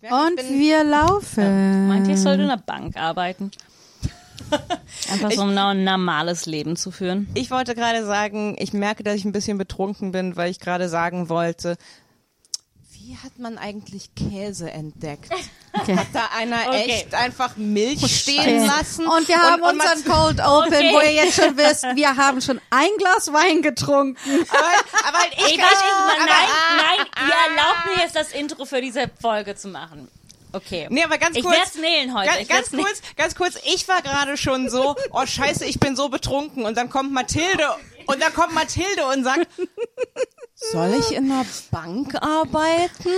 Und wir laufen. Meint ihr, ich sollte in einer Bank arbeiten? Einfach so um ein normales Leben zu führen. Ich wollte gerade sagen, ich merke, dass ich ein bisschen betrunken bin, weil ich gerade sagen wollte, wie hat man eigentlich Käse entdeckt? Okay. Hat da einer echt einfach Milch stehen lassen? Und wir haben unseren Cold Open, wo ihr jetzt schon wisst, wir haben schon ein Glas Wein getrunken. Aber nein, ihr erlaubt mir jetzt das Intro für diese Folge zu machen. Okay. Nee, aber ganz kurz. Ich werd's nähen heute. Ganz kurz, ich war gerade schon so, oh scheiße, ich bin so betrunken. Und dann kommt Mathilde und sagt, soll ich in einer Bank arbeiten?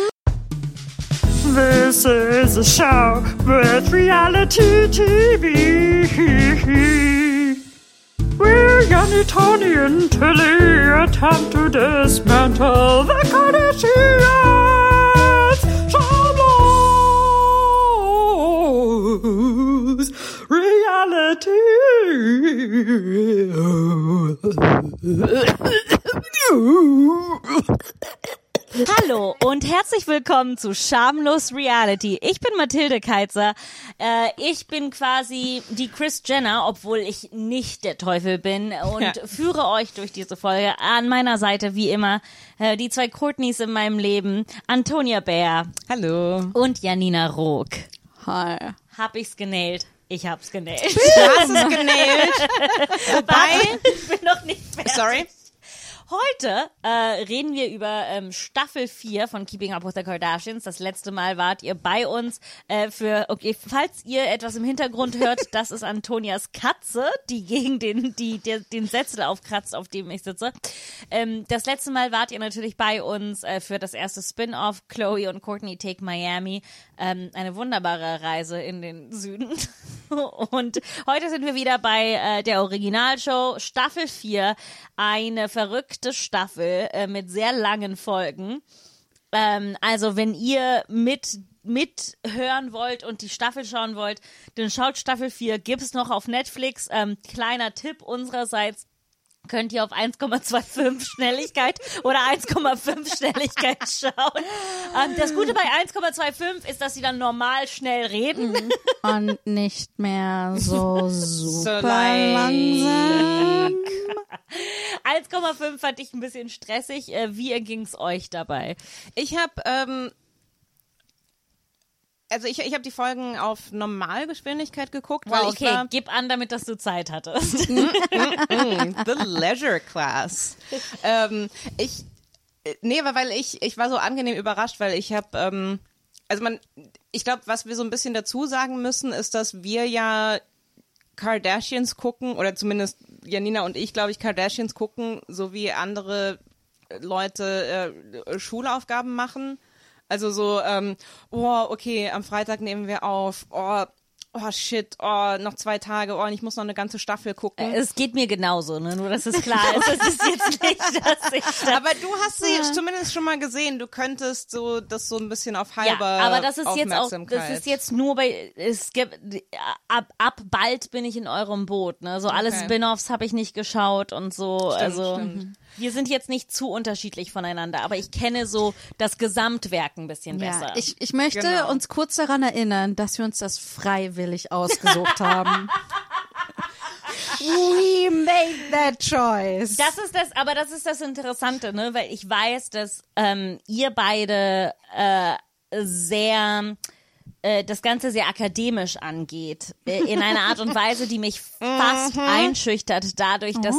This is a show with reality TV. Where Janni, Tony and Tilly attempt to dismantle the Kardashians. Shameless reality. Hallo und herzlich willkommen zu Schamlos Reality. Ich bin Mathilde Keitzer. Ich bin quasi die Kris Jenner, obwohl ich nicht der Teufel bin und führe euch durch diese Folge. An meiner Seite wie immer die zwei Courtneys in meinem Leben, Antonia Bär. Hallo. Und Janina Rook. Hi. Hab ich's genäht? Ich hab's genäht. Du hast es genäht. Wobei, ich bin noch nicht fertig. Sorry. Heute reden wir über Staffel 4 von Keeping Up with the Kardashians. Das letzte Mal wart ihr bei uns falls ihr etwas im Hintergrund hört, das ist Antonias Katze, die gegen den Sessel aufkratzt, auf dem ich sitze. Das letzte Mal wart ihr natürlich bei uns für das erste Spin-off Chloe und Kourtney Take Miami. Eine wunderbare Reise in den Süden. Und heute sind wir wieder bei der Originalshow Staffel 4, eine verrückte Staffel mit sehr langen Folgen. Also wenn ihr mithören wollt und die Staffel schauen wollt, dann schaut Staffel 4, gibt's noch auf Netflix. Kleiner Tipp unsererseits. Könnt ihr auf 1,25 Schnelligkeit oder 1,5 Schnelligkeit schauen. Das Gute bei 1,25 ist, dass sie dann normal schnell reden. Und nicht mehr so super langsam. 1,5 fand ich ein bisschen stressig. Wie ging's euch dabei? Ich habe ich habe die Folgen auf Normalgeschwindigkeit geguckt, weil wow, okay, gib an, damit dass du Zeit hattest. The Leisure Class. Weil ich war so angenehm überrascht, weil ich habe, ich glaube, was wir so ein bisschen dazu sagen müssen, ist, dass wir ja Kardashians gucken, oder zumindest Janina und ich, glaube ich, Kardashians gucken, so wie andere Leute Schulaufgaben machen. Also so, okay, am Freitag nehmen wir auf, shit, noch 2 Tage, und ich muss noch eine ganze Staffel gucken. Es geht mir genauso, ne? Nur dass es klar ist, das ist jetzt nicht, dass ich da... Aber du hast sie zumindest schon mal gesehen, du könntest so das so ein bisschen auf halber aber das ist jetzt auch, Aufmerksamkeit. das ist jetzt nur ab bald bin ich in eurem Boot, ne? So alle Spin-offs habe ich nicht geschaut und so, Stimmt. Wir sind jetzt nicht zu unterschiedlich voneinander, aber ich kenne so das Gesamtwerk ein bisschen besser. Ich möchte uns kurz daran erinnern, dass wir uns das freiwillig ausgesucht haben. We made that choice. Das ist das Interessante, ne? Weil ich weiß, dass ihr beide sehr das Ganze sehr akademisch angeht, in einer Art und Weise, die mich fast einschüchtert, dadurch, dass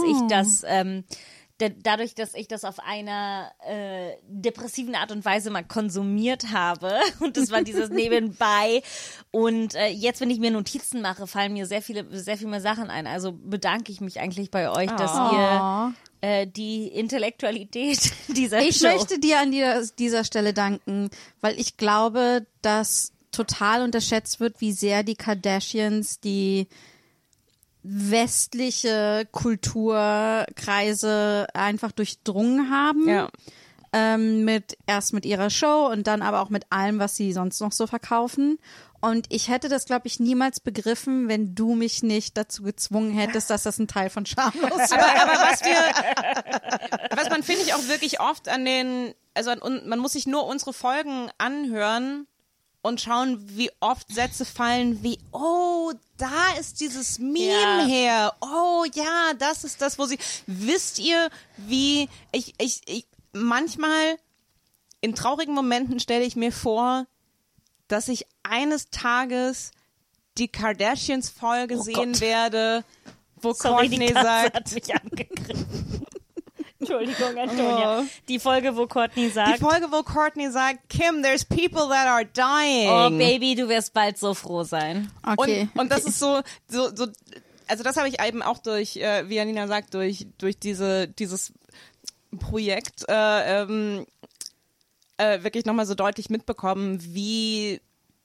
ich das auf einer depressiven Art und Weise mal konsumiert habe, und das war dieses Nebenbei, und jetzt, wenn ich mir Notizen mache, fallen mir sehr viel mehr Sachen ein, also bedanke ich mich eigentlich bei euch, dass ihr die Intellektualität dieser Show... Ich möchte dir an dieser Stelle danken, weil ich glaube, dass total unterschätzt wird, wie sehr die Kardashians die westliche Kulturkreise einfach durchdrungen haben. Ja. Erst mit ihrer Show und dann aber auch mit allem, was sie sonst noch so verkaufen. Und ich hätte das, glaube ich, niemals begriffen, wenn du mich nicht dazu gezwungen hättest, dass das ein Teil von Schamlos ist. Aber was man, finde ich, auch wirklich oft man muss sich nur unsere Folgen anhören und schauen, wie oft Sätze fallen wie, oh, da ist dieses Meme her. Oh ja, das ist das, wo sie, wisst ihr, wie, ich manchmal in traurigen Momenten stelle ich mir vor, dass ich eines Tages die Kardashians-Folge sehen werde, wo Kourtney sagt, hat mich angegriffen. Entschuldigung, Antonia. Die Folge, wo Kourtney sagt, Kim, there's people that are dying. oh Baby, du wirst bald so froh sein. Okay. Und das ist so, also das habe ich eben auch durch, wie Janina sagt, durch dieses Projekt wirklich nochmal so deutlich mitbekommen, wie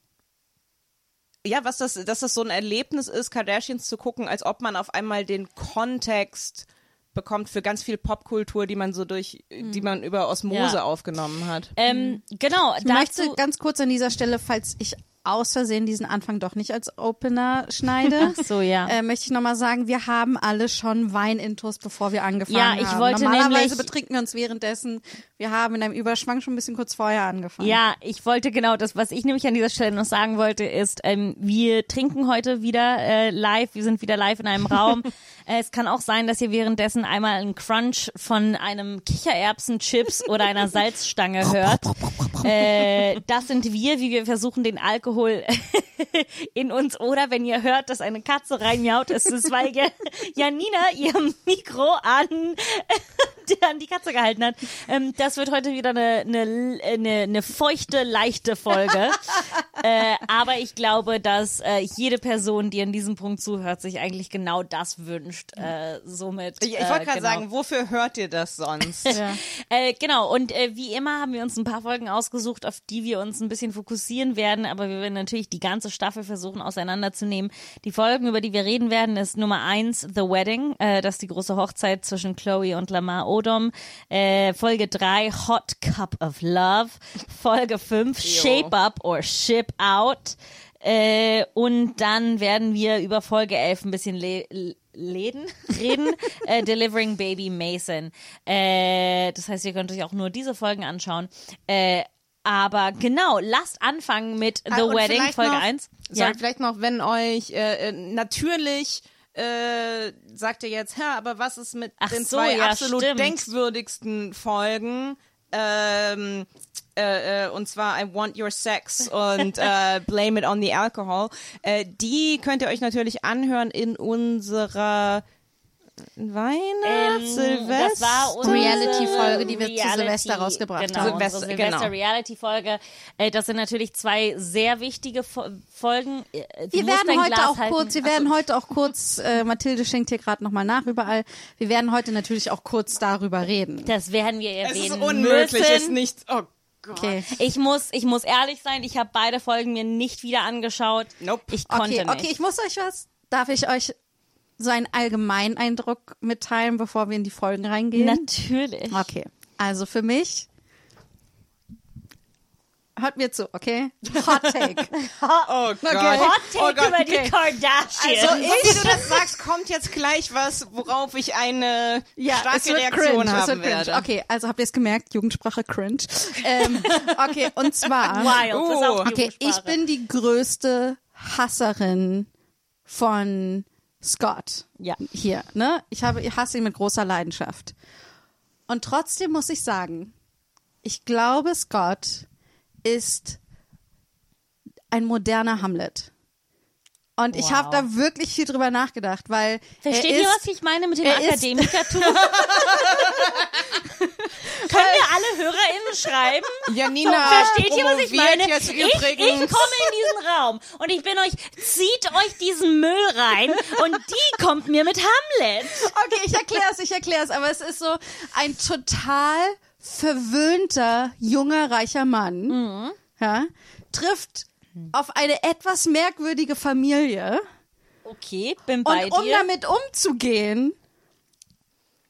dass das so ein Erlebnis ist, Kardashians zu gucken, als ob man auf einmal den Kontext bekommt für ganz viel Popkultur, die man so die man über Osmose aufgenommen hat. Genau. Ich möchte ganz kurz an dieser Stelle, falls ich aus Versehen diesen Anfang doch nicht als Opener schneide, Ach so, ja. Möchte ich nochmal sagen, wir haben alle schon Weinintus, bevor wir angefangen haben. Ja, ich wollte Normalerweise betrinken wir uns währenddessen. Wir haben in einem Überschwang schon ein bisschen kurz vorher angefangen. Ja, ich wollte genau das, was ich nämlich an dieser Stelle noch sagen wollte, ist, wir trinken heute wieder live, wir sind wieder live in einem Raum. Es kann auch sein, dass ihr währenddessen einmal einen Crunch von einem Kichererbsen-Chips oder einer Salzstange hört. Das sind wir, wie wir versuchen, den Alkohol in uns, oder wenn ihr hört, dass eine Katze reinjaut, ist es, weil Janina ihr Mikro an die Katze gehalten hat. Das wird heute wieder eine feuchte, leichte Folge. Aber ich glaube, dass jede Person, die an diesem Punkt zuhört, sich eigentlich genau das wünscht. Somit. Ich wollte gerade sagen, wofür hört ihr das sonst? Genau. Und wie immer haben wir uns ein paar Folgen ausgesucht, auf die wir uns ein bisschen fokussieren werden. Aber wir werden natürlich die ganze Staffel versuchen auseinanderzunehmen. Die Folgen, über die wir reden werden, ist Nummer 1, The Wedding. Das ist die große Hochzeit zwischen Chloe und Lamar Odom. Folge 3, Hot Cup of Love. Folge 5, Shape Up or Ship Out. Und dann werden wir über Folge 11 ein bisschen reden. Delivering Baby Mason. Das heißt, ihr könnt euch auch nur diese Folgen anschauen. Aber genau, lasst anfangen mit The Wedding, Folge 1. Vielleicht noch, wenn euch natürlich sagt ihr jetzt, aber was ist mit den zwei absolut denkwürdigsten Folgen? Und zwar I Want Your Sex und Blame It on the Alcohol. Die könnt ihr euch natürlich anhören in unserer Silvester. Das war unsere Reality-Folge, die wir zu Silvester rausgebracht haben. Unsere Silvester-Reality-Folge. Das sind natürlich zwei sehr wichtige Folgen. Wir werden heute auch kurz, Mathilde schenkt hier gerade nochmal nach überall, wir werden heute natürlich auch kurz darüber reden. Das werden wir erwähnen. Es ist unmöglich, es ist nicht, oh Gott. Okay. Ich muss ehrlich sein, ich habe beide Folgen mir nicht wieder angeschaut. Nope. Ich konnte nicht. Okay, darf ich euch so einen Allgemeineindruck mitteilen, bevor wir in die Folgen reingehen? Natürlich. Okay, also für mich, hört mir zu, okay? Hot Take. Oh Gott. Okay. Hot Take über die Kardashians. Also wie du das sagst, kommt jetzt gleich was, worauf ich eine starke Reaktion haben werde. Okay, also habt ihr es gemerkt, Jugendsprache cringe. Okay, und zwar, Wild. Okay, ich bin die größte Hasserin von Scott. Ja. Hier, ne? Ich hasse ihn mit großer Leidenschaft. Und trotzdem muss ich sagen, ich glaube, Scott ist ein moderner Hamlet. Und ich habe da wirklich viel drüber nachgedacht, weil Versteht ihr, was ich meine mit dem Akademikertum? Können wir alle HörerInnen schreiben? Janina, versteht ihr, was ich meine? Jetzt ich komme in diesen Raum und ich bin zieht euch diesen Müll rein und die kommt mir mit Hamlet. Okay, ich erklär's, aber es ist so ein total verwöhnter, junger, reicher Mann, trifft auf eine etwas merkwürdige Familie. Okay, bin bei dir. Und um damit umzugehen,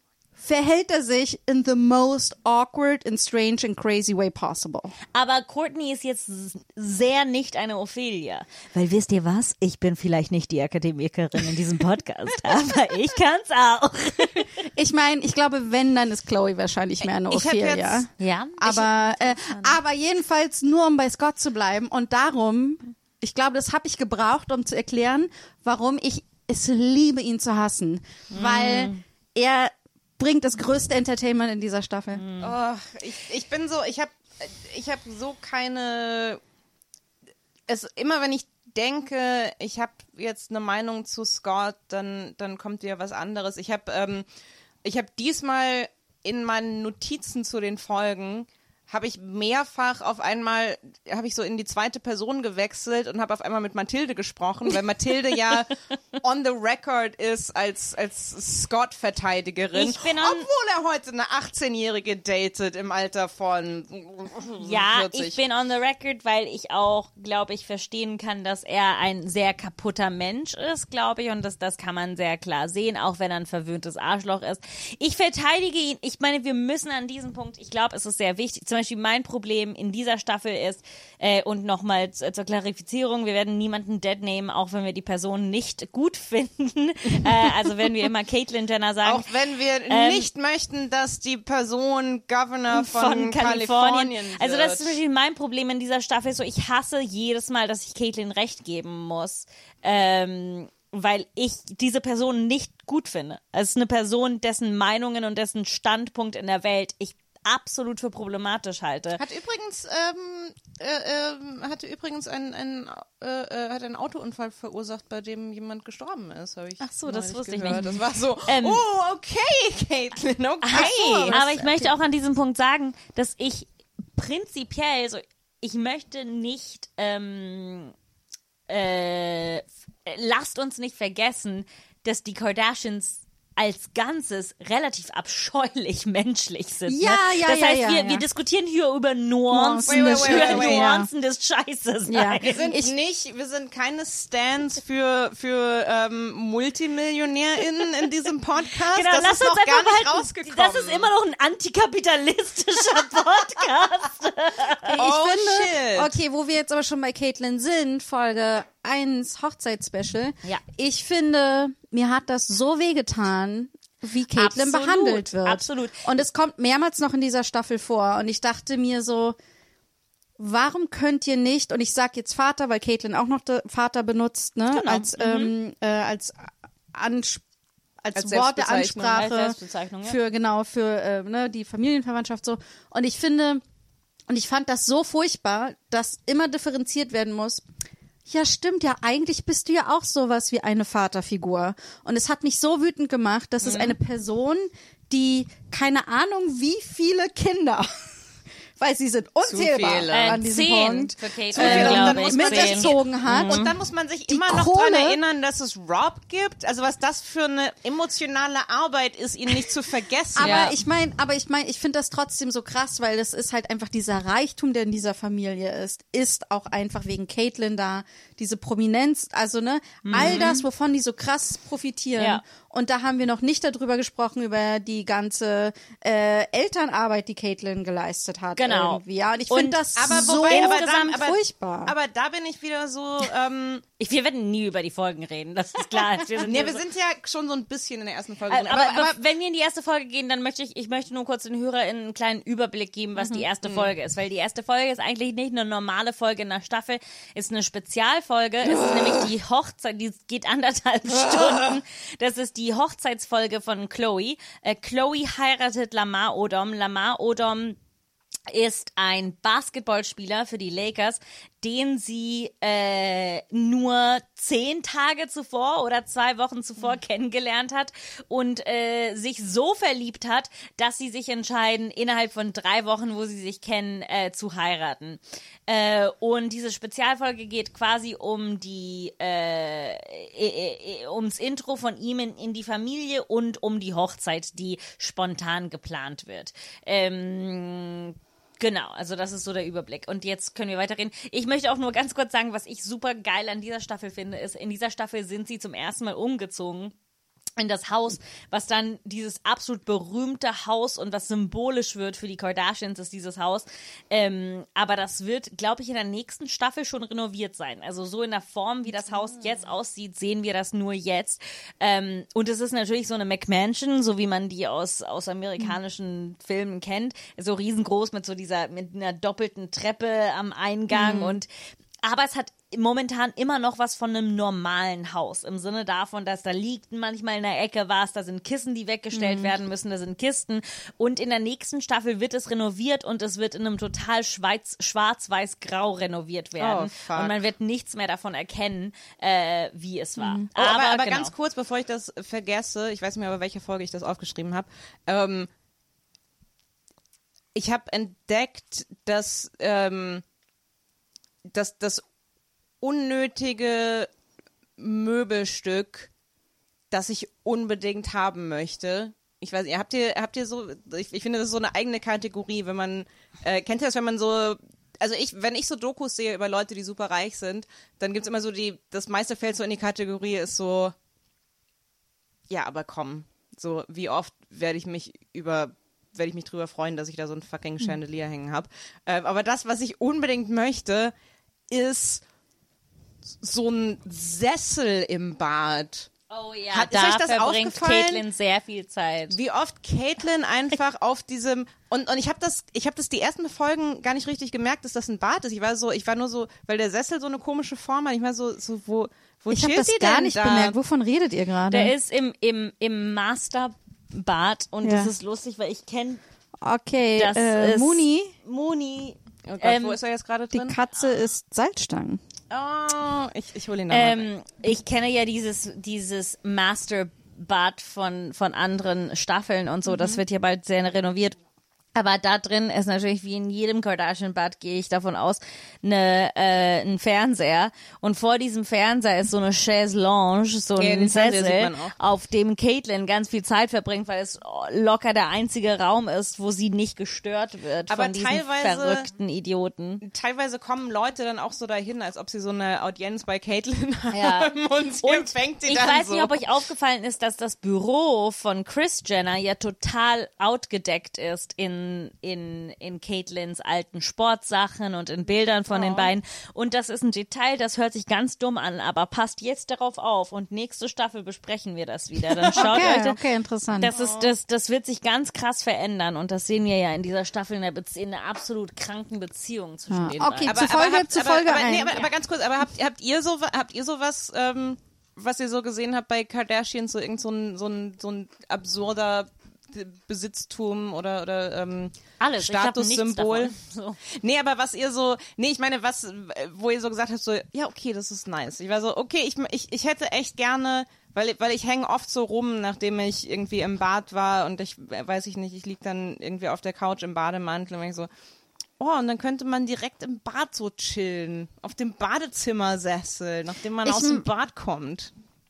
verhält er sich in the most awkward and strange and crazy way possible. Aber Courtney ist jetzt sehr nicht eine Ophelia. Weil wisst ihr was? Ich bin vielleicht nicht die Akademikerin in diesem Podcast, aber ich kann's auch. Ich meine, ich glaube, wenn, dann ist Chloe wahrscheinlich mehr eine Ophelia. Ja. Aber jedenfalls nur, um bei Scott zu bleiben. Und darum, ich glaube, das habe ich gebraucht, um zu erklären, warum ich es liebe, ihn zu hassen. Weil er bringt das größte Entertainment in dieser Staffel. Oh, ich bin so, ich hab so keine, immer wenn ich denke, ich habe jetzt eine Meinung zu Scott, dann kommt wieder was anderes. Ich habe diesmal in meinen Notizen zu den Folgen habe ich mehrfach habe ich so in die zweite Person gewechselt und habe auf einmal mit Mathilde gesprochen, weil Mathilde ja on the record ist als Scott-Verteidigerin, obwohl er heute eine 18-Jährige datet im Alter von 40. Ja, ich bin on the record, weil ich auch, glaube ich, verstehen kann, dass er ein sehr kaputter Mensch ist, glaube ich, und das kann man sehr klar sehen, auch wenn er ein verwöhntes Arschloch ist. Ich verteidige ihn, ich meine, wir müssen an diesem Punkt, ich glaube, es ist sehr wichtig, zum Beispiel mein Problem in dieser Staffel ist, und nochmal zur Klarifizierung, wir werden niemanden dead nehmen, auch wenn wir die Person nicht gut finden. Also wenn wir immer Caitlyn Jenner sagen. Auch wenn wir nicht möchten, dass die Person Governor von Kalifornien wird. Also das ist zum Beispiel mein Problem in dieser Staffel. So, ich hasse jedes Mal, dass ich Caitlyn recht geben muss. Weil ich diese Person nicht gut finde. Es ist eine Person, dessen Meinungen und dessen Standpunkt in der Welt ich absolut für problematisch halte. Hatte übrigens einen Autounfall verursacht, bei dem jemand gestorben ist, habe ich. Ach so, das wusste gehört. ich nicht. Das war so, okay, Caitlyn, okay. Aber ich möchte auch an diesem Punkt sagen, dass ich prinzipiell so, ich möchte nicht, lasst uns nicht vergessen, dass die Kardashians als Ganzes relativ abscheulich menschlich sind. Ja, ne? ja, Das ja, heißt, ja, wir diskutieren hier über Nuancen, Nuancen des Scheißes. Ja. Wir sind keine Stans für MultimillionärInnen in diesem Podcast. Genau, das lass ist uns noch einfach gar nicht behalten, rausgekommen. das ist immer noch ein antikapitalistischer Podcast. Shit. Okay, wo wir jetzt aber schon bei Caitlyn sind, Folge 1 Hochzeitsspecial. Ja. Ich finde, mir hat das so wehgetan, wie Caitlyn behandelt wird. Absolut. Und es kommt mehrmals noch in dieser Staffel vor. Und ich dachte mir so, warum könnt ihr nicht, und ich sag jetzt Vater, weil Caitlyn auch noch Vater benutzt, ne, genau. als Wort der Ansprache Als Selbstbezeichnung, ja. für die Familienverwandtschaft so. Und ich fand das so furchtbar, dass immer differenziert werden muss. Ja, stimmt, ja, eigentlich bist du ja auch sowas wie eine Vaterfigur. Und es hat mich so wütend gemacht, dass es eine Person, die keine Ahnung wie viele Kinder, weil sie sind unzählbar an diesem 10 Punkt, für Caitlyn, mitgezogen hat. Und dann muss man sich immer noch dran erinnern, dass es Rob gibt. Also was das für eine emotionale Arbeit ist, ihn nicht zu vergessen. Aber ich meine, ich finde das trotzdem so krass, weil das ist halt einfach dieser Reichtum, der in dieser Familie ist auch einfach wegen Caitlyn da, diese Prominenz, also all das, wovon die so krass profitieren. Ja. Und da haben wir noch nicht darüber gesprochen, über die ganze Elternarbeit, die Caitlyn geleistet hat. Genau. Irgendwie. Ja, und ich finde das insgesamt furchtbar. Aber da bin ich wieder so... wir werden nie über die Folgen reden, das ist klar. wir sind ja schon so ein bisschen in der ersten Folge drin. Aber wenn wir in die erste Folge gehen, dann möchte ich nur kurz den HörerInnen einen kleinen Überblick geben, was die erste Folge ist. Weil die erste Folge ist eigentlich nicht eine normale Folge in der Staffel, ist eine Spezialfolge. Es ist nämlich die Hochzeit, die geht 1,5 Stunden. Das ist die Hochzeitsfolge von Chloe. Chloe heiratet Lamar Odom. Lamar Odom ist ein Basketballspieler für die Lakers, den sie nur 10 Tage zuvor oder 2 Wochen zuvor kennengelernt hat und sich so verliebt hat, dass sie sich entscheiden, innerhalb von 3 Wochen, wo sie sich kennen, zu heiraten. Und diese Spezialfolge geht quasi um ums Intro von ihm in die Familie und um die Hochzeit, die spontan geplant wird. Genau, also das ist so der Überblick. Und jetzt können wir weiterreden. Ich möchte auch nur ganz kurz sagen, was ich super geil an dieser Staffel finde, ist, in dieser Staffel sind sie zum ersten Mal umgezogen in das Haus, was dann dieses absolut berühmte Haus und was symbolisch wird für die Kardashians, ist dieses Haus. Aber das wird, glaube ich, in der nächsten Staffel schon renoviert sein. Also so in der Form, wie das Haus jetzt aussieht, sehen wir das nur jetzt. Und es ist natürlich so eine McMansion, so wie man die aus amerikanischen Filmen kennt. So riesengroß mit einer doppelten Treppe am Eingang aber es hat momentan immer noch was von einem normalen Haus. Im Sinne davon, dass da liegt manchmal in der Ecke was, da sind Kissen, die weggestellt werden müssen, da sind Kisten. Und in der nächsten Staffel wird es renoviert und es wird in einem total schwarz-weiß-grau renoviert werden. Und man wird nichts mehr davon erkennen, wie es war. Aber genau. Ganz kurz, bevor ich das vergesse, ich weiß nicht mehr, bei welcher Folge ich das aufgeschrieben habe. Ich habe entdeckt, dass das unnötige Möbelstück, das ich unbedingt haben möchte. Ich weiß nicht, habt ihr so, ich finde, das ist so eine eigene Kategorie, wenn man, kennt ihr das, wenn man so, also wenn ich so Dokus sehe über Leute, die super reich sind, dann gibt's immer so das meiste fällt so in die Kategorie, ist so, ja, aber komm, so, wie oft werde ich mich drüber freuen, dass ich da so ein fucking Chandelier hängen habe. Aber das, was ich unbedingt möchte, ist so ein Sessel im Bad. Oh ja, ist euch das verbringt aufgefallen? Caitlyn sehr viel Zeit. Wie oft Caitlyn einfach auf diesem und ich habe das die ersten Folgen gar nicht richtig gemerkt, dass das ein Bad ist. Ich war nur so, weil der Sessel so eine komische Form hat. Ich war so wo ich habe chillt das die gar denn nicht da? bemerkt. Wovon redet ihr gerade? Der ist im Masterbad und das ist lustig, weil ich kenne Okay, das ist Mooney, Oh Gott, wo ist er jetzt gerade die drin? Katze ist Salzstangen. Oh, ich hole ihn nochmal. ich kenne ja dieses Masterbad von anderen Staffeln und so, das wird ja bald sehr renoviert. Aber da drin ist natürlich, wie in jedem Kardashian-Bad, gehe ich davon aus, ein Fernseher. Und vor diesem Fernseher ist so eine Chaiselongue, so ein Sessel, auf dem Caitlyn ganz viel Zeit verbringt, weil es locker der einzige Raum ist, wo sie nicht gestört wird von diesen verrückten Idioten. Teilweise kommen Leute dann auch so dahin, als ob sie so eine Audienz bei Caitlyn haben und sie empfängt sie ich dann weiß so. nicht, ob euch aufgefallen ist, dass das Büro von Kris Jenner ja total outgedeckt ist in Caitlyns alten Sportsachen und in Bildern von den beiden. Und das ist ein Detail, das hört sich ganz dumm an, aber passt jetzt darauf auf und nächste Staffel besprechen wir das wieder. Dann schaut euch das. Okay, interessant. Das wird sich ganz krass verändern und das sehen wir ja in dieser Staffel in einer absolut kranken Beziehung zwischen den beiden. Okay, zu Folge 1. Aber ganz kurz, aber habt ihr sowas, was ihr so gesehen habt bei Kardashians, so irgend so ein absurder Besitztum oder alles. Statussymbol. So. Nee, aber ich meine, wo ihr so gesagt habt, so, ja, okay, das ist nice. Ich war so, okay, ich hätte echt gerne, weil ich hänge oft so rum, nachdem ich irgendwie im Bad war und ich lieg dann irgendwie auf der Couch im Bademantel und ich so, und dann könnte man direkt im Bad so chillen, auf dem Badezimmersessel, nachdem man aus dem Bad kommt.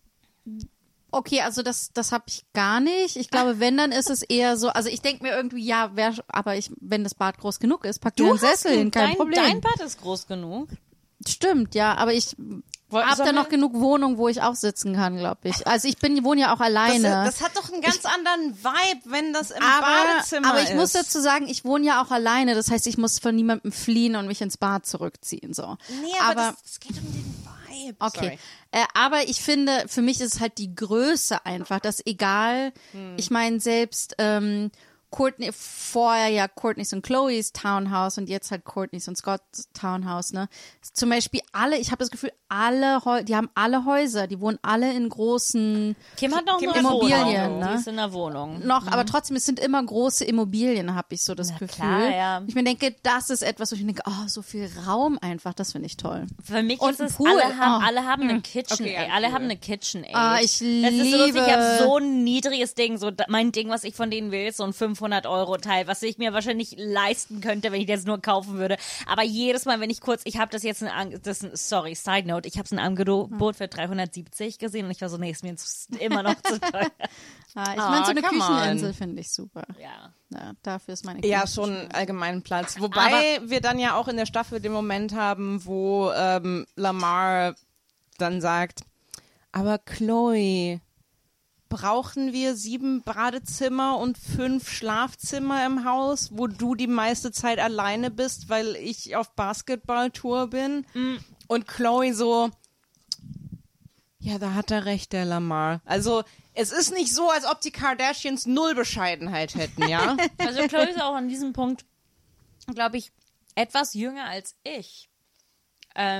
Okay, also das habe ich gar nicht. Ich glaube, wenn, dann ist es eher so, also ich denke mir irgendwie, ja, wenn das Bad groß genug ist, pack dir einen Sessel hin, kein Problem. Dein Bad ist groß genug. Stimmt, ja, aber ich habe da noch genug Wohnung, wo ich auch sitzen kann, glaube ich. Also ich wohne ja auch alleine. Das hat doch einen ganz anderen Vibe, wenn das im Badezimmer ist. Aber ich muss dazu sagen, ich wohne ja auch alleine. Das heißt, ich muss von niemandem fliehen und mich ins Bad zurückziehen. So. Nee, aber das geht um den Vibe. Okay, aber ich finde, für mich ist es halt die Größe einfach, dass egal, ich meine selbst Courtney's und Chloes Townhouse und jetzt halt Courtney's und Scott's Townhouse, ne? Zum Beispiel ich habe das Gefühl, die haben alle Häuser, die wohnen alle in großen Kim hat noch eine Immobilien, Wohnung. ne? Die ist in einer Wohnung. Aber trotzdem, es sind immer große Immobilien, habe ich so das Gefühl. Klar, ja. Ich mir denke, das ist etwas, wo ich mir denke, so viel Raum einfach, das finde ich toll. Für mich und ist es, Pool. alle haben eine Kitchen, Okay, alle haben eine Kitchen, ey. Ich Es ist so lustig, liebe. ich habe so ein niedriges Ding, so mein Ding, was ich von denen will, ist so ein 500-Euro-Teil, was ich mir wahrscheinlich leisten könnte, wenn ich das nur kaufen würde. Aber jedes Mal, wenn ich ich habe das jetzt Side Note, ich habe es ein Angebot für 370 gesehen und ich war so, nee, ist mir immer noch zu teuer. Ich meine, so eine come Kücheninsel finde ich super. Ja. Dafür ist meine Ja, Küche schon allgemeinen Platz. Wobei wir dann ja auch in der Staffel den Moment haben, wo Lamar dann sagt, aber Chloe, brauchen wir 7 Badezimmer und 5 Schlafzimmer im Haus, wo du die meiste Zeit alleine bist, weil ich auf Basketballtour bin? Und Chloe so, ja, da hat er recht, der Lamar. Also, es ist nicht so, als ob die Kardashians 0 Bescheidenheit hätten, ja? Also Chloe ist auch an diesem Punkt, glaube ich, etwas jünger als ich. Ja,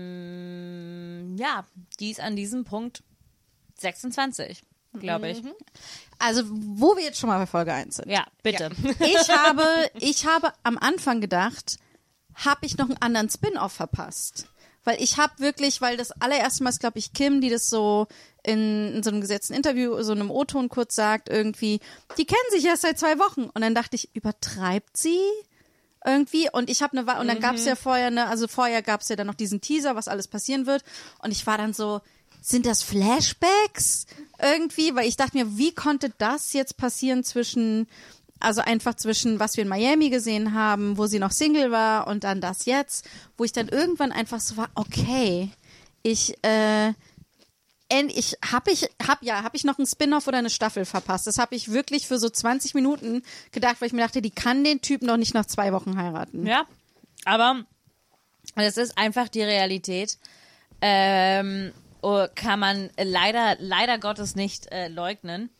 die ist an diesem Punkt 26, glaube ich. Also, wo wir jetzt schon mal bei Folge 1 sind. Ja, bitte. Ich habe am Anfang gedacht, habe ich noch einen anderen Spin-off verpasst? Weil ich habe wirklich, weil das allererste Mal ist, glaube ich, Kim, die das so in so einem gesetzten Interview, so einem O-Ton kurz sagt, irgendwie, die kennen sich erst seit 2 Wochen. Und dann dachte ich, übertreibt sie irgendwie? Und ich habe und dann gab es ja vorher gab es ja dann noch diesen Teaser, was alles passieren wird. Und ich war dann so, sind das Flashbacks irgendwie? Weil ich dachte mir, wie konnte das jetzt passieren zwischen, was wir in Miami gesehen haben, wo sie noch Single war und dann das jetzt, wo ich dann irgendwann einfach so war, okay, habe ich noch einen Spin-off oder eine Staffel verpasst? Das habe ich wirklich für so 20 Minuten gedacht, weil ich mir dachte, die kann den Typ noch nicht nach 2 Wochen heiraten. Ja, aber das ist einfach die Realität. Kann man leider Gottes nicht leugnen.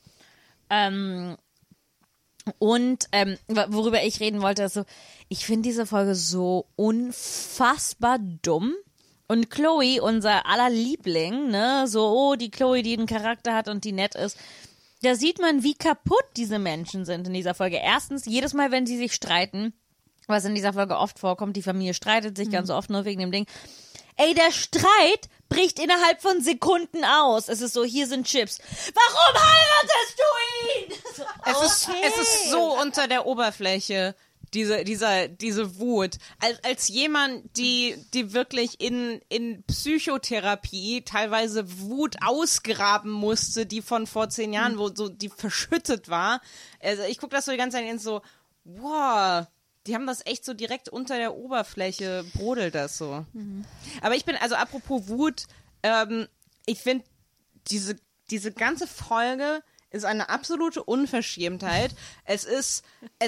Worüber ich reden wollte, ist so, ich finde diese Folge so unfassbar dumm. Und Chloe, unser aller Liebling, ne, so, die Chloe, die einen Charakter hat und die nett ist, da sieht man, wie kaputt diese Menschen sind in dieser Folge. Erstens, jedes Mal, wenn sie sich streiten, was in dieser Folge oft vorkommt, die Familie streitet sich ganz oft nur wegen dem Ding. Ey, der Streit bricht innerhalb von Sekunden aus. Es ist so, hier sind Chips. Warum heiratest du ihn? Es ist so unter der Oberfläche, diese Wut. Als jemand, die wirklich in Psychotherapie teilweise Wut ausgraben musste, die von vor 10 Jahren, wo so die verschüttet war. Also ich gucke das so die ganze Zeit in so, wow, die haben das echt so direkt unter der Oberfläche, brodelt das so. Aber apropos Wut, ich finde, diese ganze Folge ist eine absolute Unverschämtheit. Es ist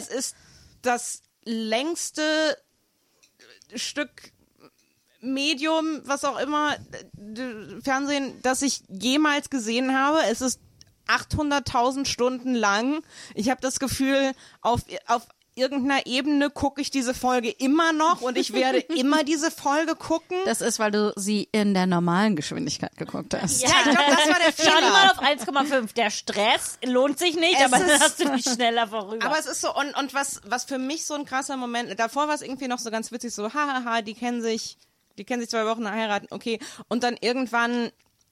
das längste Stück Medium, was auch immer, Fernsehen, das ich jemals gesehen habe. Es ist 800.000 Stunden lang. Ich habe das Gefühl, auf irgendeiner Ebene gucke ich diese Folge immer noch und ich werde immer diese Folge gucken. Das ist, weil du sie in der normalen Geschwindigkeit geguckt hast. Ja, ich glaube, das war der Fehler. Schau dir mal auf 1,5. Der Stress lohnt sich nicht, aber dann hast du dich schneller vorüber. Aber es ist so, und was für mich so ein krasser Moment, davor war es irgendwie noch so ganz witzig, so, hahaha, die kennen sich 2 Wochen heiraten, okay. Und dann irgendwann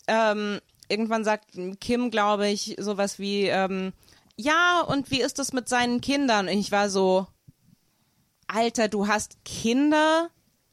sagt Kim, glaube ich, sowas wie, ja, und wie ist das mit seinen Kindern? Und ich war so, Alter, du hast Kinder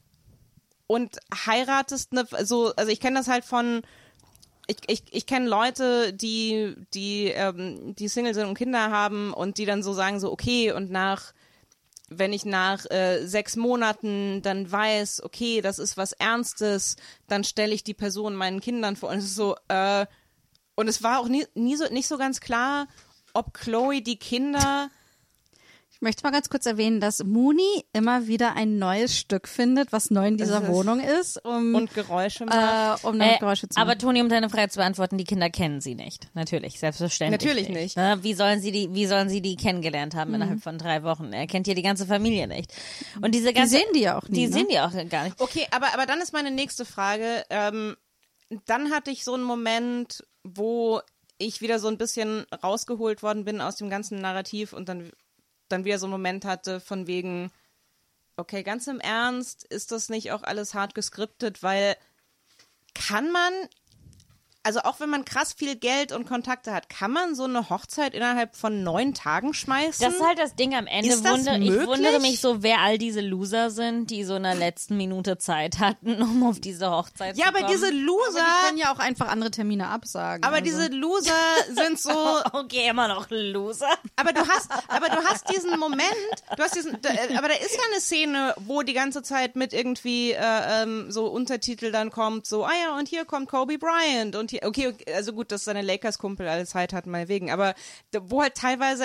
und heiratest also ich kenne das halt von, ich kenne Leute, die Single sind und Kinder haben und die dann so sagen so, okay, und wenn ich nach 6 Monaten dann weiß, okay, das ist was Ernstes, dann stelle ich die Person meinen Kindern vor. Und es ist so, und es war auch nicht so ganz klar, ob Chloe die Kinder... Ich möchte mal ganz kurz erwähnen, dass Mooney immer wieder ein neues Stück findet, was neu in dieser Wohnung ist. Und Geräusche macht. Geräusche zu machen. Aber Toni, um deine Frage zu beantworten, die Kinder kennen sie nicht. Natürlich, selbstverständlich. Natürlich nicht. Wie sollen sie die kennengelernt haben innerhalb von 3 Wochen? Er kennt ja die ganze Familie nicht. Und die sehen die ja auch nie. Die sehen die auch gar nicht. Okay, aber dann ist meine nächste Frage. Dann hatte ich so einen Moment, wo ich wieder so ein bisschen rausgeholt worden bin aus dem ganzen Narrativ und dann wieder so einen Moment hatte von wegen, okay, ganz im Ernst, ist das nicht auch alles hart geskriptet, weil kann man, also auch wenn man krass viel Geld und Kontakte hat, kann man so eine Hochzeit innerhalb von 9 Tagen schmeißen? Das ist halt das Ding am Ende. Ist das möglich? Ich wundere mich so, wer all diese Loser sind, die so in der letzten Minute Zeit hatten, um auf diese Hochzeit zu kommen. Ja, aber diese Loser... Aber die können ja auch einfach andere Termine absagen. Aber diese Loser sind so... Okay, immer noch Loser. Aber du hast diesen Moment, aber da ist ja eine Szene, wo die ganze Zeit mit irgendwie so Untertitel dann kommt, so, ah ja, und hier kommt Kobe Bryant und konfrontiert. Okay, also gut, dass seine Lakers-Kumpel alle Zeit hatten, mal wegen. Aber wo halt teilweise,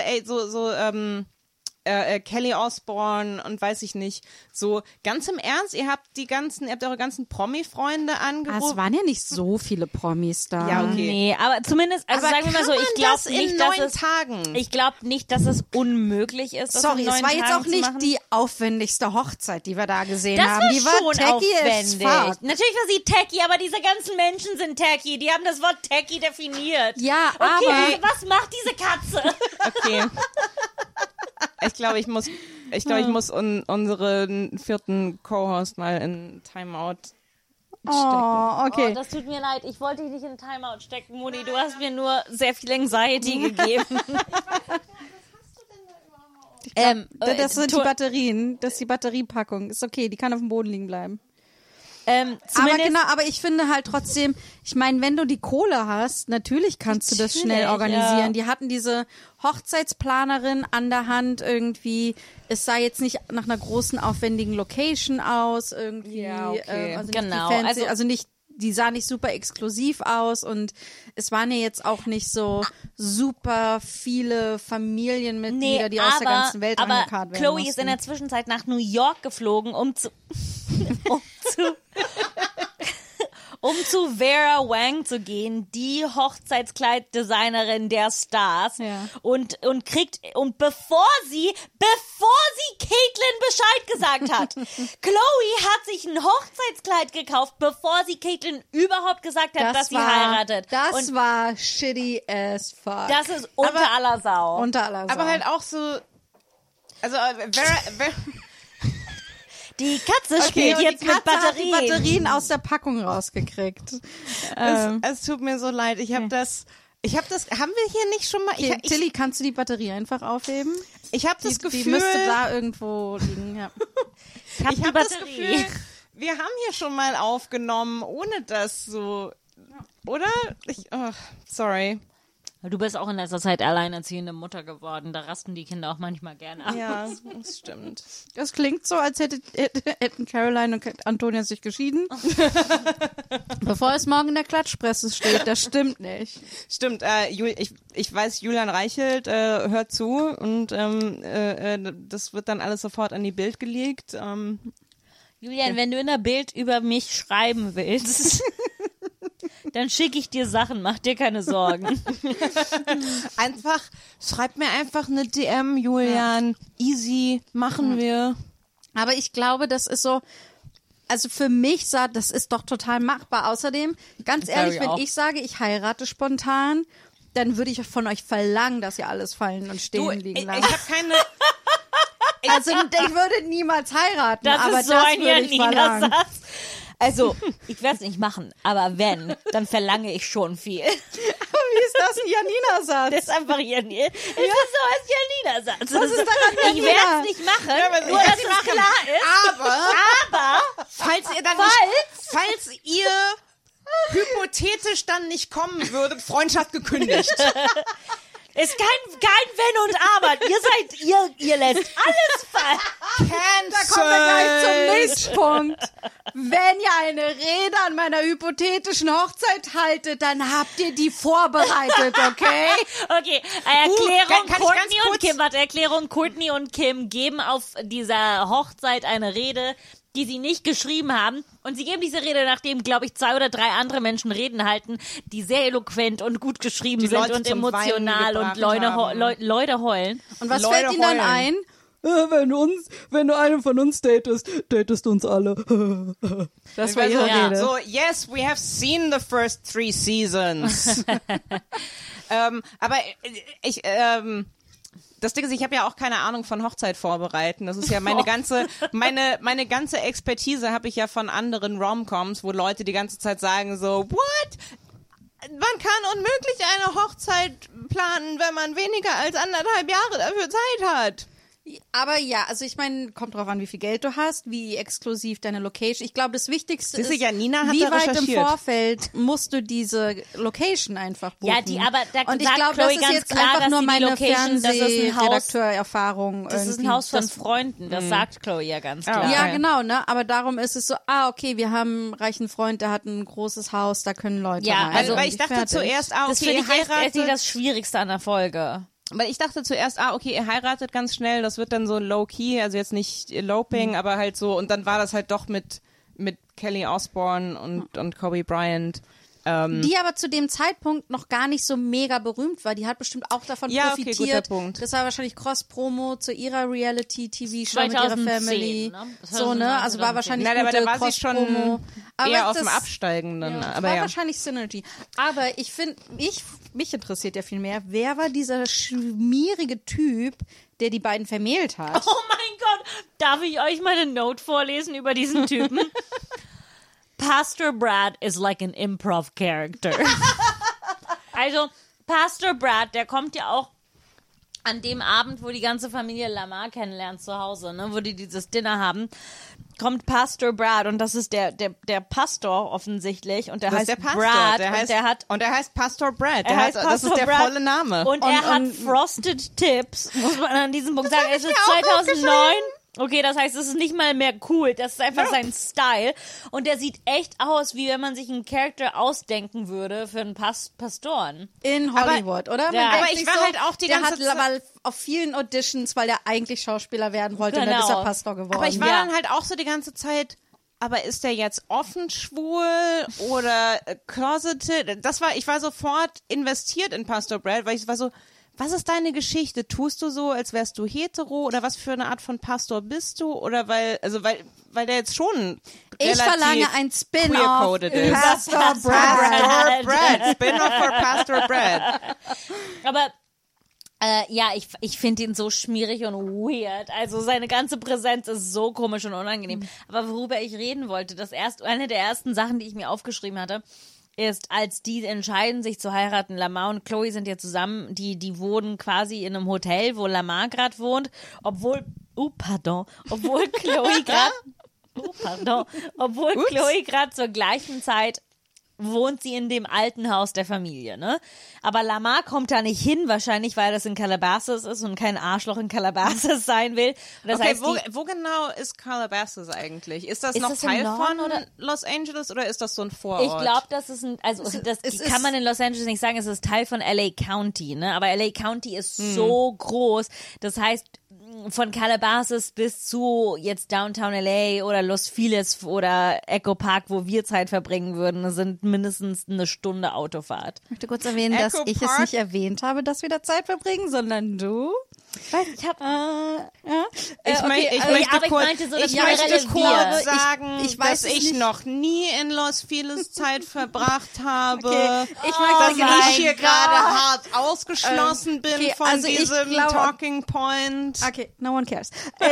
Kelly Osbourne und weiß ich nicht, so ganz im Ernst, ihr habt eure ganzen Promi-Freunde angerufen. Es waren ja nicht so viele Promis da. Ja, okay. Nee, aber zumindest, also Aber sagen wir mal so, kann ich man glaube das nicht, in dass 9 es Tagen? Ich glaube nicht, dass es unmöglich ist, das Sorry, in 9 es war jetzt Tagen auch nicht zu machen. die aufwendigste Hochzeit, die wir da gesehen Das haben. war Die war schon tacky as aufwendig. fuck. Natürlich war sie tacky, aber diese ganzen Menschen sind tacky. Die haben das Wort tacky definiert. Ja, Okay, aber was macht diese Katze? Okay. Ich glaube, ich muss unseren 4. Co-Host mal in Timeout stecken. oh, okay. Oh, das tut mir leid. Ich wollte dich nicht in Timeout stecken, Moni. Du hast mir nur sehr viel Anxiety gegeben. Das sind die Batterien. Das ist die Batteriepackung. Ist okay, die kann auf dem Boden liegen bleiben. Aber ich finde halt trotzdem, ich meine, wenn du die Kohle hast, natürlich kannst du das schnell Natürlich, organisieren. ja. Die hatten diese Hochzeitsplanerin an der Hand irgendwie. Es sah jetzt nicht nach einer großen, aufwendigen Location aus irgendwie. Ja, okay. Also Genau, nicht die fancy, also nicht, die sah nicht super exklusiv aus und es waren ja jetzt auch nicht so super viele Familienmitglieder, die aus der ganzen Welt angekarrt werden Chloe mussten. ist in der Zwischenzeit nach New York geflogen, um zu Vera Wang zu gehen, die Hochzeitskleiddesignerin der Stars, Ja. und bevor sie Caitlyn Bescheid gesagt hat, Chloe hat sich ein Hochzeitskleid gekauft, bevor sie Caitlyn überhaupt gesagt hat, dass sie heiratet. Das war shitty as fuck. Das ist unter aller Sau. Unter aller Sau. Aber halt auch so, also Vera Die Katze okay, spielt und jetzt die mit Katze hat Batterien. die Batterien aus der Packung rausgekriegt. es tut mir so leid. Haben wir hier nicht schon mal, Okay, Tilly, kannst du die Batterie einfach aufheben? ich habe das Die Gefühl, müsste da irgendwo liegen, ja. Ich hab ich die habe das Batterie. Gefühl, wir haben hier schon mal aufgenommen, ohne das so, oder? Sorry. Du bist auch in letzter Zeit alleinerziehende Mutter geworden. Da rasten die Kinder auch manchmal gerne ab. Ja, das stimmt. Das klingt so, als hätten Caroline und Antonia sich geschieden. Bevor es morgen in der Klatschpresse steht. Das stimmt nicht. Stimmt, ich weiß, Julian Reichelt hört zu und das wird dann alles sofort an die Bild gelegt. Julian, wenn du in der Bild über mich schreiben willst, dann schicke ich dir Sachen. Mach dir keine Sorgen. Schreib mir einfach eine DM, Julian. Easy, machen wir. Aber ich glaube, das ist so, also für mich das ist doch total machbar. Außerdem, ganz ehrlich, wenn ich sage, ich heirate spontan, dann würde ich von euch verlangen, dass ihr alles fallen und stehen liegen lasst. Ich habe keine... Also ich würde niemals heiraten, Das aber ist so das ein würde ich verlangen. Janina-Satz. Also, ich werde es nicht machen, aber wenn, dann verlange ich schon viel. Wie ist das ein Janina-Satz? Das ist einfach Janina. Es ist so ein Janina-Satz. Was ist daran Ich Janina? werde es nicht machen, nur dass es klar ist. Aber falls ihr hypothetisch dann nicht kommen würdet, Freundschaft gekündigt. Ist kein Wenn und Aber. Ihr lässt alles fallen. Da kommen wir gleich zum nächsten Punkt. Wenn ihr eine Rede an meiner hypothetischen Hochzeit haltet, dann habt ihr die vorbereitet, okay? Okay, Erklärung, kann ich Courtney ganz und Kim, Erklärung, Courtney und Kim geben auf dieser Hochzeit eine Rede, die sie nicht geschrieben haben. Und sie geben diese Rede, nachdem, glaube ich, 2 oder 3 andere Menschen Reden halten, die sehr eloquent und gut geschrieben Die sind Leute und zum emotional Weinen und gebracht Leute heulen. Und was Leute fällt ihnen dann heulen. ein? Wenn du einen von uns datest du uns alle. Das war ihre Ja. Rede. So, yes, we have seen the first 3 seasons. Aber das Ding ist, ich habe ja auch keine Ahnung von Hochzeit vorbereiten. Das ist ja meine ganze Expertise habe ich ja von anderen Rom-Coms, wo Leute die ganze Zeit sagen so, what? Man kann unmöglich eine Hochzeit planen, wenn man weniger als 1,5 Jahre dafür Zeit hat. Aber ja, also ich meine, kommt drauf an, wie viel Geld du hast, wie exklusiv deine Location. Ich glaube, das Wichtigste ist, Janina hat wie da weit im recherchiert. Vorfeld musst du diese Location einfach buchen. Ja, aber da und ich sagt glaube, Chloe das ist ganz jetzt klar, einfach dass nur die meine Location, das ist ein Haus, Fernsehredakteurerfahrung. das ist ein Haus von Freunden, das sagt Chloe ja ganz klar. Ja, genau, ne? Aber darum ist es so, okay, wir haben einen reichen Freund, der hat ein großes Haus, da können Leute Ja, rein. also weil ich dachte Fertig. zuerst, Das okay, finde ich echt heiratet. das Schwierigste an der Folge. Weil ich dachte zuerst, okay, er heiratet ganz schnell, das wird dann so low-key, also jetzt nicht eloping, aber halt so, und dann war das halt doch mit Kelly Osbourne und Kobe Bryant. Die aber zu dem Zeitpunkt noch gar nicht so mega berühmt war. Die hat bestimmt auch davon Ja, okay, profitiert. guter Punkt. Das war wahrscheinlich Cross-Promo zu ihrer Reality-TV-Show mit ihrer 2010, Family. ne? So, ne? Also war wahrscheinlich Nein, aber gute da war sie schon Cross-Promo. Aber eher auf das- dem Absteigenden. Ja, Aber war ja. wahrscheinlich Synergy. Aber ich finde, mich interessiert ja viel mehr, wer war dieser schmierige Typ, der die beiden vermählt hat? Oh mein Gott, darf ich euch mal eine Note vorlesen über diesen Typen? Pastor Brad is like an improv character. Also, Pastor Brad, der kommt ja auch an dem Abend, wo die ganze Familie Lamar kennenlernt zu Hause, ne, wo die dieses Dinner haben, kommt Pastor Brad und das ist der Pastor offensichtlich und der Das heißt ist der Pastor. Brad Und der heißt Pastor Brad. er heißt das Pastor ist der Brad volle Name. Und er hat Frosted Tips, muss man an diesem Punkt sagen. Es ist 2009. Okay, das heißt, es ist nicht mal mehr cool. Das ist einfach sein Style. Und der sieht echt aus, wie wenn man sich einen Charakter ausdenken würde für einen Pastoren. In Hollywood, oder? Man Ja. denkt Aber ich sich war so, halt auch die der ganze hat Zeit- weil auf vielen Auditions, weil er eigentlich Schauspieler werden wollte und dann ist Genau. er Pastor geworden. Aber ich war Ja. dann halt auch so die ganze Zeit, aber ist der jetzt offen schwul oder closeted? Ich war sofort investiert in Pastor Brad, weil ich war so, was ist deine Geschichte? Tust du so, als wärst du hetero oder was für eine Art von Pastor bist du? Oder weil der jetzt schon Ich relativ verlange ein Spin-off queer-coded ist. Pastor Brad. Pastor Brad. Spin-off for Pastor Brad. Aber ja, ich finde ihn so schmierig und weird. Also seine ganze Präsenz ist so komisch und unangenehm. Aber worüber ich reden wollte, eine der ersten Sachen, die ich mir aufgeschrieben hatte, ist, als die entscheiden, sich zu heiraten, Lamar und Chloe sind ja zusammen, die wohnen quasi in einem Hotel, wo Lamar gerade wohnt, obwohl Chloe gerade zur gleichen Zeit wohnt sie in dem alten Haus der Familie, ne? Aber Lamar kommt da nicht hin, wahrscheinlich, weil das in Calabasas ist und kein Arschloch in Calabasas sein will. Und das Okay, heißt, wo genau ist Calabasas eigentlich? Ist das Ist noch das im Teil Norden von oder- Los Angeles oder ist das so ein Vorort? ich glaube, das ist das kann man in Los Angeles nicht sagen, es ist Teil von LA County, ne? Aber LA County ist so groß, das heißt, von Calabasas bis zu jetzt Downtown LA oder Los Feliz oder Echo Park, wo wir Zeit verbringen würden, das sind mindestens eine Stunde Autofahrt. Ich möchte kurz erwähnen, dass Echo ich es Park? nicht erwähnt habe, dass wir da Zeit verbringen, sondern du. Ich habe Ich aber ich möchte meinte so, das ich wäre möchte relevant. kurz sagen, ich weiß dass es ich nicht. noch nie in Los Feliz Zeit verbracht habe. Okay, ich dass möchte mein ich hier Gott. gerade hart ausgeschlossen bin okay, von also ich diesem glaube- Talking Point. Okay, no one cares.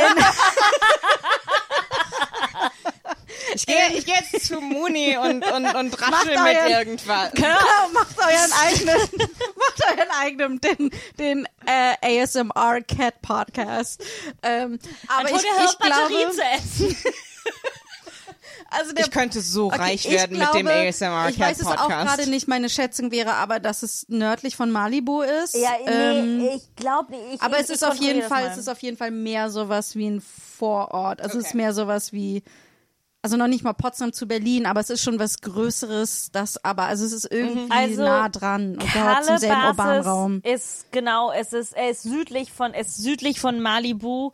Ich gehe jetzt zu Muni und raschel Macht mit euren- irgendwas. Genau, macht euren eigenen, den ASMR Cat Podcast. Aber Antonia ich hört glaube, Batterien zu essen. also der Ich könnte so reich ich werden mit dem glaube, ASMR Ich weiß Cat es auch Podcast. gerade nicht, meine Schätzung wäre aber, dass es nördlich von Malibu ist. ich glaube nicht. Aber es ist auf jeden Fall mehr sowas wie ein Vorort. Also es ist Okay. mehr sowas wie, also noch nicht mal Potsdam zu Berlin, aber es ist schon was Größeres, also es ist irgendwie nah dran und gehört zum selben urbanen Raum. Ist genau, er ist südlich von Malibu.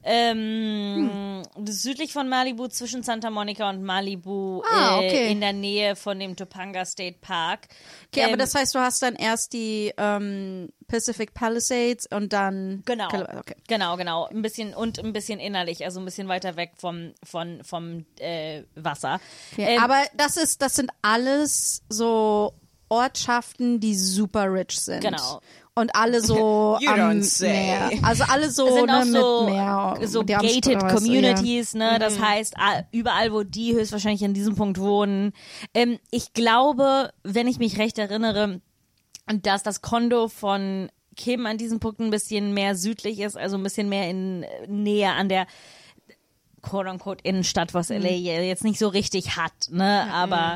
Südlich von Malibu, zwischen Santa Monica und Malibu, Okay. in der Nähe von dem Topanga State Park. Okay, aber das heißt, du hast dann erst die Pacific Palisades und dann Genau, Okay. genau, ein bisschen innerlich, also ein bisschen weiter weg vom Wasser. Okay, aber das sind alles so Ortschaften, die super rich sind. Genau. Und alle so You am don't say. Meer. Also alle so, Es sind ne, auch so, mit Meer. so die haben gated oder was, Communities, ne? Das heißt, überall, wo die höchstwahrscheinlich an diesem Punkt wohnen. Ich glaube, wenn ich mich recht erinnere, dass das Kondo von Kim an diesem Punkt ein bisschen mehr südlich ist, also ein bisschen mehr in Nähe an der quote-unquote Innenstadt, was LA jetzt nicht so richtig hat, ne, aber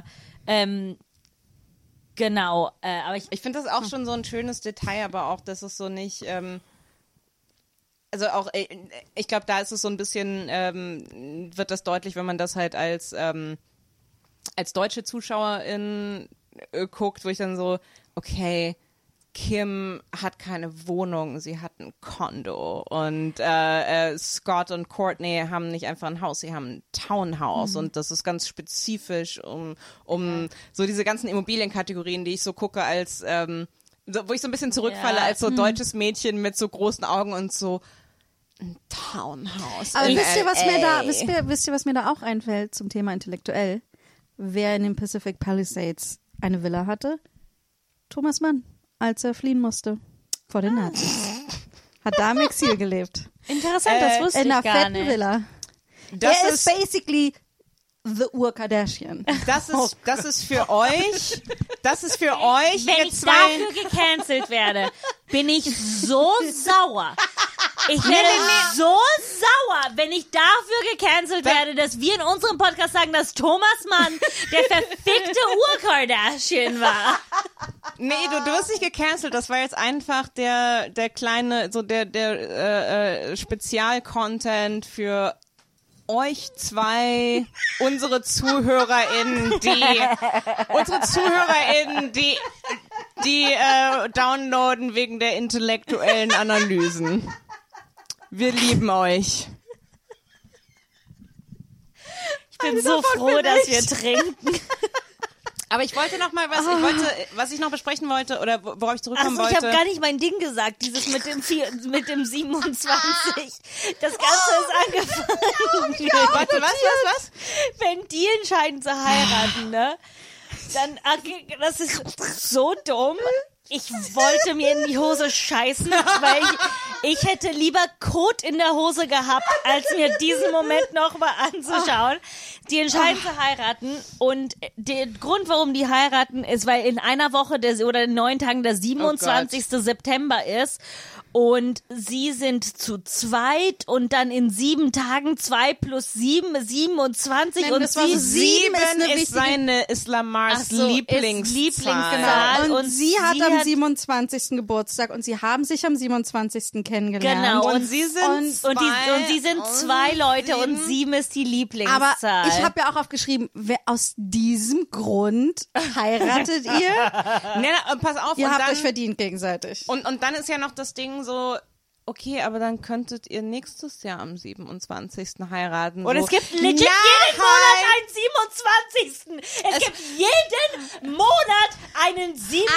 genau, aber ich finde das auch schon so ein schönes Detail, aber auch, dass es so nicht, also auch, ich glaube, da ist es so ein bisschen, wird das deutlich, wenn man das halt als deutsche Zuschauerin guckt, wo ich dann so, okay, Kim hat keine Wohnung, sie hat ein Kondo und Scott und Courtney haben nicht einfach ein Haus, sie haben ein Townhouse und das ist ganz spezifisch um so diese ganzen Immobilienkategorien, die ich so gucke als, wo ich so ein bisschen zurückfalle als so deutsches Mädchen mit so großen Augen und so ein Townhouse. Aber wisst ihr, was mir da auch einfällt zum Thema intellektuell? Wer in den Pacific Palisades eine Villa hatte? Thomas Mann, als er fliehen musste vor den Nazis. Hat da im Exil gelebt. Interessant, das wusste ich gar nicht. In einer fetten Villa. Er ist basically the Ur-Kardashian. Das ist für euch. Wenn ich dafür gecancelt werde, bin ich so sauer. Ich werde so sauer, wenn ich dafür gecancelt werde, dass wir in unserem Podcast sagen, dass Thomas Mann der verfickte Ur-Kardashian war. Nee, du wirst nicht gecancelt. Das war jetzt einfach der kleine, so der Spezial-Content für euch zwei, unsere ZuhörerInnen, die downloaden wegen der intellektuellen Analysen. Wir lieben euch. Ich bin so froh, dass wir trinken. Aber ich wollte noch mal was ich noch besprechen wollte oder worauf ich zurückkommen wollte. Ich habe gar nicht mein Ding gesagt, dieses mit dem 27. Das Ganze ist angefangen. Warte, was? Wenn die entscheiden zu heiraten, ne? Dann, das ist so dumm. Ich wollte mir in die Hose scheißen, weil ich hätte lieber Kot in der Hose gehabt, als mir diesen Moment noch mal anzuschauen. Die entscheiden zu heiraten und der Grund, warum die heiraten, ist, weil in einer Woche oder in 9 Tagen der 27. September ist und sie sind zu zweit und dann in 7 Tagen 2 plus 7 ist 27 und sieben ist seine Islamars Lieblingszahl. Und sie hat am 27. Geburtstag und sie haben sich am 27. kennengelernt. Genau. Und sie sind zwei Leute und 7 ist die Lieblingszahl. Aber ich habe ja auch aufgeschrieben, aus diesem Grund heiratet ihr? Pass auf. Ihr habt euch verdient gegenseitig. Und dann ist ja noch das Ding so, okay, aber dann könntet ihr nächstes Jahr am 27. heiraten. Und es gibt legit jeden Monat einen 27. Es gibt jeden Monat einen 27.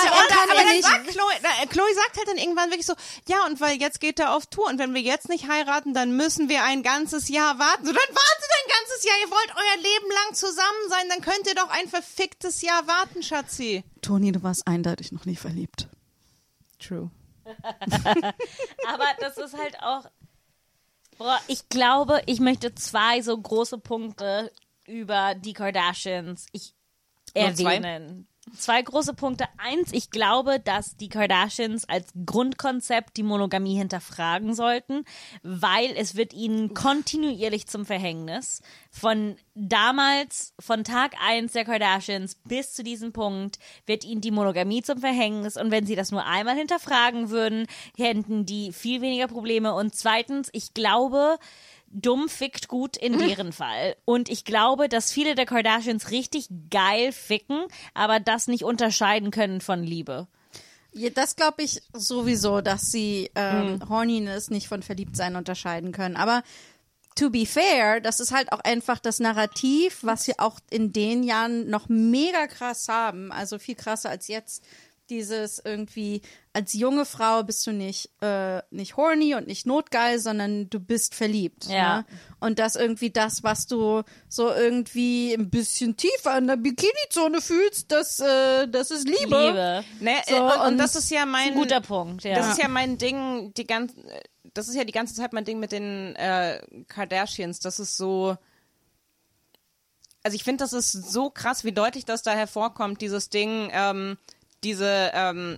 Aber Chloe sagt halt dann irgendwann wirklich so, ja, und weil jetzt geht er auf Tour und wenn wir jetzt nicht heiraten, dann müssen wir ein ganzes Jahr warten. So, dann wartet ein ganzes Jahr. Ihr wollt euer Leben lang zusammen sein, dann könnt ihr doch ein verficktes Jahr warten, Schatzi. Toni, du warst eindeutig noch nie verliebt. True. Aber das ist halt auch, ich glaube, ich möchte 2 so große Punkte über die Kardashians erwähnen. 2 große Punkte. 1, ich glaube, dass die Kardashians als Grundkonzept die Monogamie hinterfragen sollten, weil es wird ihnen kontinuierlich zum Verhängnis. Von damals, von Tag 1 der Kardashians bis zu diesem Punkt wird ihnen die Monogamie zum Verhängnis und wenn sie das nur einmal hinterfragen würden, hätten die viel weniger Probleme. Und 2, ich glaube, dumm fickt gut in deren Fall. Und ich glaube, dass viele der Kardashians richtig geil ficken, aber das nicht unterscheiden können von Liebe. Ja, das glaube ich sowieso, dass sie Horniness nicht von Verliebtsein unterscheiden können. Aber to be fair, das ist halt auch einfach das Narrativ, was wir auch in den Jahren noch mega krass haben. Also viel krasser als jetzt. Dieses irgendwie, als junge Frau bist du nicht horny und nicht notgeil, sondern du bist verliebt. Ja. Ne? Und das irgendwie das, was du so irgendwie ein bisschen tiefer in der Bikini-Zone fühlst, das ist Liebe. Ne, So, und das ist ja mein guter Punkt, ja. Das ist ja mein Ding, das ist ja die ganze Zeit mein Ding mit den Kardashians. Das ist so. Also ich finde, das ist so krass, wie deutlich das da hervorkommt, dieses Ding, diesen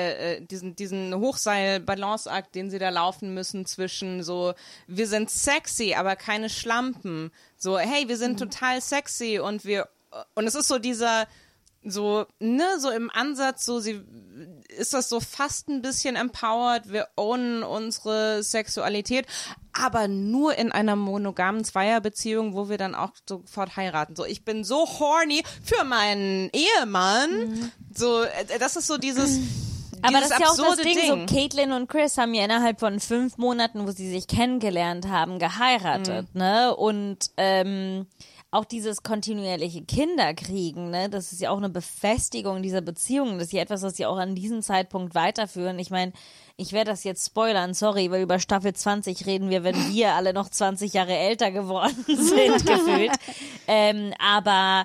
Hochseil-Balanceakt, den sie da laufen müssen zwischen so, wir sind sexy, aber keine Schlampen. So, hey, wir sind total sexy und es ist so dieser, so, ne, so im Ansatz, so, ist das so fast ein bisschen empowered, wir ownen unsere Sexualität, aber nur in einer monogamen Zweierbeziehung, wo wir dann auch sofort heiraten. So, ich bin so horny für meinen Ehemann. So, das ist so dieses Aber das ist ja auch das Ding, Ding. So Caitlyn und Chris haben ja innerhalb von 5 Monaten, wo sie sich kennengelernt haben, geheiratet, ne? Und auch dieses kontinuierliche Kinderkriegen, ne, das ist ja auch eine Befestigung dieser Beziehung. Das ist ja etwas, was sie auch an diesem Zeitpunkt weiterführen. Ich meine, ich werde das jetzt spoilern, sorry, weil über Staffel 20 reden wir, wenn wir alle noch 20 Jahre älter geworden sind, gefühlt. Aber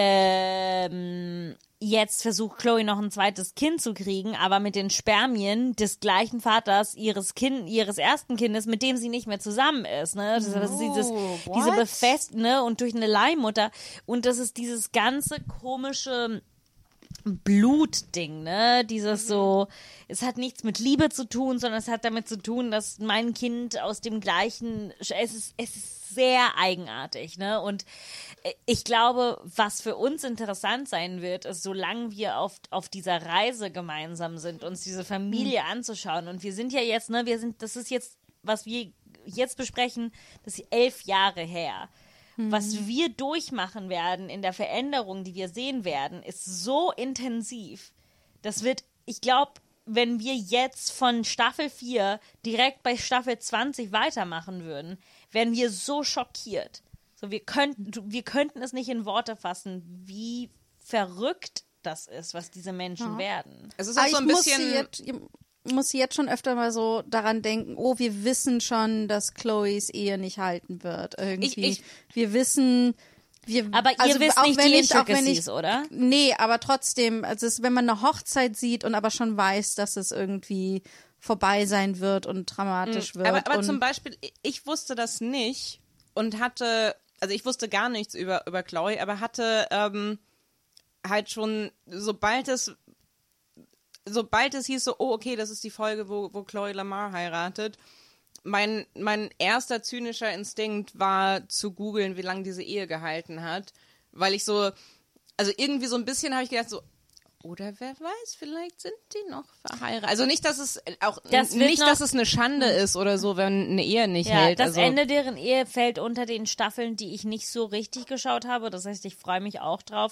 jetzt versucht Chloe noch ein zweites Kind zu kriegen, aber mit den Spermien des gleichen Vaters ihres ersten Kindes, mit dem sie nicht mehr zusammen ist, ne? Das ist diese Befestigung, und durch eine Leihmutter. Und das ist dieses ganze komische Blutding, ne? Dieses so, es hat nichts mit Liebe zu tun, sondern es hat damit zu tun, dass mein Kind aus dem gleichen, es ist sehr eigenartig, ne? Und ich glaube, was für uns interessant sein wird, ist, solange wir auf dieser Reise gemeinsam sind, uns diese Familie anzuschauen. Und wir sind ja jetzt, ne, das ist jetzt, was wir jetzt besprechen, das ist 11 Jahre her. Was wir durchmachen werden in der Veränderung, die wir sehen werden, ist so intensiv. Das wird, ich glaube, wenn wir jetzt von Staffel 4 direkt bei Staffel 20 weitermachen würden, wären wir so schockiert. So, wir könnten es nicht in Worte fassen, wie verrückt das ist, was diese Menschen werden. Es ist auch so ein bisschen... muss jetzt schon öfter mal so daran denken, oh, wir wissen schon, dass Chloes Ehe nicht halten wird. Irgendwie. Wir wissen... Aber ihr wisst nicht die Intricacies, oder? Nee, aber trotzdem, also wenn man eine Hochzeit sieht und aber schon weiß, dass es irgendwie vorbei sein wird und dramatisch wird. Aber zum Beispiel, ich wusste das nicht und hatte... Also ich wusste gar nichts über Chloe, aber hatte halt schon, sobald es hieß so, oh okay, das ist die Folge, wo Chloe Lamar heiratet, mein erster zynischer Instinkt war zu googeln, wie lange diese Ehe gehalten hat, weil ich so, also irgendwie so ein bisschen habe ich gedacht so, oder wer weiß, vielleicht sind die noch verheiratet. Also nicht, dass es dass es eine Schande ist oder so, wenn eine Ehe nicht hält. Das Ende deren Ehe fällt unter den Staffeln, die ich nicht so richtig geschaut habe. Das heißt, ich freue mich auch drauf.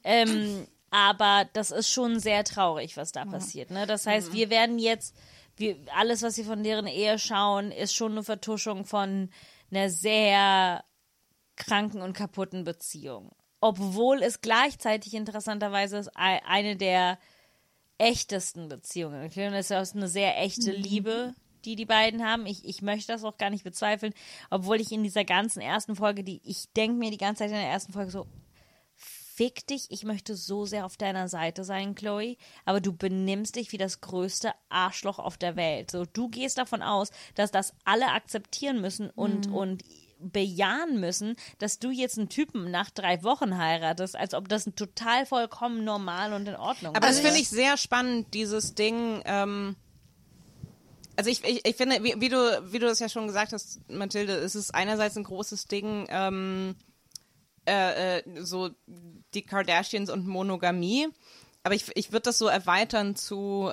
Aber das ist schon sehr traurig, was da passiert. Ne? Das heißt, wir werden jetzt, alles, was wir von deren Ehe schauen, ist schon eine Vertuschung von einer sehr kranken und kaputten Beziehung. Obwohl es gleichzeitig interessanterweise ist eine der echtesten Beziehungen. Das ist eine sehr echte Liebe, die beiden haben. Ich möchte das auch gar nicht bezweifeln, obwohl ich in dieser ganzen ersten Folge, ich denke mir die ganze Zeit in der ersten Folge so, fick dich, ich möchte so sehr auf deiner Seite sein, Chloe, aber du benimmst dich wie das größte Arschloch auf der Welt. So, du gehst davon aus, dass das alle akzeptieren müssen und bejahen müssen, dass du jetzt einen Typen nach 3 Wochen heiratest, als ob das total vollkommen normal und in Ordnung ist. Aber das finde ich sehr spannend, dieses Ding, also ich finde, wie du das ja schon gesagt hast, Mathilde, es ist einerseits ein großes Ding, so die Kardashians und Monogamie, aber ich würde das so erweitern zu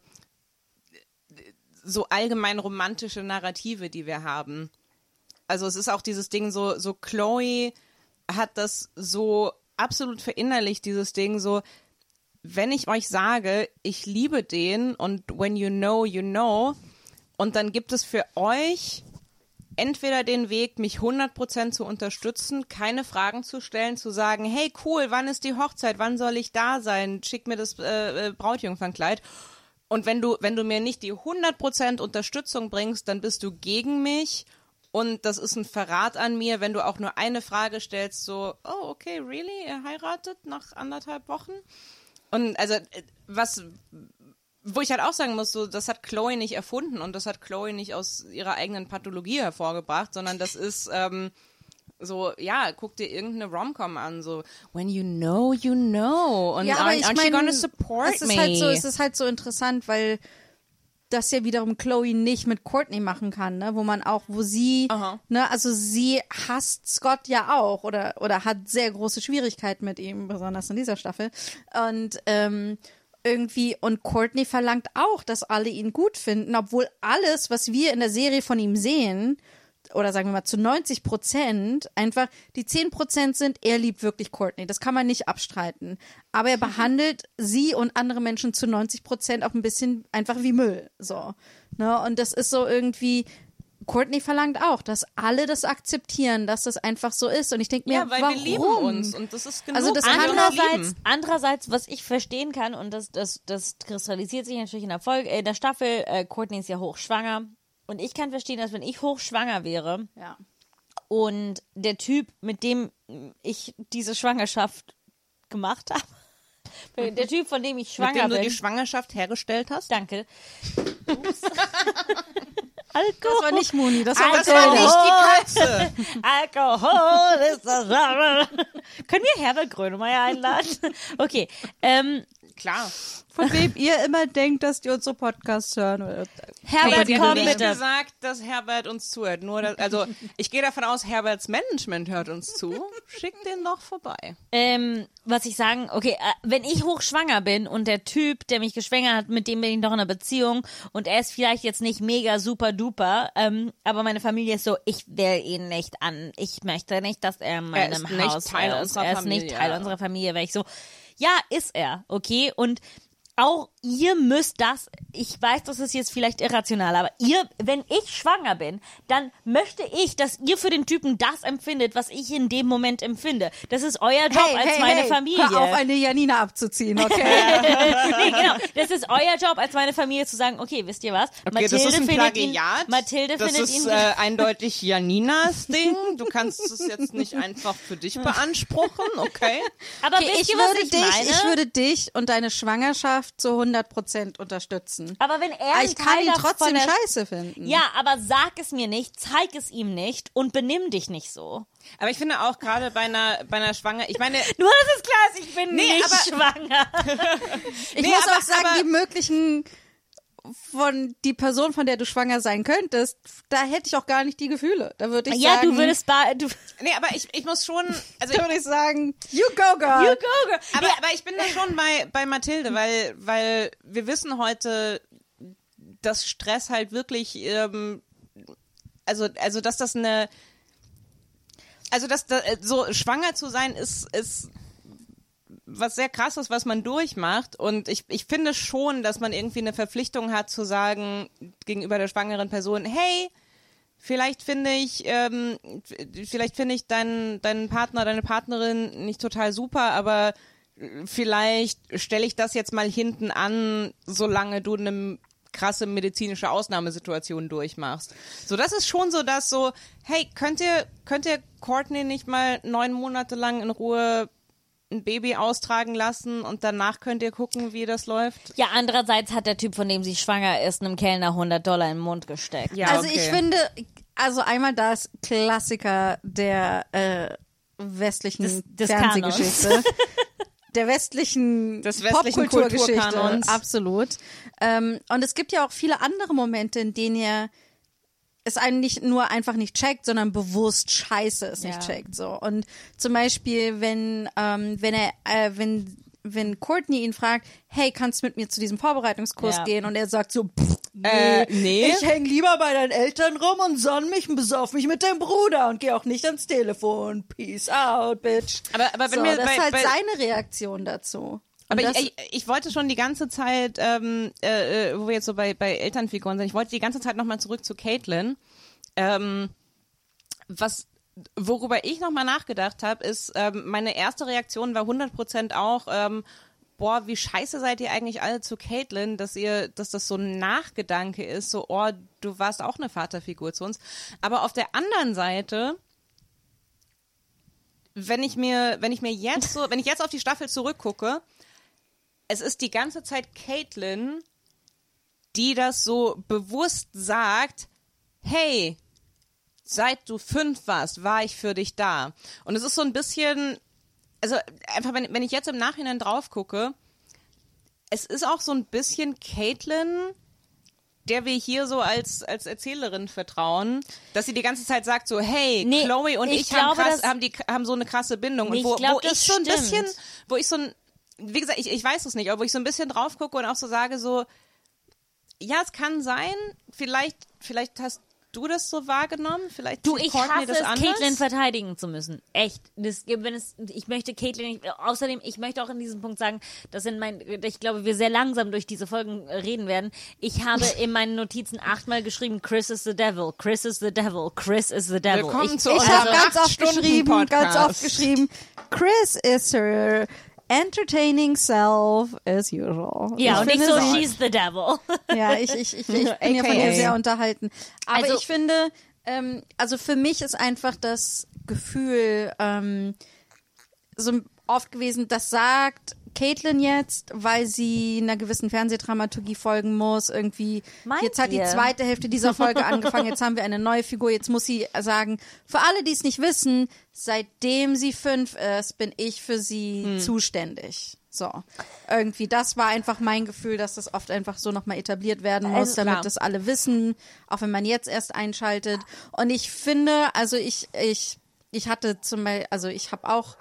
so allgemein romantische Narrative, die wir haben. Also es ist auch dieses Ding, so Chloe hat das so absolut verinnerlicht, dieses Ding, so, wenn ich euch sage, ich liebe den und when you know, you know, und dann gibt es für euch entweder den Weg, mich 100% zu unterstützen, keine Fragen zu stellen, zu sagen, hey cool, wann ist die Hochzeit, wann soll ich da sein, schick mir das Brautjungfernkleid. Und wenn du mir nicht die 100% Unterstützung bringst, dann bist du gegen mich. Und das ist ein Verrat an mir, wenn du auch nur eine Frage stellst, so, oh, okay, really? Er heiratet nach 1,5 Wochen? Und also, wo ich halt auch sagen muss, so, das hat Chloe nicht erfunden und das hat Chloe nicht aus ihrer eigenen Pathologie hervorgebracht, sondern das ist So, ja, guck dir irgendeine Rom-Com an, so, when you know, you know. Und ja, aber aren't you gonna support me? Es ist halt so interessant, weil das ja wiederum Chloe nicht mit Courtney machen kann, ne? Wo sie, ne, also sie hasst Scott ja auch oder hat sehr große Schwierigkeiten mit ihm, besonders in dieser Staffel. Und und Courtney verlangt auch, dass alle ihn gut finden, obwohl alles, was wir in der Serie von ihm sehen, oder sagen wir mal zu 90%, einfach die 10% sind, er liebt wirklich Courtney. Das kann man nicht abstreiten. Aber er behandelt sie und andere Menschen zu 90% auch ein bisschen einfach wie Müll. So. Ne? Und das ist so irgendwie, Courtney verlangt auch, dass alle das akzeptieren, dass das einfach so ist. Und ich denke mir, weil warum? wir lieben uns und das ist genug. Also das kann andererseits, was ich verstehen kann, und das kristallisiert sich natürlich in der Staffel, Courtney ist ja hochschwanger. Und ich kann verstehen, dass wenn ich hochschwanger wäre und der Typ, mit dem ich diese Schwangerschaft gemacht habe, der Typ, von dem ich schwanger bin. Mit dem du die Schwangerschaft hergestellt hast? Danke. Ups. Alkohol. Das war nicht Moni, das war nicht die Katze. Alkohol ist das. Können wir Herbert Grönemeyer einladen? Okay. Klar. Von wem ihr immer denkt, dass die unsere Podcasts hören. Herbert kommt nicht gesagt, dass Herbert uns zuhört. Also ich gehe davon aus, Herberts Management hört uns zu. Schickt den doch vorbei. Was ich sagen, okay, wenn ich hochschwanger bin und der Typ, der mich geschwängert hat, mit dem bin ich noch in einer Beziehung und er ist vielleicht jetzt nicht mega super duper, aber meine Familie ist so, ich will ihn nicht an. Ich möchte nicht, dass er in meinem Haus ist. Er ist nicht Teil unserer Familie, weil ich so, ja, ist er, okay? Und auch ihr müsst das, ich weiß, das ist jetzt vielleicht irrational, aber wenn ich schwanger bin, dann möchte ich, dass ihr für den Typen das empfindet, was ich in dem Moment empfinde. Das ist euer Job als meine Familie. Hör auf, eine Janina abzuziehen, okay? Nee, genau. Das ist euer Job als meine Familie zu sagen, okay, wisst ihr was? Okay, Mathilde das ist ein Plagiat. Mathilde das findet ist ihn eindeutig Janinas Ding. Du kannst es jetzt nicht einfach für dich beanspruchen, okay? Aber okay, wisst ihr, was ich meine? Ich würde dich und deine Schwangerschaft zu 100% unterstützen. Aber wenn er ich kann ihn trotzdem scheiße finden. Ja, aber sag es mir nicht, zeig es ihm nicht und benimm dich nicht so. Aber ich finde auch gerade bei einer Schwanger, ich meine... Nur, dass es klar ist, ich bin nicht schwanger. Ich muss auch sagen, die möglichen... die Person, von der du schwanger sein könntest, da hätte ich auch gar nicht die Gefühle. Da würde ich sagen... Ja, du würdest... Nee, aber ich muss schon... Also da würde ich sagen, you go, girl. You go, girl. Aber ich bin da schon bei Mathilde, weil wir wissen heute, dass Stress halt wirklich... Also dass das eine... Also, dass so schwanger zu sein ist was sehr Krasses, was man durchmacht. Und ich finde schon, dass man irgendwie eine Verpflichtung hat zu sagen gegenüber der schwangeren Person, hey, vielleicht finde ich deinen Partner, deine Partnerin nicht total super, aber vielleicht stelle ich das jetzt mal hinten an, solange du eine krasse medizinische Ausnahmesituation durchmachst. So, das ist schon so, dass so, hey, könnt ihr Courtney nicht mal 9 Monate lang in Ruhe ein Baby austragen lassen und danach könnt ihr gucken, wie das läuft? Ja, andererseits hat der Typ, von dem sie schwanger ist, einem Kellner $100 in den Mund gesteckt. Ja, also okay. Ich finde, also einmal das Klassiker der westlichen Fernsehgeschichte. Der westlichen Popkulturgeschichte, absolut. Und es gibt ja auch viele andere Momente, in denen er es einen nicht nur einfach nicht checkt, sondern bewusst scheiße es nicht checkt. So. Und zum Beispiel, wenn Courtney ihn fragt, hey, kannst du mit mir zu diesem Vorbereitungskurs gehen? Und er sagt so, nee. Ich häng lieber bei deinen Eltern rum und sonn mich und besauf mich mit deinem Bruder und geh auch nicht ans Telefon. Peace out, bitch. Aber wenn so, mir das ist halt seine Reaktion dazu. Aber ich wollte schon die ganze Zeit, wo wir jetzt so bei Elternfiguren sind, ich wollte die ganze Zeit nochmal zurück zu Caitlyn. Worüber ich nochmal nachgedacht habe, ist, meine erste Reaktion war 100% auch, boah, wie scheiße seid ihr eigentlich alle zu Caitlyn, dass das so ein Nachgedanke ist, so, oh, du warst auch eine Vaterfigur zu uns. Aber auf der anderen Seite, wenn ich jetzt auf die Staffel zurückgucke, es ist die ganze Zeit Caitlyn, die das so bewusst sagt, hey, seit du 5 warst, war ich für dich da. Und es ist so ein bisschen, also einfach, wenn ich jetzt im Nachhinein drauf gucke, es ist auch so ein bisschen Caitlyn, der wir hier so als Erzählerin vertrauen, dass sie die ganze Zeit sagt so, hey, Chloe und ich haben so eine krasse Bindung. Und wie gesagt, ich weiß es nicht, aber wo ich so ein bisschen drauf gucke und auch so sage so, ja, es kann sein, vielleicht hast du das so wahrgenommen? Vielleicht ich hasse es, Caitlyn verteidigen zu müssen. Echt. Ich möchte Caitlyn, außerdem, ich möchte auch in diesem Punkt sagen, ich glaube, wir sehr langsam durch diese Folgen reden werden. Ich habe in meinen Notizen 8-mal geschrieben, Chris is the devil, Chris is the devil, Chris is the devil. Ich habe ganz oft geschrieben, Chris is her entertaining self as usual. Ja, und nicht so, she's the devil. Ja, ich bin ja von ihr sehr unterhalten. Aber also, ich finde, also für mich ist einfach das Gefühl so oft gewesen, das sagt Caitlyn jetzt, weil sie einer gewissen Fernsehdramaturgie folgen muss, irgendwie, jetzt hat die zweite Hälfte dieser Folge angefangen, jetzt haben wir eine neue Figur, jetzt muss sie sagen, für alle, die es nicht wissen, seitdem sie 5 ist, bin ich für sie zuständig. So, irgendwie, das war einfach mein Gefühl, dass das oft einfach so nochmal etabliert werden muss, damit das alle wissen, auch wenn man jetzt erst einschaltet. Und ich finde, also ich hatte zum Beispiel, also ich habe auch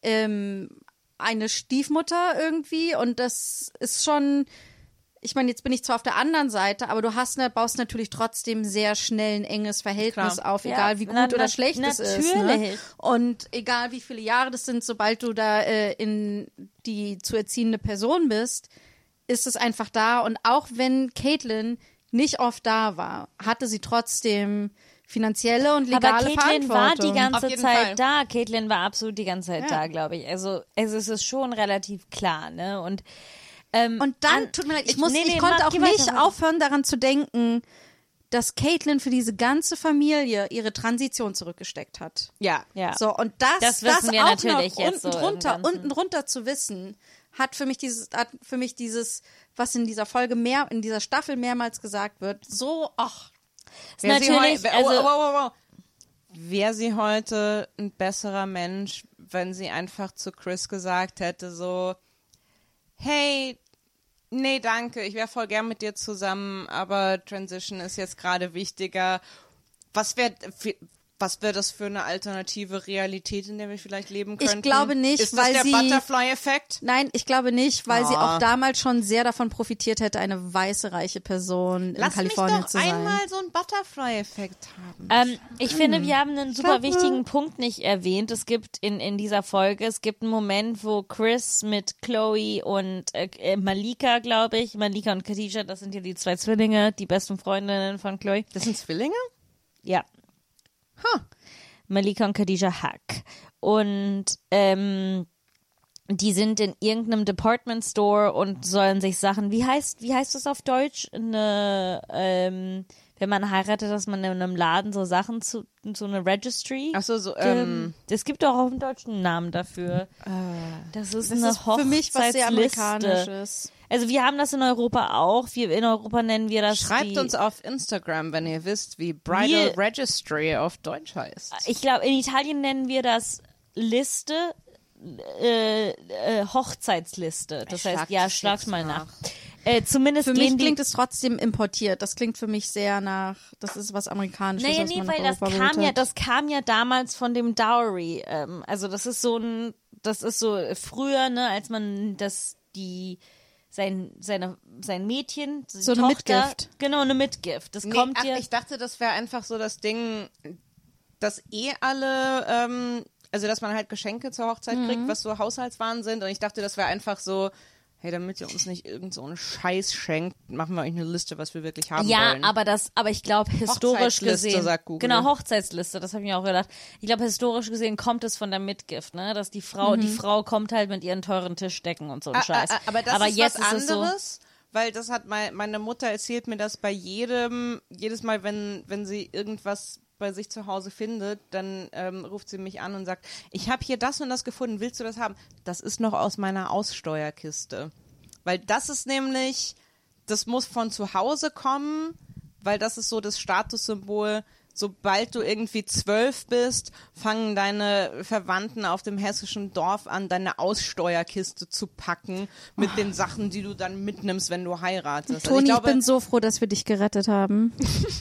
eine Stiefmutter irgendwie und das ist schon, ich meine, jetzt bin ich zwar auf der anderen Seite, aber du baust natürlich trotzdem sehr schnell ein enges Verhältnis auf, egal wie gut oder schlecht es ist. Ne? Und egal wie viele Jahre das sind, sobald du da in die zu erziehende Person bist, ist es einfach da. Und auch wenn Caitlyn nicht oft da war, hatte sie trotzdem finanzielle und legale Verantwortung. Aber Caitlyn war die ganze Zeit da. Caitlyn war absolut die ganze Zeit da, glaube ich. Also es ist schon relativ klar, ne? Und dann, tut mir leid, ich konnte auch nicht aufhören, daran zu denken, dass Caitlyn für diese ganze Familie ihre Transition zurückgesteckt hat. Ja. So, und das wissen wir auch natürlich noch jetzt unten drunter zu wissen, hat für mich dieses, was in dieser Folge in dieser Staffel mehrmals gesagt wird, so, Wäre sie heute ein besserer Mensch, wenn sie einfach zu Chris gesagt hätte, so, hey, nee, danke, ich wäre voll gern mit dir zusammen, aber Transition ist jetzt gerade wichtiger. Was wäre das für eine alternative Realität, in der wir vielleicht leben könnten? Ich glaube nicht, ist das der Butterfly-Effekt? Nein, ich glaube nicht, weil sie auch damals schon sehr davon profitiert hätte, eine weiße, reiche Person in Kalifornien zu sein. Lass mich doch einmal so einen Butterfly-Effekt haben. Ich finde, wir haben einen super wichtigen Punkt nicht erwähnt. Es gibt in dieser Folge, einen Moment, wo Chris mit Chloe und Malika, glaube ich, Malika und Khadijah, das sind ja die 2 Zwillinge, die besten Freundinnen von Chloe. Das sind Zwillinge? Ja. Malika und Khadijah Hack. Und die sind in irgendeinem Department Store und sollen sich Sachen, wie heißt das auf Deutsch? Wenn man heiratet, dass man in einem Laden so Sachen so eine Registry. Ach so, es gibt auch einen deutschen Namen dafür. Das ist eine Hochzeitsliste. Für mich was sehr Amerikanisches. Also wir haben das in Europa auch. In Europa nennen wir das. Schreibt uns auf Instagram, wenn ihr wisst, wie Bridal Registry auf Deutsch heißt. Ich glaube, in Italien nennen wir das Liste, Hochzeitsliste. Das heißt, schlagt mal nach. Zumindest für mich klingt es trotzdem importiert. Das klingt für mich sehr nach, das ist was Amerikanisches. Weil das kam ja damals von dem Dowry. Also das ist so früher, ne, als man sein Mädchen, so eine Tochter, Mitgift. Genau, eine Mitgift. Das kommt ich dachte, das wäre einfach so das Ding, dass alle, also dass man halt Geschenke zur Hochzeit kriegt, was so Haushaltswaren sind. Und ich dachte, das wäre einfach so, hey, damit ihr uns nicht irgend so einen Scheiß schenkt, machen wir euch eine Liste, was wir wirklich haben wollen. Ja, aber ich glaube, historisch gesehen, sagt Google. Genau, Hochzeitsliste, das habe ich mir auch gedacht. Ich glaube, historisch gesehen kommt es von der Mitgift, ne, dass die Frau kommt halt mit ihren teuren Tischdecken und so ein Scheiß. Aber das ist jetzt was anderes, weil das hat meine Mutter erzählt mir das bei jedes Mal, wenn sie irgendwas bei sich zu Hause findet, dann ruft sie mich an und sagt, ich habe hier das und das gefunden, willst du das haben? Das ist noch aus meiner Aussteuerkiste. Weil das ist nämlich, das muss von zu Hause kommen, weil das ist so das Statussymbol, sobald du irgendwie 12 bist, fangen deine Verwandten auf dem hessischen Dorf an, deine Aussteuerkiste zu packen mit den Sachen, die du dann mitnimmst, wenn du heiratest. Toni, ich bin so froh, dass wir dich gerettet haben.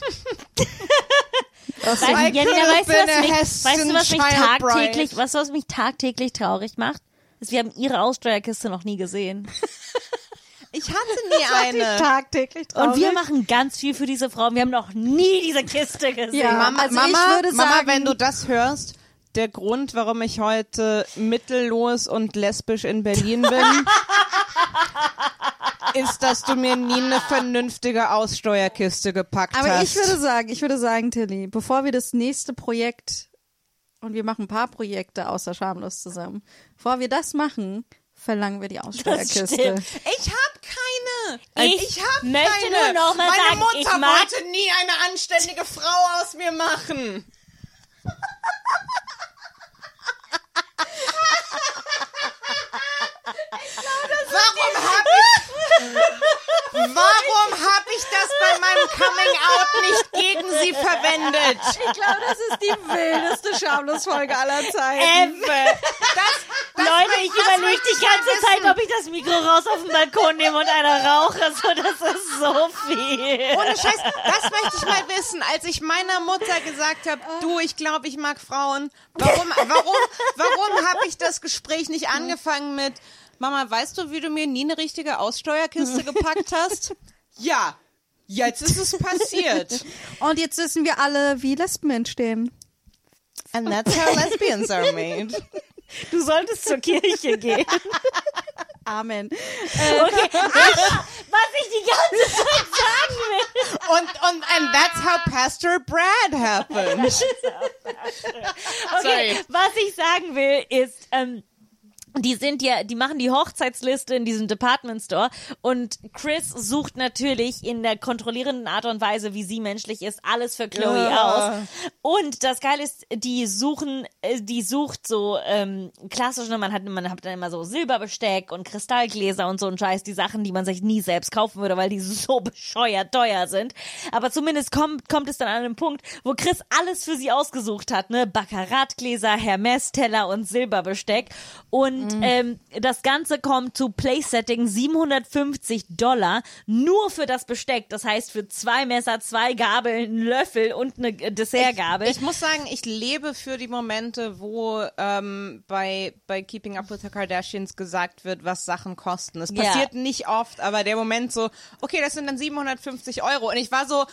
Weißt du, was mich tagtäglich traurig macht? Ist, wir haben ihre Aussteuerkiste noch nie gesehen. Ich hatte nie eine. Tagtäglich traurig. Und wir machen ganz viel für diese Frauen. Wir haben noch nie diese Kiste gesehen. Ja, Mama, also ich würde sagen, Mama, wenn du das hörst, der Grund, warum ich heute mittellos und lesbisch in Berlin bin, ist, dass du mir nie eine vernünftige Aussteuerkiste gepackt hast. aber ich würde sagen, Tilly, bevor wir das nächste Projekt, und wir machen ein paar Projekte außer Schamlos zusammen, bevor wir das machen, verlangen wir die Aussteuerkiste. Ich hab keine. Ich hab möchte keine. nur noch mal Meine sagen, Mutter ich mag- wollte nie eine anständige Frau aus mir machen. Warum hab ich das bei meinem Coming Out nicht gegen sie verwendet? Ich glaube, das ist die wildeste Schamlos-Folge aller Zeiten. Leute, ich überlege die ganze Zeit, ob ich das Mikro raus auf den Balkon nehme und eine rauche. So, das ist so viel. Ohne Scheiß, das möchte ich mal wissen. Als ich meiner Mutter gesagt habe, du, ich glaube, ich mag Frauen, warum habe ich das Gespräch nicht angefangen mit, Mama, weißt du, wie du mir nie eine richtige Aussteuerkiste gepackt hast? Ja, jetzt ist es passiert. Und jetzt wissen wir alle, wie Lesben entstehen. And that's how lesbians are made. Du solltest zur Kirche gehen. Amen. Okay, was ich die ganze Zeit sagen will. And that's how Pastor Brad happened. Okay, Sorry. was ich sagen will ist, die machen die Hochzeitsliste in diesem Department Store und Chris sucht natürlich in der kontrollierenden Art und Weise, wie sie menschlich ist, alles für Chloe aus. Und das Geile ist, die sucht so klassisch, man hat dann immer so Silberbesteck und Kristallgläser und so ein Scheiß, die Sachen, die man sich nie selbst kaufen würde, weil die so bescheuert teuer sind. Aber zumindest kommt es dann an einem Punkt, wo Chris alles für sie ausgesucht hat, ne? Baccarat-Gläser, Hermes-Teller und Silberbesteck. Und das Ganze kommt zu Place-Setting $750 nur für das Besteck. Das heißt für 2 Messer, 2 Gabeln, einen Löffel und eine Dessertgabel. Ich muss sagen, ich lebe für die Momente, wo bei Keeping Up with the Kardashians gesagt wird, was Sachen kosten. Es passiert nicht oft, aber der Moment so, okay, das sind dann $750. Und ich war so,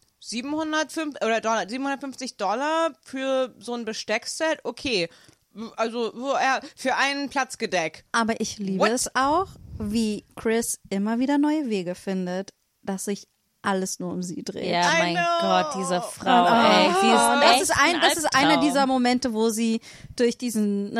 $750 für so ein Besteckset? Okay. Also für einen Platzgedeck. Aber ich liebe es auch, wie Chris immer wieder neue Wege findet, dass sich alles nur um sie dreht. Ja, mein Gott, diese Frau, ey. Das ist einer dieser Momente, wo sie durch die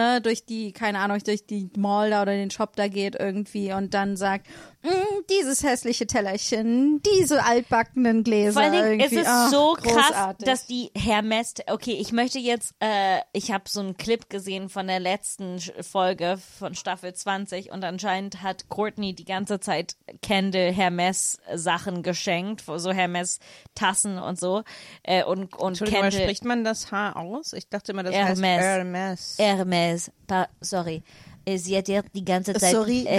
Mall da oder den Shop da geht irgendwie und dann sagt, dieses hässliche Tellerchen, diese altbackenen Gläser. Vor allen Dingen, es irgendwie. ist so krass, großartig. dass die Hermes, okay, ich möchte jetzt, ich habe so einen Clip gesehen von der letzten Folge von Staffel 20 und anscheinend hat Courtney die ganze Zeit Kendall Hermes Sachen geschenkt, so Hermes Tassen und so. Und Entschuldigung, Kendall, spricht man das H aus? Ich dachte immer, das Hermes. heißt Hermes. Hermes, sorry. Sie hat ihr die ganze Zeit,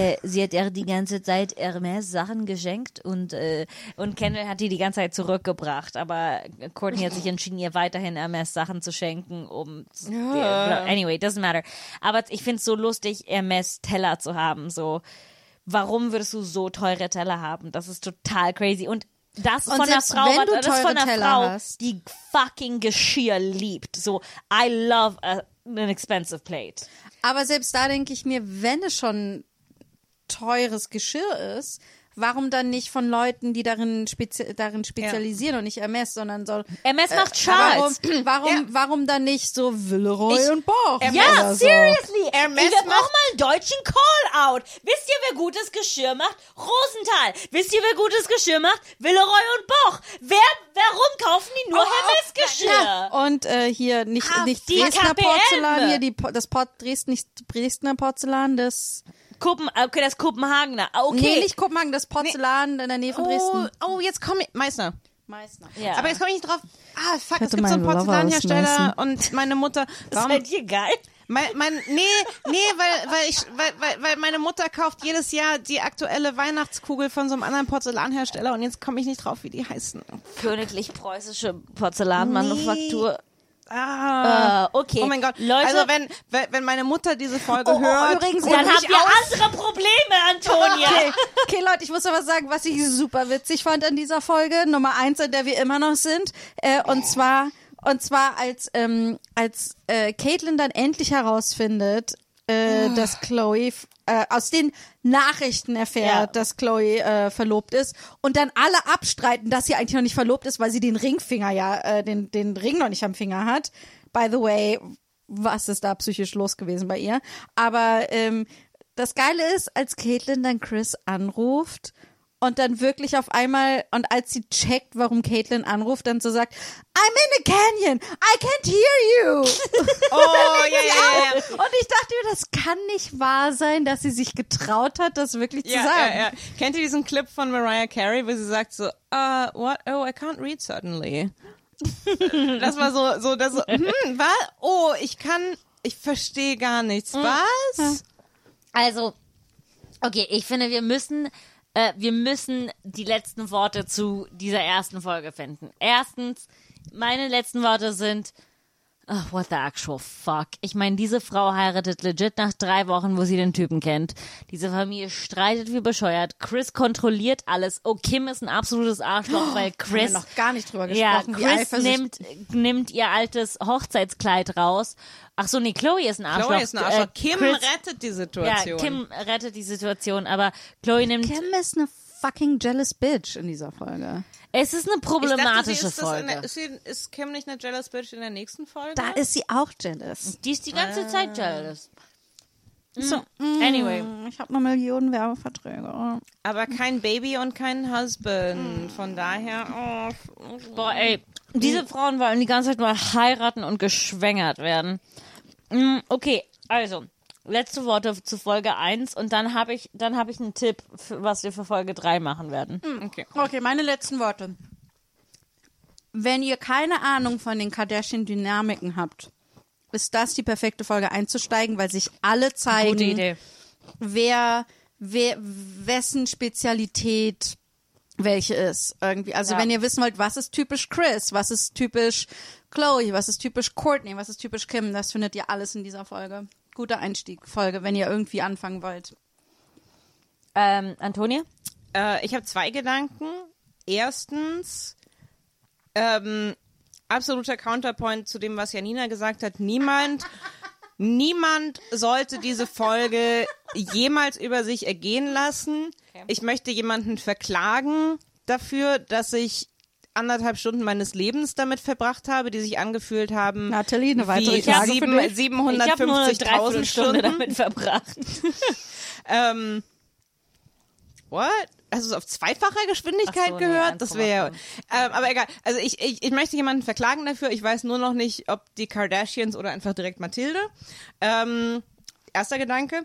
Hermes Sachen geschenkt und Kendall hat die ganze Zeit zurückgebracht, aber Courtney hat sich entschieden, ihr weiterhin Hermes Sachen zu schenken, anyway, doesn't matter. Aber ich find's so lustig, Hermes Teller zu haben, so. Warum würdest du so teure Teller haben? Das ist total crazy und das von einer Frau, die fucking Geschirr liebt. So, I love an expensive plate. Aber selbst da denke ich mir, wenn es schon teures Geschirr ist, warum dann nicht von Leuten, die darin spezialisieren und nicht Hermes, sondern so. Hermes macht Charles. Warum dann nicht so Villeroy und Boch? Ja, seriously. Hermes Ich mach mal einen deutschen Call-Out. Wisst ihr, wer gutes Geschirr macht? Rosenthal. Wisst ihr, wer gutes Geschirr macht? Villeroy und Boch. Warum kaufen die nur Hermes-Geschirr? Und hier nicht die Dresdner KPM. Porzellan, hier Dresdner Porzellan, das das Kopenhagener. Okay. Nee, nicht Kopenhagen, das Porzellan in der Nähe von Dresden. Oh, jetzt komm ich. Meißner, Meissner. Ja. Aber jetzt komme ich nicht drauf. Fuck, es hätte gibt so einen meinen Lover Porzellanhersteller und meine Mutter. Ist halt hier geil. Weil meine Mutter kauft jedes Jahr die aktuelle Weihnachtskugel von so einem anderen Porzellanhersteller und jetzt komme ich nicht drauf, wie die heißen. Königlich Preußische Porzellanmanufaktur. Okay. Oh mein Gott. Leute, also wenn meine Mutter diese Folge hört, übrigens, dann habt ihr andere Probleme, Antonia. Okay, Leute, ich muss aber sagen, was ich super witzig fand an dieser Folge, Nummer 1, an der wir immer noch sind, und zwar als Caitlin dann endlich herausfindet, dass Chloe aus den Nachrichten erfährt, dass Chloe verlobt ist und dann alle abstreiten, dass sie eigentlich noch nicht verlobt ist, weil sie den Ringfinger den Ring noch nicht am Finger hat. By the way, was ist da psychisch los gewesen bei ihr? Aber das Geile ist, als Caitlin dann Chris anruft und dann wirklich auf einmal, und als sie checkt, warum Caitlin anruft, dann so sagt, I'm in a canyon, I can't hear you. ja. Und ich dachte mir, das kann nicht wahr sein, dass sie sich getraut hat, das wirklich zu sagen. Ja. Kennt ihr diesen Clip von Mariah Carey, wo sie sagt so, what? Oh, I can't read suddenly. Das war was? Oh, ich verstehe gar nichts. Was? Also, okay, ich finde, wir müssen die letzten Worte zu dieser ersten Folge finden. Erstens, meine letzten Worte sind, what the actual fuck? Ich meine, diese Frau heiratet legit nach 3 Wochen, wo sie den Typen kennt. Diese Familie streitet wie bescheuert. Chris kontrolliert alles. Oh, Kim ist ein absolutes Arschloch, weil Chris... Haben wir noch gar nicht drüber gesprochen. Chris nimmt ihr altes Hochzeitskleid raus. Ach so, nee, Chloe ist ein Arschloch. Kim rettet die Situation. Ja, Kim rettet die Situation, aber Chloe nimmt... Kim ist eine fucking jealous bitch in dieser Folge. Es ist eine problematische ich dachte, Folge. Ist Kim nicht eine jealous bitch in der nächsten Folge? Da ist sie auch jealous. Die ist die ganze Zeit jealous. So, Anyway. Ich habe noch Millionen Werbeverträge. Aber kein Baby und kein Husband. Von daher, Boah, ey, diese Frauen wollen die ganze Zeit nur heiraten und geschwängert werden. Okay, also, letzte Worte zu Folge 1 und dann habe ich einen Tipp, was wir für Folge 3 machen werden. Okay, meine letzten Worte. Wenn ihr keine Ahnung von den Kardashian-Dynamiken habt, ist das die perfekte Folge einzusteigen, weil sich alle zeigen, Gute Idee. wessen Spezialität welche ist. Irgendwie. Also wenn ihr wissen wollt, was ist typisch Chris, was ist typisch Chloe, was ist typisch Courtney, was ist typisch Kim, das findet ihr alles in dieser Folge. Guter Einstieg-Folge, wenn ihr irgendwie anfangen wollt. Antonia? ich habe 2 Gedanken. Erstens, absoluter Counterpoint zu dem, was Janina gesagt hat. Niemand sollte diese Folge jemals über sich ergehen lassen. Okay. Ich möchte jemanden verklagen dafür, dass ich 1,5 Stunden meines Lebens damit verbracht habe, die sich angefühlt haben. Natalie, eine weitere Klage für dich? 750.000 Stunden damit verbracht. What? Hast du es auf 2-facher Geschwindigkeit gehört? Das wäre aber egal. Also ich möchte jemanden verklagen dafür. Ich weiß nur noch nicht, ob die Kardashians oder einfach direkt Mathilde. Erster Gedanke.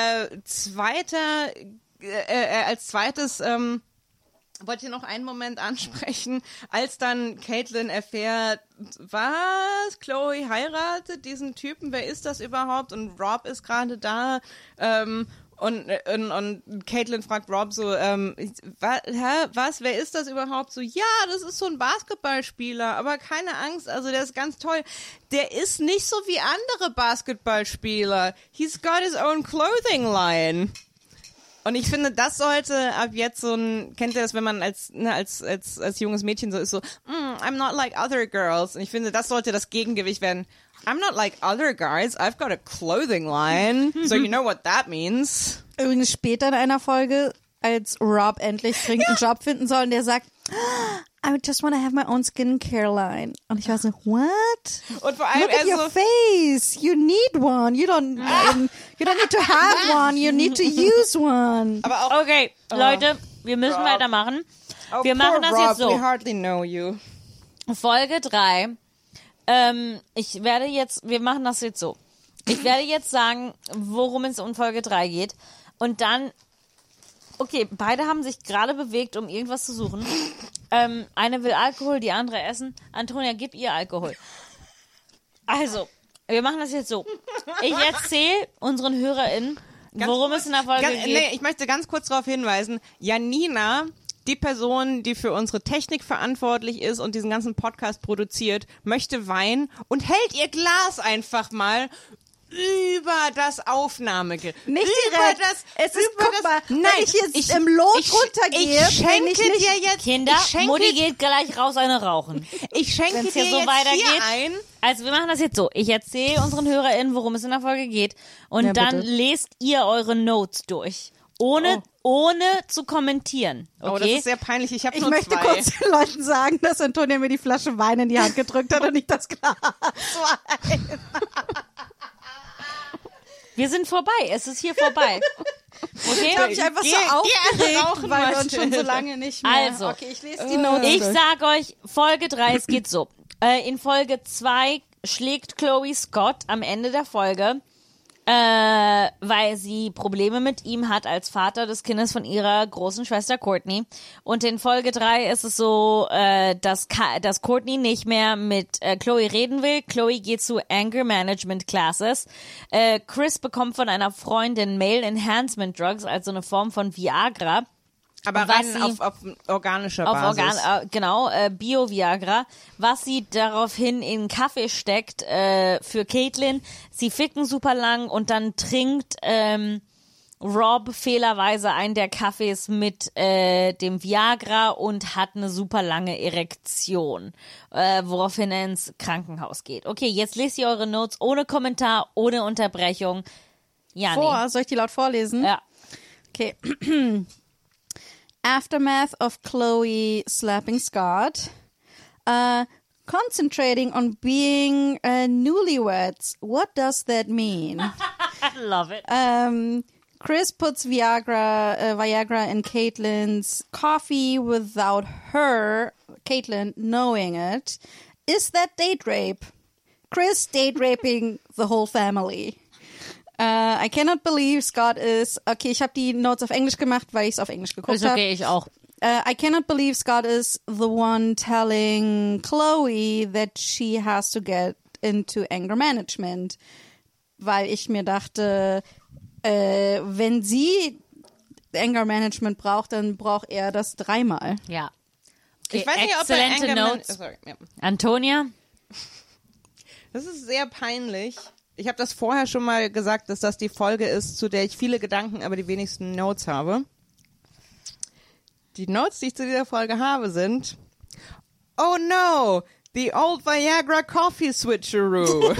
Als zweites wollte ich noch einen Moment ansprechen, als dann Caitlin erfährt, was? Chloe heiratet diesen Typen? Wer ist das überhaupt? Und Rob ist gerade da. Und Caitlin fragt Rob so, was? Wer ist das überhaupt? So, ja, das ist so ein Basketballspieler, aber keine Angst, also der ist ganz toll. Der ist nicht so wie andere Basketballspieler. He's got his own clothing line. Und ich finde, das sollte ab jetzt so ein, kennt ihr das, wenn man als junges Mädchen so ist, so, I'm not like other girls. Und ich finde, das sollte das Gegengewicht werden. I'm not like other guys. I've got a clothing line. So you know what that means. Übrigens später in einer Folge, als Rob endlich dringend einen Job finden soll und der sagt, I just want to have my own skincare line. Und ich war so, what? Und vor allem Look at your face. You need one. You don't need to have one. You need to use one. Aber auch, okay, Leute, wir müssen Rob. weitermachen. Oh, wir machen das Rob, jetzt so. We hardly know you. Folge 3. Wir machen das jetzt so. Ich werde jetzt sagen, worum es in Folge 3 geht. Und dann Okay, beide haben sich gerade bewegt, um irgendwas zu suchen. Eine will Alkohol, die andere essen. Antonia, gib ihr Alkohol. Also, wir machen das jetzt so. Ich erzähle unseren HörerInnen, worum es in der Folge geht. Nee, ich möchte ganz kurz darauf hinweisen, Janina, die Person, die für unsere Technik verantwortlich ist und diesen ganzen Podcast produziert, möchte weinen und hält ihr Glas einfach mal über das Aufnahmegerät. Nicht direkt. Guck mal, wenn ich jetzt im Lot runtergehe, ich schenke dir jetzt, Kinder, Mutti geht gleich raus eine rauchen. Ich schenke Wenn's dir hier so jetzt weitergeht. hier ein. Also wir machen das jetzt so. Ich erzähle unseren HörerInnen, worum es in der Folge geht. Und dann lest ihr eure Notes durch. Ohne zu kommentieren. Okay? Oh, das ist sehr peinlich. Ich habe nur möchte 2. kurz den Leuten sagen, dass Antonia mir die Flasche Wein in die Hand gedrückt hat und nicht das Glas Wein. Wir sind vorbei. Es ist hier vorbei. Okay? Ich habe mich einfach so aufgeregt, weil wir uns schon so lange nicht mehr... Also, okay, ich lese die Notes ich durch. sag euch, Folge 3, es geht so. In Folge 2 schlägt Chloe Scott am Ende der Folge, weil sie Probleme mit ihm hat als Vater des Kindes von ihrer großen Schwester Courtney. Und in Folge 3 ist es so, dass Courtney nicht mehr mit Chloe reden will. Chloe geht zu Anger Management Classes. Chris bekommt von einer Freundin Male Enhancement Drugs, also eine Form von Viagra. Aber rein auf organischer Basis. Bio-Viagra, was sie daraufhin in Kaffee steckt für Caitlyn. Sie ficken super lang und dann trinkt Rob fehlerweise einen der Kaffees mit dem Viagra und hat eine super lange Erektion, woraufhin er ins Krankenhaus geht. Okay, jetzt lest ihr eure Notes ohne Kommentar, ohne Unterbrechung. Jani. Soll ich die laut vorlesen? Ja. Okay. Aftermath of Chloe slapping Scott. Concentrating on being newlyweds. What does that mean? I love it. Chris puts Viagra in Caitlyn's coffee without her, Caitlyn, knowing it. Is that date rape? Chris date raping the whole family. I cannot believe Scott is... Okay, ich habe die Notes auf Englisch gemacht, weil ich es auf Englisch geguckt habe. Okay, ich auch. I cannot believe Scott is the one telling Chloe that she has to get into anger management. Weil ich mir dachte, wenn sie Anger Management braucht, dann braucht er das 3-mal. Ja. Okay, Ich weiß nicht, ob er exzellente Notes. Sorry, ja. Antonia? Das ist sehr peinlich. Ich habe das vorher schon mal gesagt, dass das die Folge ist, zu der ich viele Gedanken, aber die wenigsten Notes habe. Die Notes, die ich zu dieser Folge habe, sind: Oh no, the old Viagra coffee switcheroo.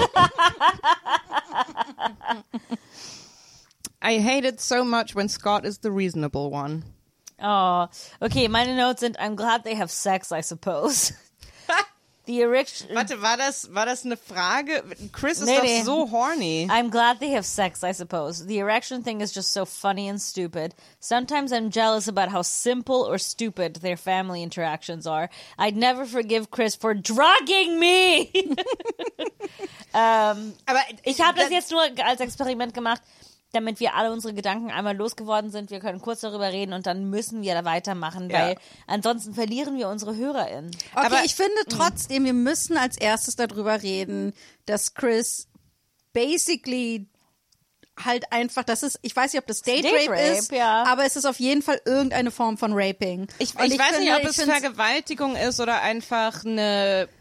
I hate it so much when Scott is the reasonable one. Oh, okay, meine Notes sind: I'm glad they have sex, I suppose. The erection. Warte, war das eine Frage? Chris ist Nee, doch nee. so horny. I'm glad they have sex, I suppose. The erection thing is just so funny and stupid. Sometimes I'm jealous about how simple or stupid their family interactions are. I'd never forgive Chris for drugging me. Aber Ich habe das jetzt nur als Experiment gemacht, damit wir alle unsere Gedanken einmal losgeworden sind. Wir können kurz darüber reden und dann müssen wir da weitermachen, weil ansonsten verlieren wir unsere HörerInnen. Okay, Aber- ich finde trotzdem, wir müssen als erstes darüber reden, dass Chris basically halt einfach, das ist, ich weiß nicht, ob das Date Rape ist, ja. aber es ist auf jeden Fall irgendeine Form von Raping. Ich Und weiß nicht, finde, ob ich es find's- Vergewaltigung ist oder einfach eine...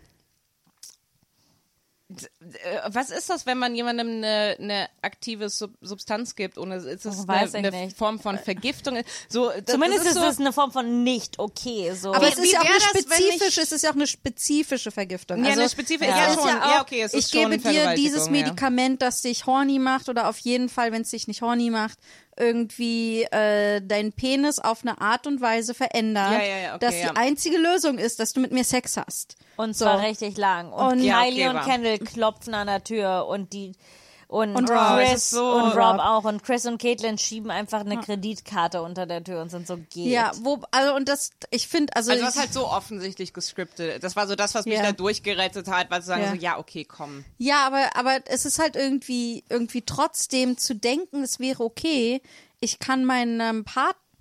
Was ist das, wenn man jemandem eine aktive Substanz gibt? Ohne, ist das Weiß ich eine nicht. Form von Vergiftung? So, Zumindest ist so, es eine Form von nicht okay. So. Aber es Wie ist ja auch wär eine das, wenn spezifische, ich- es ist ja auch eine spezifische Vergiftung. Ja, Also, eine spezifische, es ja, ist schon. ja auch, Ja, okay, es ist ich schon gebe dir dieses Vergewaltigung, ja. Medikament, das dich horny macht oder auf jeden Fall, wenn es dich nicht horny macht, irgendwie deinen Penis auf eine Art und Weise verändert, Ja, okay, dass ja. die einzige Lösung ist, dass du mit mir Sex hast. Und zwar richtig lang. Und Und- Kylie Ja, okay, und war. Kendall klopfen an der Tür und Und Chris Rob. Das ist so- und Rob auch. Und Chris und Caitlyn schieben einfach eine Kreditkarte unter der Tür und sind so, geht. Ja, und das, ich finde, Also das ist halt so offensichtlich gescriptet. Das war so das, was mich Ja. da durchgerettet hat, weil zu sagen Ja. so, ja, okay, komm. ja, aber es ist halt irgendwie trotzdem zu denken, es wäre okay, ich kann meinem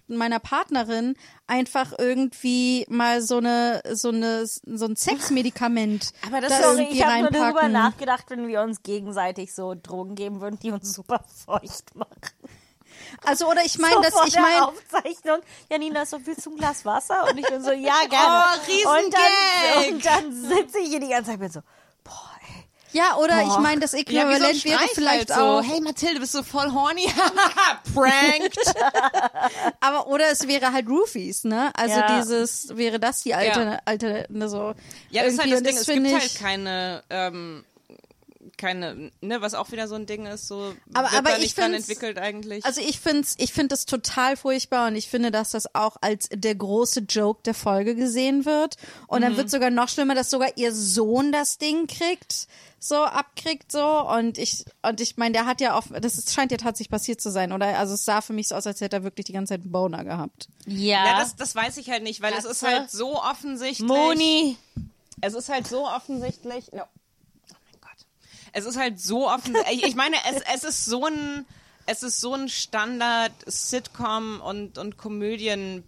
meiner Partnerin einfach irgendwie mal so ein Sexmedikament Aber das da sorry, irgendwie ich habe nur darüber reinpacken. nachgedacht, wenn wir uns gegenseitig so Drogen geben würden, die uns super feucht machen. Also, oder ich meine, So dass vor ich der meine, Aufzeichnung. Janina, so willst du ein Glas Wasser? Und ich bin so, ja, gerne. Riesengag. Und dann sitze ich hier die ganze Zeit und bin so, boah, ey. ja, oder ich Boah. meine, das Ja, wie Äquivalent so ein wäre Streich vielleicht halt so. auch, Hey Mathilde, bist du voll horny? Pranked. aber oder es wäre halt Roofies, ne? Also Ja. wäre das die alte, ne, so. Ja, das ist halt irgendwie. das Und Ding. Es find gibt ich- halt keine, ne, was auch wieder so ein Ding ist, so Aber wird da ich nicht dran find's- entwickelt eigentlich. Also ich finde es total furchtbar und ich finde, dass das auch als der große Joke der Folge gesehen wird. Und dann wird sogar noch schlimmer, dass sogar ihr Sohn das Ding abkriegt so. Und ich meine, der hat ja scheint ja tatsächlich passiert zu sein, oder? Also es sah für mich so aus, als hätte er wirklich die ganze Zeit einen Boner gehabt. Ja, das weiß ich halt nicht, weil es ist Katze. halt so offensichtlich. Moni. Es ist halt so offensichtlich. No. Oh mein Gott. Es ist halt so offensichtlich. Ich meine, es ist so ein Standard Sitcom und Komödienplot,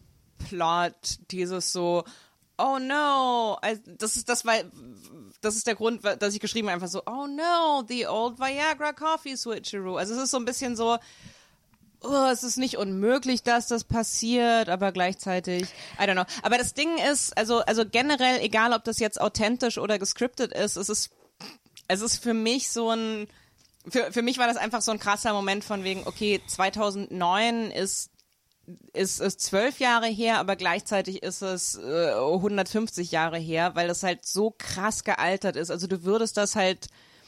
dieses so, oh no, also das ist der Grund, dass ich geschrieben habe, einfach so, oh no, the old Viagra coffee switcheroo. Also es ist so ein bisschen so, oh, es ist nicht unmöglich, dass das passiert, aber gleichzeitig, I don't know. Aber das Ding ist, also generell, egal ob das jetzt authentisch oder gescriptet ist, es ist für mich so ein, für mich war das einfach so ein krasser Moment von wegen, okay, 2009 ist 12 Jahre her, aber gleichzeitig ist es 150 Jahre her, weil das halt so krass gealtert ist. Also du würdest das halt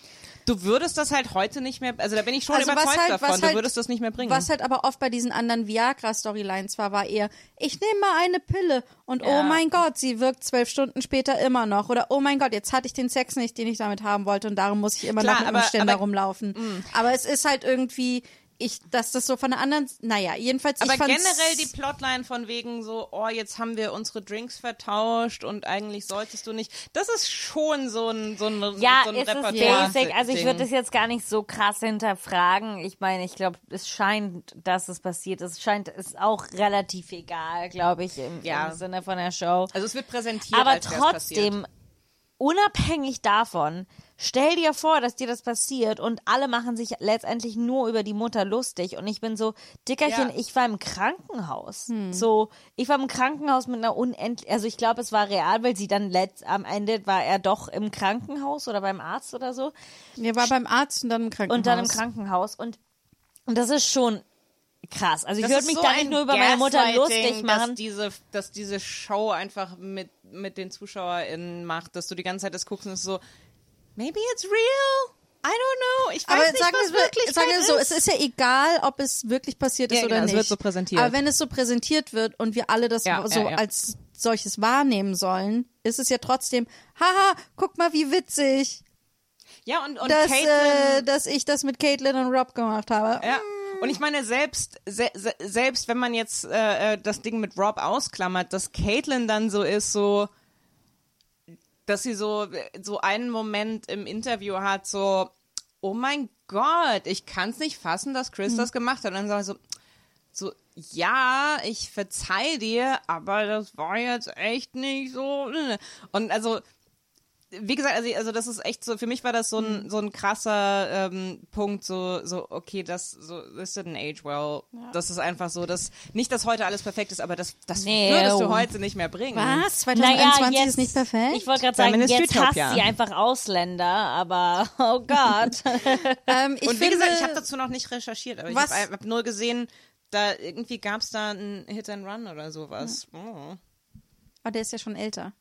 heute nicht mehr, also da bin ich schon Also überzeugt davon, du würdest das nicht mehr bringen. Was halt aber oft bei diesen anderen Viagra-Storylines war eher, ich nehme mal eine Pille und oh mein Gott, sie wirkt 12 Stunden später immer noch. Oder oh mein Gott, jetzt hatte ich den Sex nicht, den ich damit haben wollte und darum muss ich immer noch mit einem Ständer rumlaufen. Aber es ist halt irgendwie, dass das so von der anderen, naja, jedenfalls. Aber ich fand's, generell die Plotline von wegen so, oh, jetzt haben wir unsere Drinks vertauscht und eigentlich solltest du nicht, das ist schon so ein Ja, so ein ist es Repertoire- basic. Also ich Ding. würde das jetzt gar nicht so krass hinterfragen. Ich meine, ich glaube, es scheint, dass es passiert ist. Ist auch relativ egal, glaube ich, im Sinne von der Show. Also es wird präsentiert, Aber als wär's trotzdem, unabhängig davon, stell dir vor, dass dir das passiert und alle machen sich letztendlich nur über die Mutter lustig und ich bin so, Dickerchen, Ja. ich war im Krankenhaus. So, ich war im Krankenhaus mit einer also ich glaube, es war real, weil sie dann am Ende war er doch im Krankenhaus oder beim Arzt oder so. mir war beim Arzt und dann im Krankenhaus. Und dann im Krankenhaus und das ist schon krass. Also ich Das würde ist mich so da nicht ein nur über meine Mutter Gaslighting, lustig machen. dass diese Show einfach mit den ZuschauerInnen macht, dass du die ganze Zeit das guckst und es ist so, maybe it's real? I don't know. Ich weiß Aber nicht, was wirklich sagen wir so, es ist ja egal, ob es wirklich passiert ist Ja, oder genau, nicht. es wird so präsentiert. Aber wenn es so präsentiert wird und wir alle das Ja, so ja. als solches wahrnehmen sollen, ist es ja trotzdem, haha, guck mal, wie witzig, Ja, und dass, dass ich das mit Caitlin und Rob gemacht habe. Ja. Und ich meine, selbst wenn man jetzt das Ding mit Rob ausklammert, dass Caitlin dann so ist, so, dass sie so einen Moment im Interview hat, so, oh mein Gott, ich kann's nicht fassen, dass Chris das gemacht hat. Und dann sagt so, ja, ich verzeih dir, aber das war jetzt echt nicht so. Und also, wie gesagt, also das ist echt so, für mich war das so ein krasser Punkt, so, okay, this didn't age well. Ja. Das ist einfach so, nicht, dass heute alles perfekt ist, aber das würdest du heute nicht mehr bringen. Was? 2021 jetzt, ist nicht perfekt? Ich wollte gerade sagen, Feminist jetzt hasst Utopia. sie einfach Ausländer, aber oh Gott. ich Und wie finde, gesagt, ich habe dazu noch nicht recherchiert, aber Was- ich habe nur gesehen, da irgendwie gab's da einen Hit and Run oder sowas. Oh. oh, der ist ja schon älter.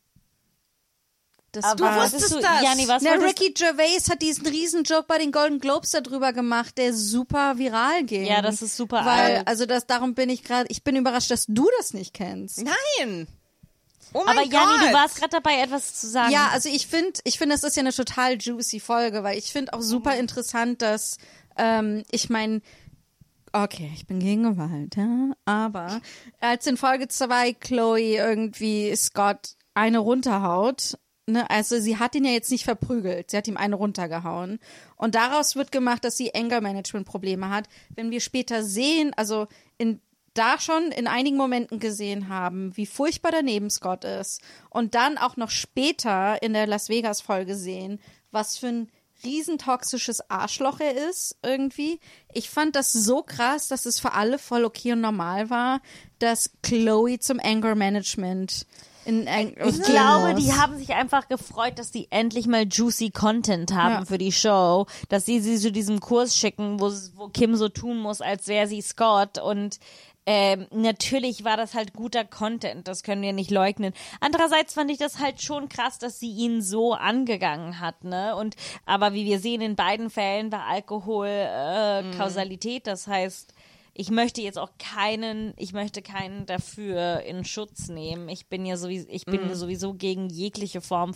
Das Aber war, wusstest du, das? Janni, was Na, wolltest Ricky Gervais hat diesen riesen Joke bei den Golden Globes darüber gemacht, der super viral ging. Ja, das ist super Weil, alt. also darum bin ich überrascht, dass du das nicht kennst. Nein! Oh mein Aber Janni, Gott! du warst gerade dabei, etwas zu sagen. Ja, also ich finde, das ist ja eine total juicy Folge, weil ich finde auch super interessant, dass, ich meine, okay, ich bin gegen Gewalt, ja, aber als in Folge 2 Chloe irgendwie Scott eine runterhaut, ne, also sie hat ihn ja jetzt nicht verprügelt, sie hat ihm eine runtergehauen und daraus wird gemacht, dass sie Anger-Management-Probleme hat. Wenn wir später sehen, also in da schon in einigen Momenten gesehen haben, wie furchtbar daneben Scott ist und dann auch noch später in der Las Vegas Folge sehen, was für ein riesentoxisches Arschloch er ist irgendwie. Ich fand das so krass, dass es für alle voll okay und normal war, dass Chloe zum Anger Management ich glaube, die haben sich einfach gefreut, dass die endlich mal juicy Content haben für die Show, dass sie zu diesem Kurs schicken, wo Kim so tun muss, als wäre sie Scott und natürlich war das halt guter Content, das können wir nicht leugnen. Andererseits fand ich das halt schon krass, dass sie ihn so angegangen hat, ne? Aber wie wir sehen, in beiden Fällen war Alkohol Kausalität, das heißt, ich möchte jetzt auch keinen dafür in Schutz nehmen. Ich bin sowieso gegen jegliche Form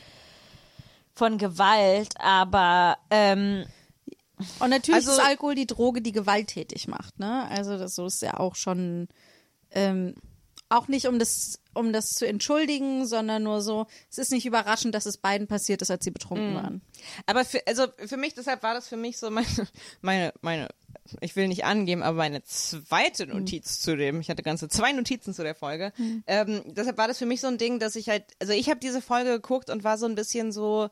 von Gewalt, aber und natürlich ist Alkohol die Droge, die gewalttätig macht, ne? Also so ist ja auch schon auch nicht um das zu entschuldigen, sondern nur so, es ist nicht überraschend, dass es beiden passiert ist, als sie betrunken waren. Aber für mich, deshalb war das für mich so meine ich will nicht angeben, aber meine zweite Notiz zu dem, ich hatte ganze 2 Notizen zu der Folge, deshalb war das für mich so ein Ding, dass ich halt, also ich habe diese Folge geguckt und war so ein bisschen so,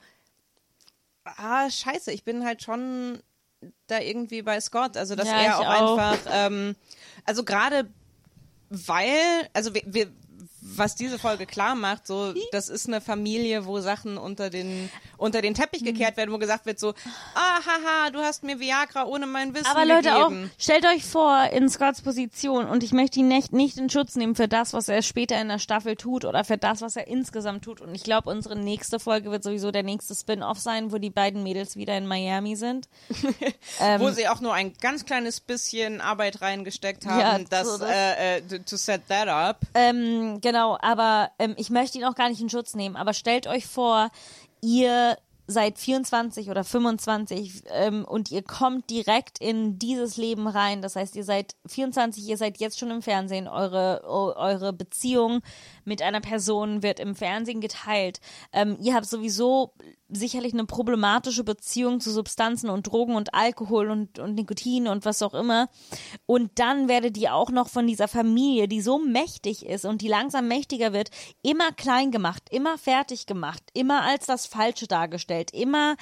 scheiße, ich bin halt schon da irgendwie bei Scott, also dass er auch einfach, also gerade weil, also was diese Folge klar macht, so, das ist eine Familie, wo Sachen unter den Teppich gekehrt werden, wo gesagt wird so, haha, du hast mir Viagra ohne mein Wissen aber Leute gegeben. auch, stellt euch vor, in Scotts Position, und ich möchte ihn nicht in Schutz nehmen für das, was er später in der Staffel tut oder für das, was er insgesamt tut, und ich glaube, unsere nächste Folge wird sowieso der nächste Spin-Off sein, wo die beiden Mädels wieder in Miami sind. Wo sie auch nur ein ganz kleines bisschen Arbeit reingesteckt haben, to set that up. Genau, aber ich möchte ihn auch gar nicht in Schutz nehmen, aber stellt euch vor, ihr seid 24 oder 25 und ihr kommt direkt in dieses Leben rein, das heißt, ihr seid 24, ihr seid jetzt schon im Fernsehen, eure Beziehung mit einer Person wird im Fernsehen geteilt, ihr habt sowieso sicherlich eine problematische Beziehung zu Substanzen und Drogen und Alkohol und Nikotin und was auch immer. Und dann werdet ihr auch noch von dieser Familie, die so mächtig ist und die langsam mächtiger wird, immer klein gemacht, immer fertig gemacht, immer als das Falsche dargestellt, immer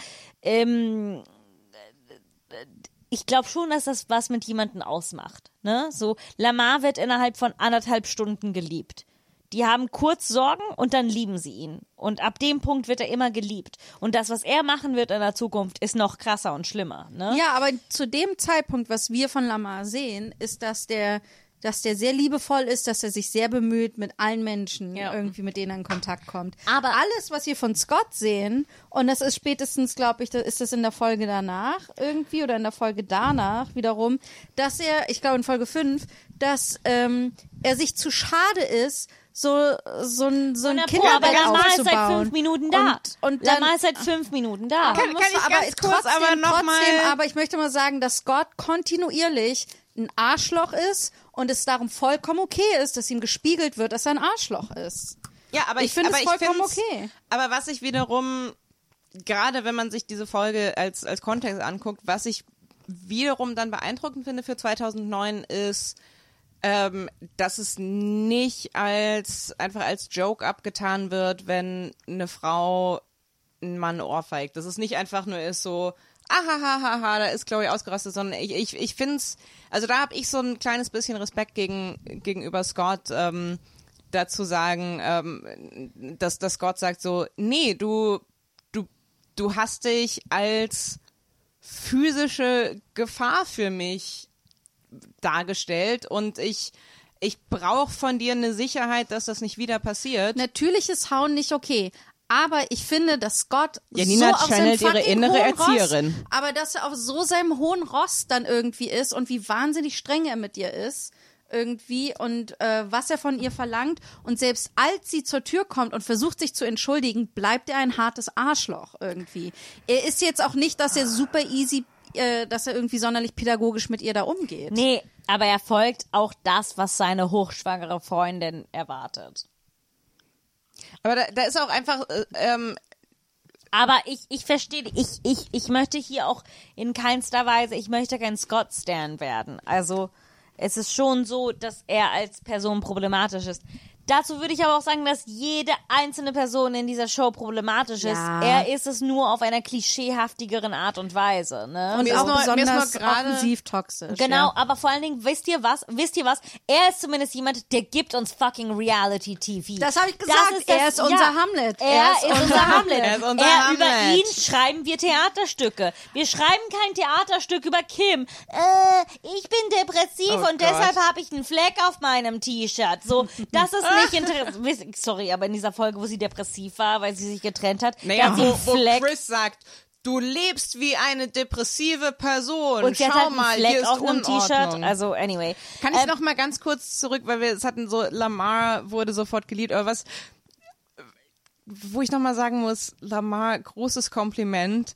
ich glaube schon, dass das was mit jemandem ausmacht. Ne? So, Lamar wird innerhalb von 1,5 Stunden geliebt. Die haben kurz Sorgen und dann lieben sie ihn. Und ab dem Punkt wird er immer geliebt. Und das, was er machen wird in der Zukunft, ist noch krasser und schlimmer. Ne? Ja, aber zu dem Zeitpunkt, was wir von Lamar sehen, ist, dass der sehr liebevoll ist, dass er sich sehr bemüht mit allen Menschen, irgendwie mit denen er in Kontakt kommt. Aber alles, was wir von Scott sehen, und das ist spätestens, glaube ich, ist das in der Folge danach irgendwie oder in der Folge danach wiederum, dass er, ich glaube in Folge 5, dass er sich zu schade ist, so ein Kinderbett aber Lamar ist seit aufzubauen. 5 Minuten da. Und dann, Lamar ist seit 5 Minuten da. Aber ich möchte mal sagen, dass Scott kontinuierlich ein Arschloch ist und es darum vollkommen okay ist, dass ihm gespiegelt wird, dass er ein Arschloch ist. Ja, aber ich finde es vollkommen okay. Aber was ich wiederum, gerade wenn man sich diese Folge als Kontext anguckt, was ich wiederum dann beeindruckend finde für 2009 ist, dass es nicht einfach als Joke abgetan wird, wenn eine Frau einen Mann ohrfeigt. Dass es nicht einfach nur ist so, da ist Chloe ausgerastet, sondern ich finde es, also da habe ich so ein kleines bisschen Respekt gegenüber Scott, dazu sagen, dass Scott sagt so, nee, du hast dich als physische Gefahr für mich dargestellt und ich brauche von dir eine Sicherheit, dass das nicht wieder passiert. Natürlich ist Hauen nicht okay, aber ich finde, dass Scott Janina so auf seinem ihre innere Erzieherin. Ross, aber dass er auf so seinem hohen Ross dann irgendwie ist und wie wahnsinnig streng er mit ihr ist irgendwie und was er von ihr verlangt und selbst als sie zur Tür kommt und versucht sich zu entschuldigen, bleibt er ein hartes Arschloch irgendwie. Er ist jetzt auch nicht, dass er super easy dass er irgendwie sonderlich pädagogisch mit ihr da umgeht. Nee, aber er folgt auch das, was seine hochschwangere Freundin erwartet. Aber da ist auch einfach aber ich verstehe, ich möchte hier auch in keinster Weise, ich möchte kein Scott-Stan werden. Also Es ist schon so, dass er als Person problematisch ist. Dazu würde ich aber auch sagen, dass jede einzelne Person in dieser Show problematisch ist. Er ist es nur auf einer klischeehaftigeren Art und Weise. Ne? Und auch besonders gerade offensiv toxisch. Genau, aber vor allen Dingen, wisst ihr was? Er ist zumindest jemand, der gibt uns fucking Reality-TV. Das habe ich gesagt. Er ist unser Hamlet. Er ist unser Hamlet. Hamlet. Über ihn schreiben wir Theaterstücke. Wir schreiben kein Theaterstück über Kim. Ich bin depressiv und deshalb habe ich einen Fleck auf meinem T-Shirt. So, das ist nicht interessant. Sorry, aber in dieser Folge, wo sie depressiv war, weil sie sich getrennt hat, naja, da hat sie einen wo Fleck. Chris sagt, du lebst wie eine depressive Person. Und sie hat Schau halt einen mal, Fleck hier ist auf einem Unordnung. T-Shirt. Also, anyway. Kann ich noch mal ganz kurz zurück, weil wir es hatten so, Lamar wurde sofort geliebt, oder was, wo ich noch mal sagen muss, Lamar, großes Kompliment,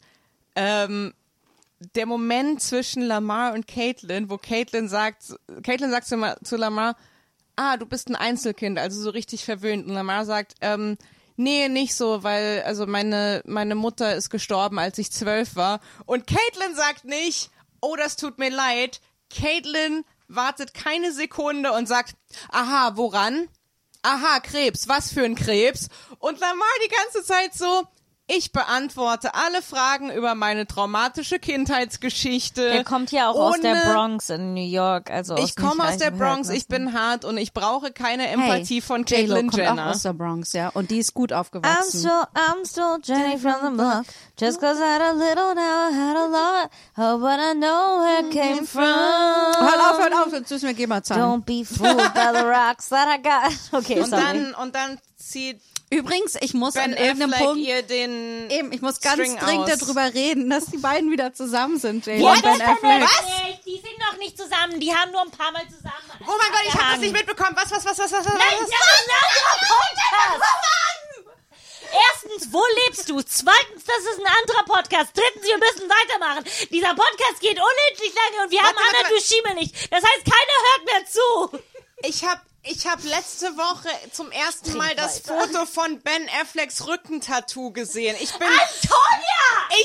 der Moment zwischen Lamar und Caitlyn, wo Caitlyn sagt zu Lamar, du bist ein Einzelkind, also so richtig verwöhnt. Und Lamar sagt, nee, nicht so, weil also meine Mutter ist gestorben, als ich 12 war. Und Caitlyn sagt nicht, oh, das tut mir leid. Caitlyn wartet keine Sekunde und sagt, aha, woran? Aha, Krebs, was für ein Krebs? Und Lamar die ganze Zeit so, ich beantworte alle Fragen über meine traumatische Kindheitsgeschichte. Der kommt ja auch aus der Bronx in New York. Also ich komme aus der Bronx, ich bin hart und ich brauche keine Empathie von Caitlyn kommt Jenner. auch aus der Bronx, ja. Und die ist gut aufgewachsen. I'm still Jenny from the block. Just cause I had a little, now I had a lot. Oh, but I know where it came from. Hört auf, jetzt müssen wir GEMA zahlen. Don't be fooled by the rocks that I got. Okay, Und dann zieht Übrigens, ich muss Ben an irgendeinem Affleck Punkt ihr den ich muss ganz String dringend aus. darüber reden, dass die beiden wieder zusammen sind, Jay Was? und Ben Affleck. Was? Die sind noch nicht zusammen. Die haben nur ein paar Mal zusammen. Oh mein Gott, ich habe das nicht mitbekommen. Was? Nein, das ist ein anderer Podcast. Erstens, wo lebst du? Zweitens, das ist ein anderer Podcast. Drittens, wir müssen weitermachen. Dieser Podcast geht unendlich lange und wir haben Anna Dushime nicht. Das heißt, keiner hört mehr zu. Ich hab letzte Woche zum ersten Mal das Foto von Ben Afflecks Rückentattoo gesehen. Ich bin Antonia!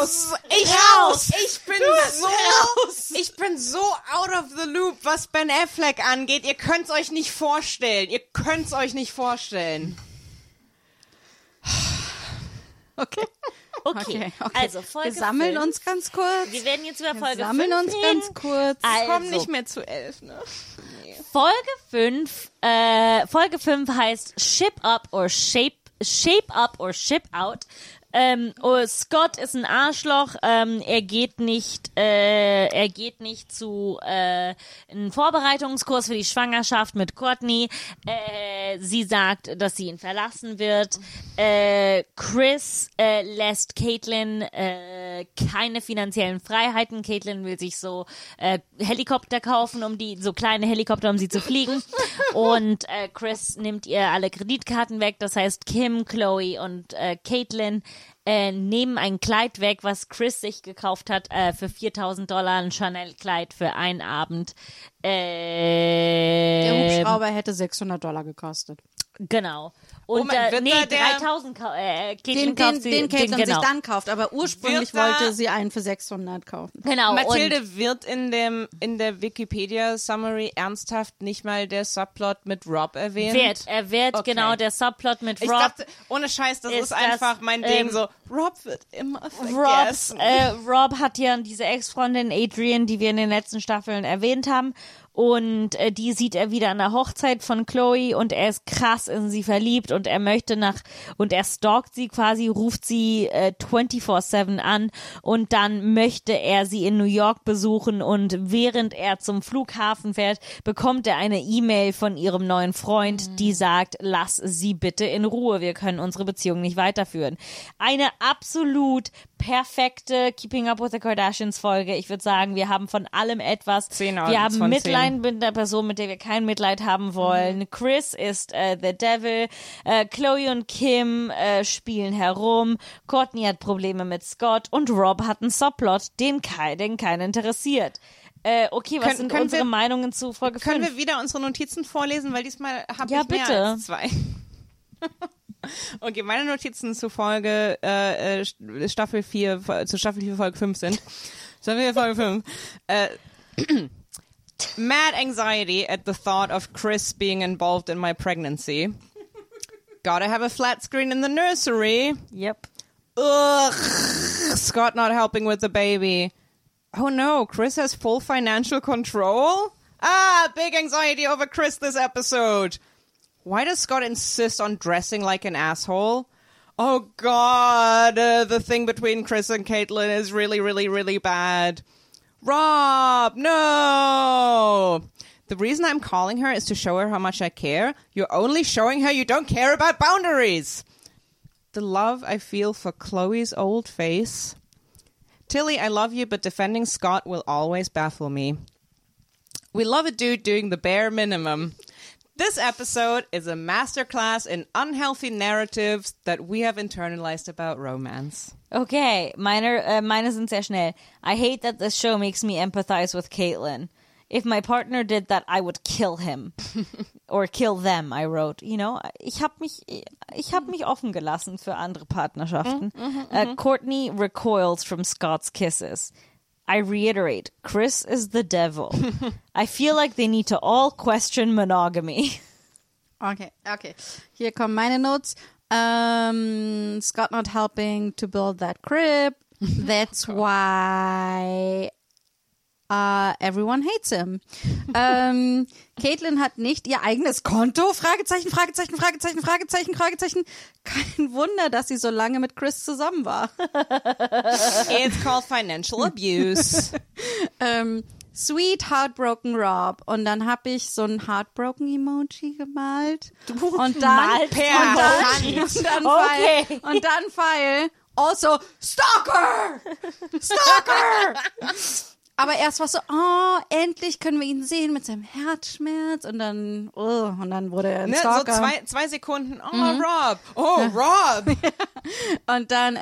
Ich bin so out of the loop, was Ben Affleck angeht. Ihr könnt's euch nicht vorstellen. Okay. Also, Folge Wir sammeln 5. uns ganz kurz. Wir werden jetzt über Folge 5 sammeln uns reden. ganz kurz. Also, Komm nicht mehr zu 11, ne? Folge 5 heißt Ship Up or Shape Up or Ship Out. Scott ist ein Arschloch, er geht nicht zu einem Vorbereitungskurs für die Schwangerschaft mit Courtney. Sie sagt, dass sie ihn verlassen wird. Chris lässt Caitlyn keine finanziellen Freiheiten. Caitlyn will sich so Helikopter kaufen, so kleine Helikopter, um sie zu fliegen. Und Chris nimmt ihr alle Kreditkarten weg. Das heißt, Kim, Chloe und Caitlyn nehmen ein Kleid weg, was Chris sich gekauft hat für $4.000, ein Chanel-Kleid für einen Abend. Der Hubschrauber hätte $600 gekostet. Genau. Und Moment, wird da der- 3.000 Den Caitlyn sich dann kauft, aber ursprünglich Wird da- wollte sie einen für 600 kaufen. Genau. Mathilde, wird in der Wikipedia-Summary ernsthaft nicht mal der Subplot mit Rob erwähnt? Er wird Okay. genau der Subplot mit Ich Rob. dachte, ohne Scheiß, das ist ist einfach das, mein Ding so, Rob wird immer Robs, vergessen. Rob hat ja diese Ex-Freundin Adrian, die wir in den letzten Staffeln erwähnt haben. Und die sieht er wieder an der Hochzeit von Chloe und er ist krass in sie verliebt und er er stalkt sie quasi, ruft sie 24/7 an und dann möchte er sie in New York besuchen und während er zum Flughafen fährt, bekommt er eine E-Mail von ihrem neuen Freund, die sagt, lass sie bitte in Ruhe, wir können unsere Beziehung nicht weiterführen. Eine absolut perfekte Keeping Up with the Kardashians Folge. Ich würde sagen, wir haben von allem etwas. 10 Wir haben von Mitleid mit der Person, mit der wir kein Mitleid haben wollen. Chris ist the Devil. Chloe und Kim spielen herum. Courtney hat Probleme mit Scott und Rob hat einen Subplot, den keinen interessiert. Okay, was sind unsere Meinungen zu Folge 5? Können wir wieder unsere Notizen vorlesen, weil diesmal habe Ja, ich mehr bitte. als 2. Okay, meine Notizen zu Folge Staffel 4, zu Staffel 4 Folge 5 sind. Staffel 4 Folge 5. Mad anxiety at the thought of Chris being involved in my pregnancy. Gotta have a flat screen in the nursery. Yep. Ugh. Scott not helping with the baby. Oh no, Chris has full financial control? Big anxiety over Chris this episode. Why does Scott insist on dressing like an asshole? Oh God, the thing between Chris and Caitlin is really, really, really bad. Rob, no! The reason I'm calling her is to show her how much I care. You're only showing her you don't care about boundaries. The love I feel for Chloe's old face. Tilly, I love you, but defending Scott will always baffle me. We love a dude doing the bare minimum. This episode is a masterclass in unhealthy narratives that we have internalized about romance. Okay, meine sind sehr schnell. I hate that this show makes me empathize with Caitlin. If my partner did that, I would kill him. Or kill them, I wrote. You know, ich hab mich offen gelassen für andere Partnerschaften. Courtney recoils from Scott's kisses. I reiterate, Chris is the devil. I feel like they need to all question monogamy. Okay. Hier kommen meine Notes. Scott not helping to build that crib. That's why everyone hates him. Caitlin hat nicht ihr eigenes Konto? Fragezeichen. Kein Wunder, dass sie so lange mit Chris zusammen war. It's called financial abuse. Sweet Heartbroken Rob. Und dann habe ich so ein Heartbroken-Emoji gemalt. Und dann Pfeil. Also, Stalker! Aber erst war so, endlich können wir ihn sehen mit seinem Herzschmerz und dann wurde er ein Stalker. So zwei Sekunden, Rob, Rob. Und dann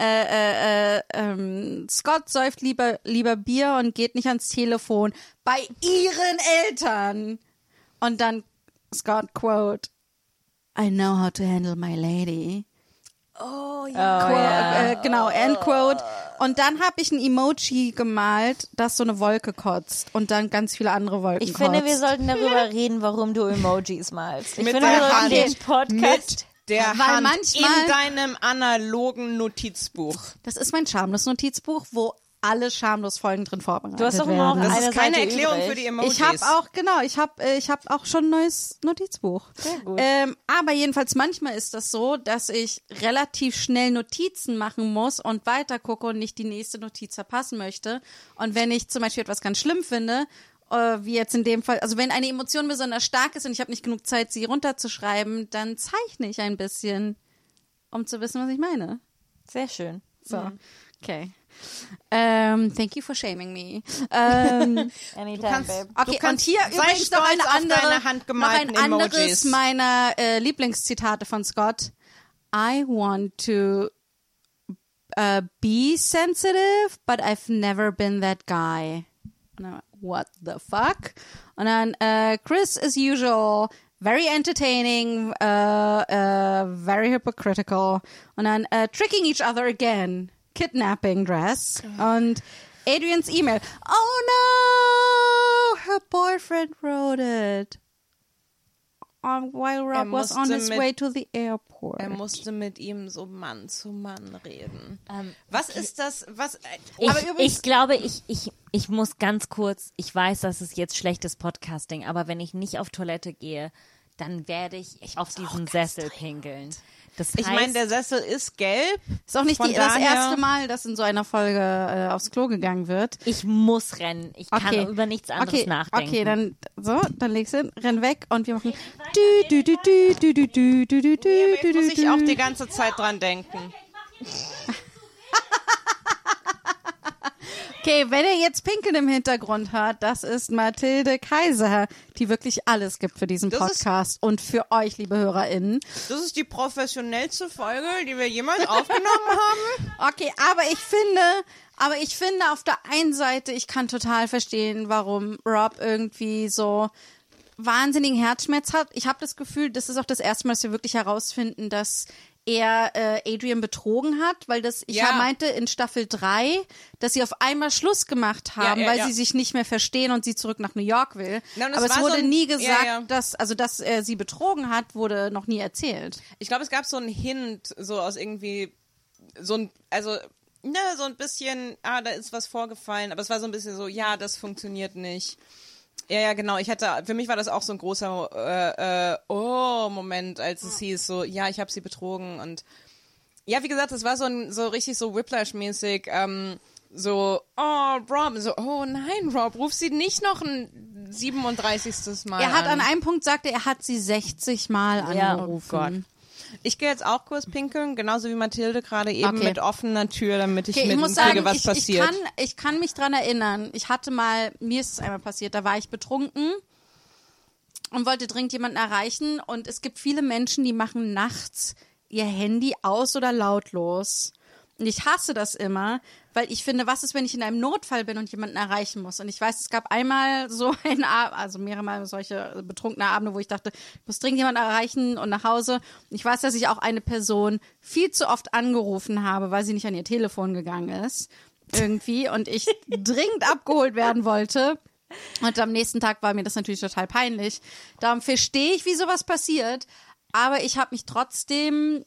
Scott säuft lieber Bier und geht nicht ans Telefon bei ihren Eltern. Und dann Scott quote, I know how to handle my lady. Oh ja. Genau, end quote. Und dann habe ich ein Emoji gemalt, das so eine Wolke kotzt und dann ganz viele andere Wolken Ich finde, wir sollten darüber reden, warum du Emojis malst. Mit der Hand. Den Podcast. Mit der Hand in deinem analogen Notizbuch. Das ist mein schamlos Notizbuch, wo alle schamlos Folgen drin vorbereitet werden. Du hast doch immer auch Das eine ist keine Seite Erklärung übrig. für die Emojis. Ich habe auch schon ein neues Notizbuch. Sehr gut. Aber jedenfalls manchmal ist das so, dass ich relativ schnell Notizen machen muss und weiter gucke und nicht die nächste Notiz verpassen möchte. Und wenn ich zum Beispiel etwas ganz schlimm finde, wie jetzt in dem Fall, also wenn eine Emotion besonders stark ist und ich habe nicht genug Zeit, sie runterzuschreiben, dann zeichne ich ein bisschen, um zu wissen, was ich meine. Sehr schön. So, okay. Thank you for shaming me. Anytime, babe. Okay, und hier übrigens noch ein anderes meiner Lieblingszitate von Scott. I want to be sensitive, but I've never been that guy. What the fuck? Und dann Chris as usual, very entertaining, very hypocritical. Und dann tricking each other again. Kidnapping dress. Und Adrians E-Mail. Oh no! Her boyfriend wrote it. While Rob was on his way to the airport. Er musste mit ihm so Mann zu Mann reden. Was ist das? Ich glaube, ich muss ganz kurz, ich weiß, das ist jetzt schlechtes Podcasting, aber wenn ich nicht auf Toilette gehe, dann werde ich auf diesen Sessel pinkeln. Das heißt, ich meine, der Sessel ist gelb. Ist auch nicht das erste Mal, dass in so einer Folge aufs Klo gegangen wird. Ich muss rennen. Ich kann über nichts anderes nachdenken. Okay, dann legst du hin, renn weg und wir machen muss ich auch die ganze Zeit dran denken. Okay, wenn ihr jetzt Pinkeln im Hintergrund hört, das ist Mathilde Kaiser, die wirklich alles gibt für diesen Podcast und für euch, liebe HörerInnen. Das ist die professionellste Folge, die wir jemals aufgenommen haben. Okay, aber ich finde auf der einen Seite, ich kann total verstehen, warum Rob irgendwie so wahnsinnigen Herzschmerz hat. Ich habe das Gefühl, das ist auch das erste Mal, dass wir wirklich herausfinden, dass er Adrian betrogen hat, weil ich meinte in Staffel 3, dass sie auf einmal Schluss gemacht haben, weil sie sich nicht mehr verstehen und sie zurück nach New York will. Ja, aber es wurde nie gesagt, dass er sie betrogen hat, wurde noch nie erzählt. Ich glaube, es gab so einen Hint, so aus irgendwie so ein bisschen, da ist was vorgefallen, aber es war so ein bisschen so, ja, das funktioniert nicht. Ja, genau. Für mich war das auch so ein großer Moment, als es hieß so, ja, ich habe sie betrogen und ja, wie gesagt, es war so richtig so Whiplash-mäßig, so, Rob, so, oh nein, Rob, ruf sie nicht noch ein 37. Mal Er hat an einem Punkt gesagt, er hat sie 60 Mal angerufen. Oh Gott. Ich gehe jetzt auch kurz pinkeln, genauso wie Mathilde gerade eben mit offener Tür, damit ich mitkriege, was passiert. Ich kann mich dran erinnern, mir ist es einmal passiert, da war ich betrunken und wollte dringend jemanden erreichen und es gibt viele Menschen, die machen nachts ihr Handy aus oder lautlos. Und ich hasse das immer, weil ich finde, was ist, wenn ich in einem Notfall bin und jemanden erreichen muss? Und ich weiß, es gab einmal so mehrere Mal solche betrunkene Abende, wo ich dachte, ich muss dringend jemanden erreichen und nach Hause. Und ich weiß, dass ich auch eine Person viel zu oft angerufen habe, weil sie nicht an ihr Telefon gegangen ist. Irgendwie. Und ich dringend abgeholt werden wollte. Und am nächsten Tag war mir das natürlich total peinlich. Darum verstehe ich, wie sowas passiert. Aber ich habe mich trotzdem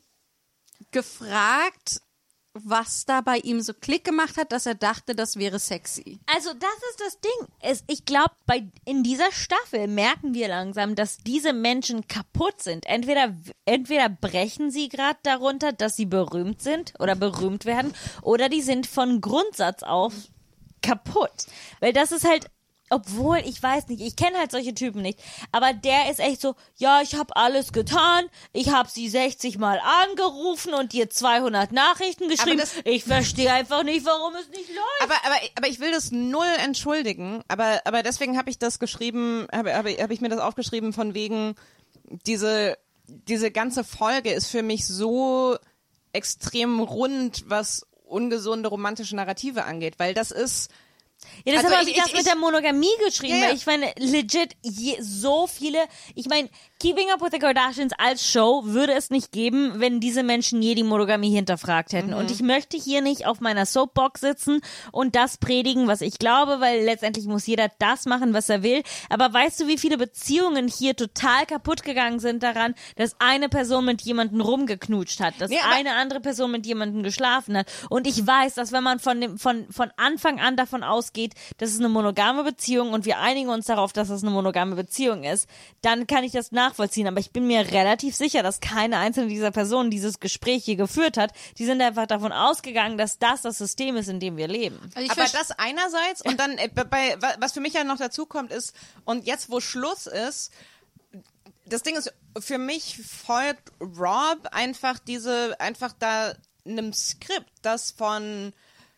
gefragt, was da bei ihm so Klick gemacht hat, dass er dachte, das wäre sexy. Also das ist das Ding. Ich glaube, in dieser Staffel merken wir langsam, dass diese Menschen kaputt sind. Entweder brechen sie gerade darunter, dass sie berühmt sind oder berühmt werden, oder die sind von Grundsatz auf kaputt. Weil das ist halt, obwohl, ich weiß nicht, ich kenne halt solche Typen nicht, aber der ist echt so, ja, ich habe alles getan, ich habe sie 60 Mal angerufen und dir 200 Nachrichten geschrieben, ich verstehe einfach nicht, warum es nicht läuft. Aber ich will das null entschuldigen, aber deswegen habe ich das geschrieben, habe ich mir das aufgeschrieben von wegen, diese ganze Folge ist für mich so extrem rund, was ungesunde romantische Narrative angeht, weil das ist... Ja, das habe ich mit der Monogamie geschrieben, weil ich meine, legit, so viele, ich meine, Keeping Up with the Kardashians als Show würde es nicht geben, wenn diese Menschen je die Monogamie hinterfragt hätten. Und ich möchte hier nicht auf meiner Soapbox sitzen und das predigen, was ich glaube, weil letztendlich muss jeder das machen, was er will. Aber weißt du, wie viele Beziehungen hier total kaputt gegangen sind daran, dass eine Person mit jemandem rumgeknutscht hat, dass eine andere Person mit jemandem geschlafen hat. Und ich weiß, dass wenn man von Anfang an davon ausgeht, das ist eine monogame Beziehung und wir einigen uns darauf, dass das eine monogame Beziehung ist, dann kann ich das nachvollziehen. Aber ich bin mir relativ sicher, dass keine einzelne dieser Personen dieses Gespräch hier geführt hat. Die sind einfach davon ausgegangen, dass das System ist, in dem wir leben. Also aber das einerseits und dann, was für mich ja noch dazu kommt ist, und jetzt, wo Schluss ist, das Ding ist, für mich folgt Rob einfach da einem Skript, das von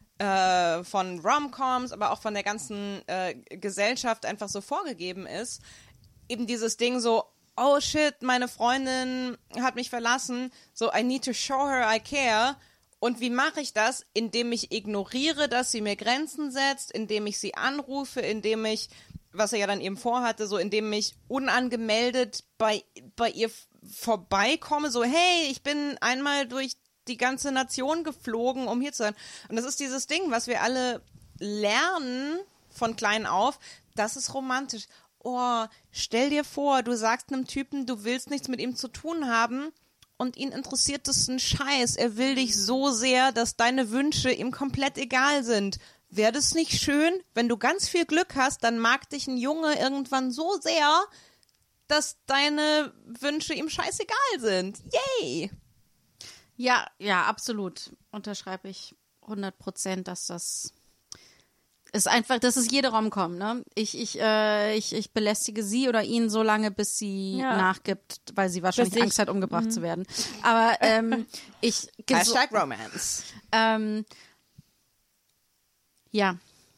Rom-Coms, aber auch von der ganzen Gesellschaft einfach so vorgegeben ist. Eben dieses Ding so, oh shit, meine Freundin hat mich verlassen, so I need to show her I care. Und wie mache ich das? Indem ich ignoriere, dass sie mir Grenzen setzt, indem ich sie anrufe, indem ich, was er ja dann eben vorhatte, so indem ich unangemeldet bei ihr vorbeikomme, so hey, ich bin einmal durch die ganze Nation geflogen, um hier zu sein. Und das ist dieses Ding, was wir alle lernen von klein auf, das ist romantisch. Oh, stell dir vor, du sagst einem Typen, du willst nichts mit ihm zu tun haben und ihn interessiert das ein Scheiß. Er will dich so sehr, dass deine Wünsche ihm komplett egal sind. Wäre das nicht schön? Wenn du ganz viel Glück hast, dann mag dich ein Junge irgendwann so sehr, dass deine Wünsche ihm scheißegal sind. Yay! Ja, absolut. Unterschreibe ich 100%, dass das ist einfach, das ist jede Rom-Com, ne? Ich belästige sie oder ihn so lange, bis sie nachgibt, weil sie wahrscheinlich Angst hat, umgebracht zu werden. Aber Hashtag Romance. Ja,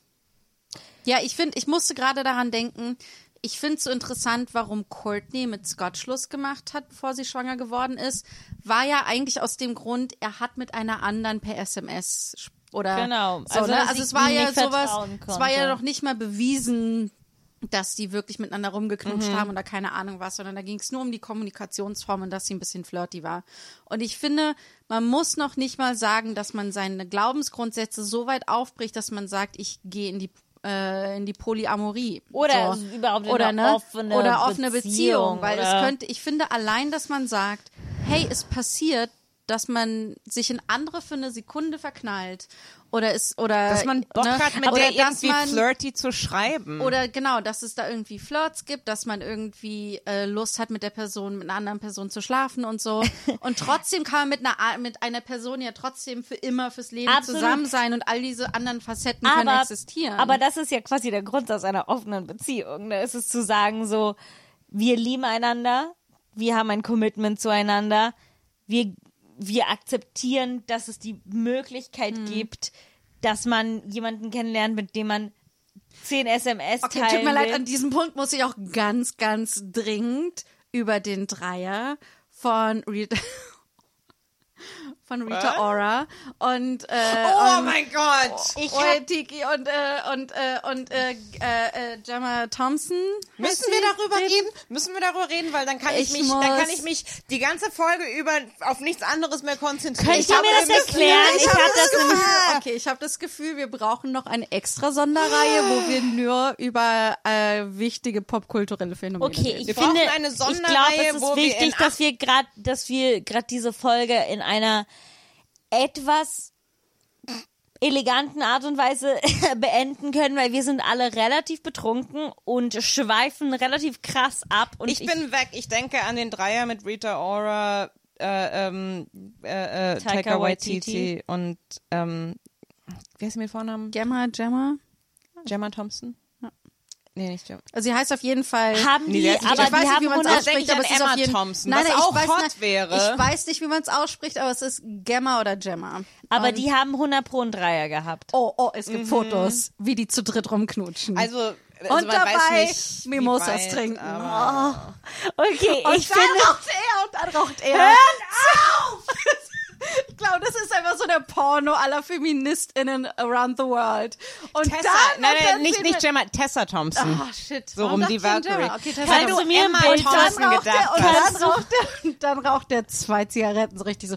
ich musste gerade daran denken, ich finde es so interessant, warum Courtney mit Scott Schluss gemacht hat, bevor sie schwanger geworden ist. War ja eigentlich aus dem Grund, er hat mit einer anderen per SMS oder genau. so, ne? Also es war ja sowas, es war ja noch nicht mal bewiesen, dass die wirklich miteinander rumgeknutscht haben oder keine Ahnung was, sondern da ging es nur um die Kommunikationsform und dass sie ein bisschen flirty war. Und ich finde, man muss noch nicht mal sagen, dass man seine Glaubensgrundsätze so weit aufbricht, dass man sagt, ich gehe in die Polyamorie. Oder so. überhaupt in oder eine offene Beziehung. Weil oder ich finde allein, dass man sagt, hey, es passiert, dass man sich in andere für eine Sekunde verknallt dass man Bock hat, mit der irgendwie flirty zu schreiben. Oder genau, dass es da irgendwie Flirts gibt, dass man irgendwie Lust hat, mit einer anderen Person zu schlafen und so. Und trotzdem kann man mit einer Person ja trotzdem für immer fürs Leben zusammen sein und all diese anderen Facetten können existieren. Aber das ist ja quasi der Grundsatz einer offenen Beziehung. Ne? Es ist zu sagen so, wir lieben einander, wir haben ein Commitment zueinander, wir akzeptieren, dass es die Möglichkeit gibt, dass man jemanden kennenlernt, mit dem man 10 SMS teilen tut mir leid, will. an diesem Punkt muss ich auch ganz, ganz dringend über den Dreier von Rita Ora und mein Gott! und Tiki und Gemma Thompson. Müssen wir darüber reden, weil dann kann ich mich die ganze Folge über auf nichts anderes mehr konzentrieren. Könnt ihr mir das erklären? Ich habe das Gefühl, wir brauchen noch eine extra Sonderreihe, wo wir nur über wichtige popkulturelle Phänomene reden. Ich brauchen finde, eine ich glaube, Sonderreihe, es ist wo wir wichtig, dass wir gerade diese Folge in einer etwas eleganten Art und Weise beenden können, weil wir sind alle relativ betrunken und schweifen relativ krass ab. Und ich bin weg. Ich denke an den Dreier mit Rita Ora, Taika Waititi und wie heißt sie mit Vornamen? Gemma Thompson? Nee, nicht Gemma. Also sie heißt auf jeden Fall. Haben die, ich aber weiß die nicht, haben wie man es ausspricht, aber es ist auf jeden Fall. Thompson, was auch hot wäre. Ich weiß nicht, wie man es ausspricht, aber es ist Gemma oder Gemma. Aber die haben 100 pro einen Dreier gehabt. Oh, es gibt Fotos, wie die zu dritt rumknutschen. Also und man dabei weiß nicht, Mimosas weit, trinken. Okay, Und ich dann finde... raucht er. Hört auf! Ich glaube, das ist einfach so der Porno aller FeministInnen around the world. Und Tessa, dann nein, nicht Gemma, Tessa Thompson. Oh, shit. So rum die Valkyrie. Okay, Tessa Kannst Thompson. du mir ein Bild Thompson gedacht hast. Und dann raucht er 2 Zigaretten so richtig so.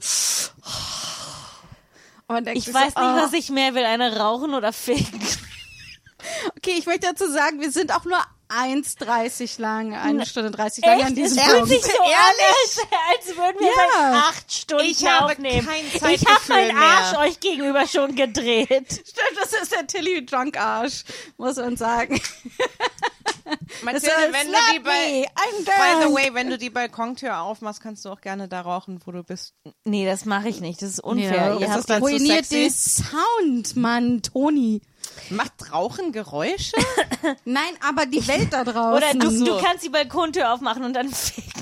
Und man denkt Ich sich weiß so, nicht, was ich mehr will, eine rauchen oder ficken. Okay, ich möchte dazu sagen, wir sind auch nur 1,30 lang, 1 Stunde 30 lang an diesem Es fühlt Punkt. sich so an, als würden wir seit 8 Stunden Ich habe aufnehmen. kein Ich habe Zeitgefühl meinen Arsch mehr. euch gegenüber schon gedreht. Stimmt, das ist der Tilly Drunk Arsch, muss man sagen. Mathilde, wenn du die by the way, wenn du die Balkontür aufmachst, kannst du auch gerne da rauchen, wo du bist. Nee, das mache ich nicht. Das ist unfair. Ja, Ihr habt dann zu ruiniert sexy? den Sound, Mann, Toni. Macht Rauchen Geräusche? Nein, aber die Welt da draußen. Oder du kannst die Balkontür aufmachen und dann ficken.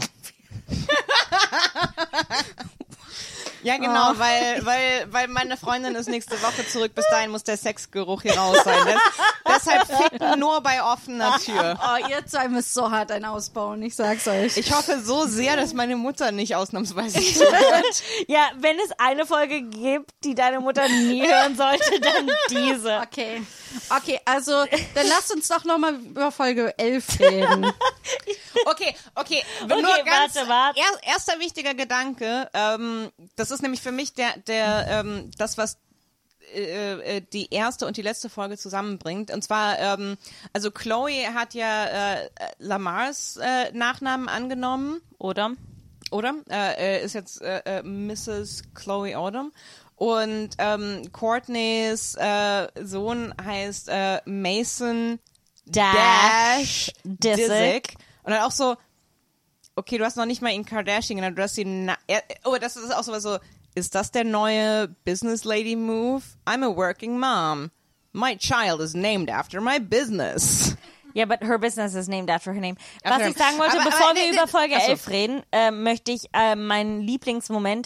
Ja, genau, weil meine Freundin ist nächste Woche zurück. Bis dahin muss der Sexgeruch hier raus sein. Deshalb ficken nur bei offener Tür. Oh, ihr zwei müsst so hart einen ausbauen, ich sag's euch. Ich hoffe so sehr, dass meine Mutter nicht ausnahmsweise zuhört. Ja, wenn es eine Folge gibt, die deine Mutter nie hören sollte, dann diese. Okay, also dann lasst uns doch nochmal über Folge 11 reden. Okay. Okay, Nur ganz warte. erster wichtiger Gedanke. Das ist nämlich für mich das, was die erste und die letzte Folge zusammenbringt. Und zwar, also Chloe hat ja Lamars Nachnamen angenommen. Oder? Ist jetzt Mrs. Chloe Odom. Und Courtneys Sohn heißt Mason Disick. Und dann auch so, okay, du hast noch nicht mal ihn Kardashian genannt, du hast ihn, das ist auch sowas so, ist das der neue Business Lady Move? I'm a working mom. My child is named after my business. Ja, but her business is named after her name. After Was ich sagen wollte, aber bevor wir über Folge achso. 11 reden, möchte ich meinen Lieblingsmoment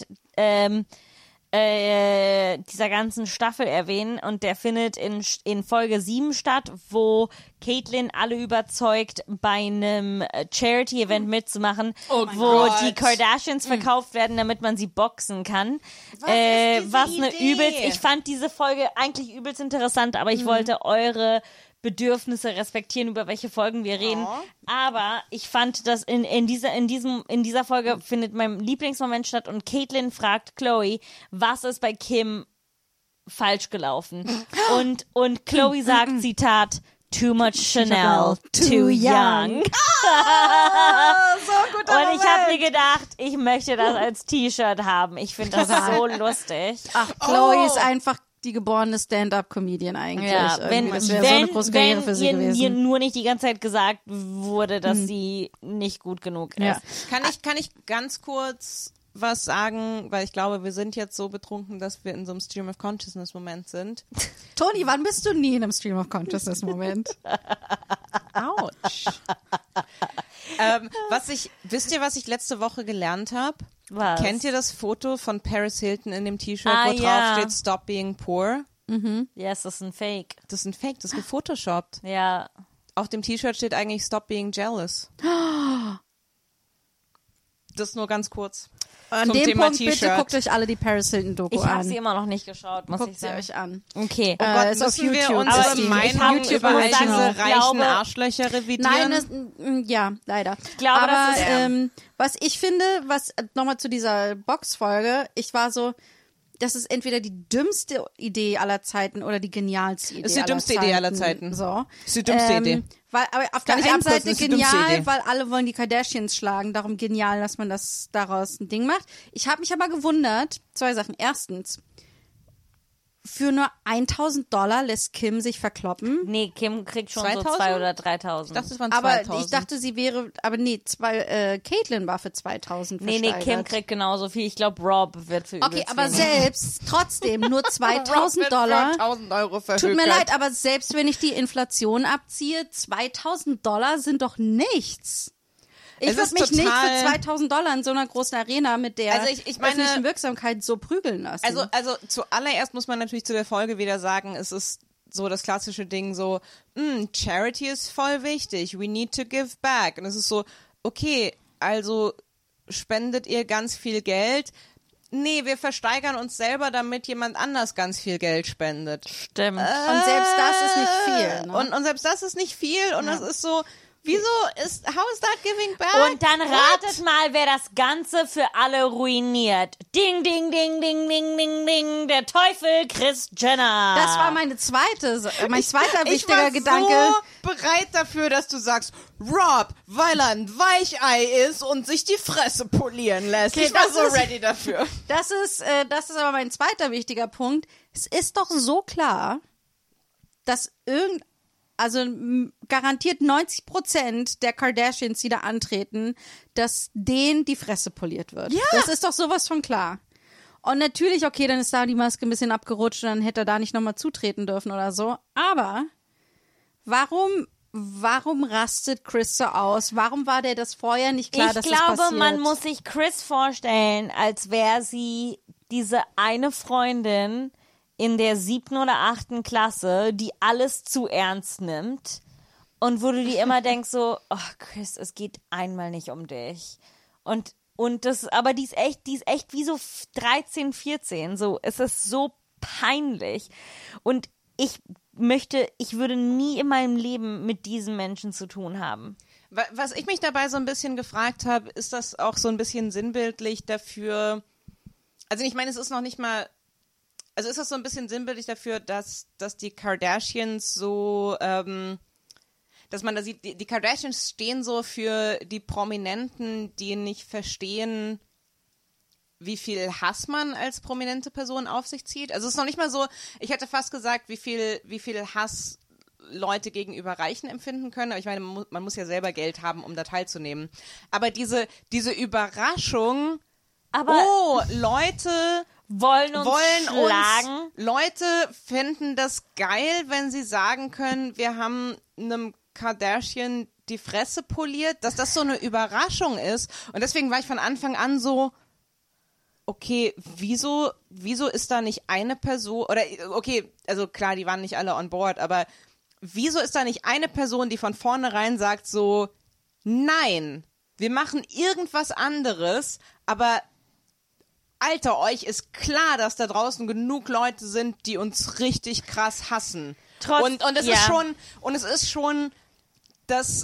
dieser ganzen Staffel erwähnen, und der findet in Folge 7 statt, wo Caitlyn alle überzeugt, bei einem Charity-Event mitzumachen, wo Gott. die Kardashians verkauft werden, damit man sie boxen kann. Was ist diese was eine Idee? ich fand diese Folge eigentlich übelst interessant, aber ich wollte eure Bedürfnisse respektieren, über welche Folgen wir reden. Aber ich fand, dass in dieser Folge findet mein Lieblingsmoment statt und Caitlin fragt Chloe, was ist bei Kim falsch gelaufen? Und Chloe sagt, Zitat, too much Chanel, too young. So guter Und ich habe mir gedacht, ich möchte das als T-Shirt haben. Ich finde das so lustig. Ach, Chloe ist einfach die geborene Stand-up-Comedian eigentlich. Ja, Das wäre so eine große Karriere für sie gewesen. Ihr nur nicht die ganze Zeit gesagt wurde, dass sie nicht gut genug ist. Ja. Kann ich ganz kurz was sagen, weil ich glaube, wir sind jetzt so betrunken, dass wir in so einem Stream of Consciousness Moment sind. Toni, wann bist du nie in einem Stream of Consciousness Moment? Autsch. Wisst ihr, was ich letzte Woche gelernt habe? Was? Kennt ihr das Foto von Paris Hilton in dem T-Shirt, wo ja. drauf steht Stop being poor? Ja, es ist ein Fake. Das ist ein Fake, das ist gefotoshoppt. Ja. Auf dem T-Shirt steht eigentlich Stop being jealous. Das nur ganz kurz. An Zum dem Thema Punkt bitte T-Shirt. guckt euch alle die Paris Hilton Doku Ich an. habe sie immer noch nicht geschaut, muss Guckt ich sie sagen. euch an. Okay. Oh Gott, ist auf müssen wir YouTube. uns Aber die ich Meinung hab über all sagen, diese ich reichen glaube- Arschlöcher revidieren? Nein, ja, leider. Ich glaube, aber das ist- was ich finde, nochmal zu dieser Box-Folge, ich war so, das ist entweder die dümmste Idee aller Zeiten oder die genialste Idee Ist die dümmste Idee aller Zeiten. So. Ist die dümmste Idee. Weil, aber auf Kann der ich einen abkürzen, Seite ist die dümmste genial, Idee. weil alle wollen die Kardashians schlagen, darum genial, dass man daraus ein Ding macht. Ich habe mich aber gewundert, 2 Sachen. Erstens, für nur $1.000 lässt Kim sich verkloppen. Nee, Kim kriegt schon 2000? so 2.000 oder 3.000. Ich dachte, es waren Aber 2000. ich dachte, sie wäre, aber nee, Caitlin war für 2.000 Nee, versteigert. Kim kriegt genauso viel. Ich glaube, Rob wird für Okay, übelst aber wenig. selbst, trotzdem, nur $2.000. €1.000 verhökert. Tut mir leid, aber selbst wenn ich die Inflation abziehe, $2.000 sind doch nichts. Ich Es würde ist mich nicht total- für $2.000 in so einer großen Arena mit der Also ich meine- öffentlichen Wirksamkeit so prügeln lassen. Also zuallererst muss man natürlich zu der Folge wieder sagen, es ist so das klassische Ding so, Charity ist voll wichtig, we need to give back. Und es ist so, okay, also spendet ihr ganz viel Geld? Nee, wir versteigern uns selber, damit jemand anders ganz viel Geld spendet. Stimmt. und selbst das ist nicht viel. Ne? Und selbst das ist nicht viel und es ist so, wieso how is that giving back? Und dann ratet mal, wer das Ganze für alle ruiniert. Ding, ding, ding, ding, ding, ding, ding. Der Teufel, Kris Jenner. Das war mein zweiter Ich wichtiger war Gedanke. so bereit dafür, dass du sagst, Rob, weil er ein Weichei ist und sich die Fresse polieren lässt. Okay, Ich war das so ist- ready dafür. Das ist aber mein zweiter wichtiger Punkt. Es ist doch so klar, dass garantiert 90% der Kardashians, die da antreten, dass denen die Fresse poliert wird. Ja. Das ist doch sowas von klar. Und natürlich, okay, dann ist da die Maske ein bisschen abgerutscht und dann hätte er da nicht nochmal zutreten dürfen oder so. Aber warum rastet Kris so aus? Warum war der das vorher nicht klar, dass Ich das glaube, passiert? man muss sich Kris vorstellen, als wäre sie diese eine Freundin in der 7. oder 8. Klasse, die alles zu ernst nimmt und wo du dir immer denkst so, oh Kris, es geht einmal nicht um dich. Und das, aber die ist echt wie so 13, 14, so, es ist so peinlich. Und ich würde nie in meinem Leben mit diesen Menschen zu tun haben. Was ich mich dabei so ein bisschen gefragt habe, ist das auch so ein bisschen sinnbildlich dafür, also ich meine, es ist noch nicht mal, also ist das so ein bisschen sinnbildlich dafür, dass die Kardashians so, dass man da sieht, die Kardashians stehen so für die Prominenten, die nicht verstehen, wie viel Hass man als prominente Person auf sich zieht. Also es ist noch nicht mal so, ich hätte fast gesagt, wie viel Hass Leute gegenüber Reichen empfinden können. Aber ich meine, man muss ja selber Geld haben, um da teilzunehmen. Aber diese Überraschung, Leute Wollen uns schlagen. Leute finden das geil, wenn sie sagen können, wir haben einem Kardashian die Fresse poliert, dass das so eine Überraschung ist. Und deswegen war ich von Anfang an so, okay, wieso ist da nicht eine Person, oder okay, also klar, die waren nicht alle on board, aber wieso ist da nicht eine Person, die von vornherein sagt so, nein, wir machen irgendwas anderes, aber Alter, euch ist klar, dass da draußen genug Leute sind, die uns richtig krass hassen. Und es ist schon dass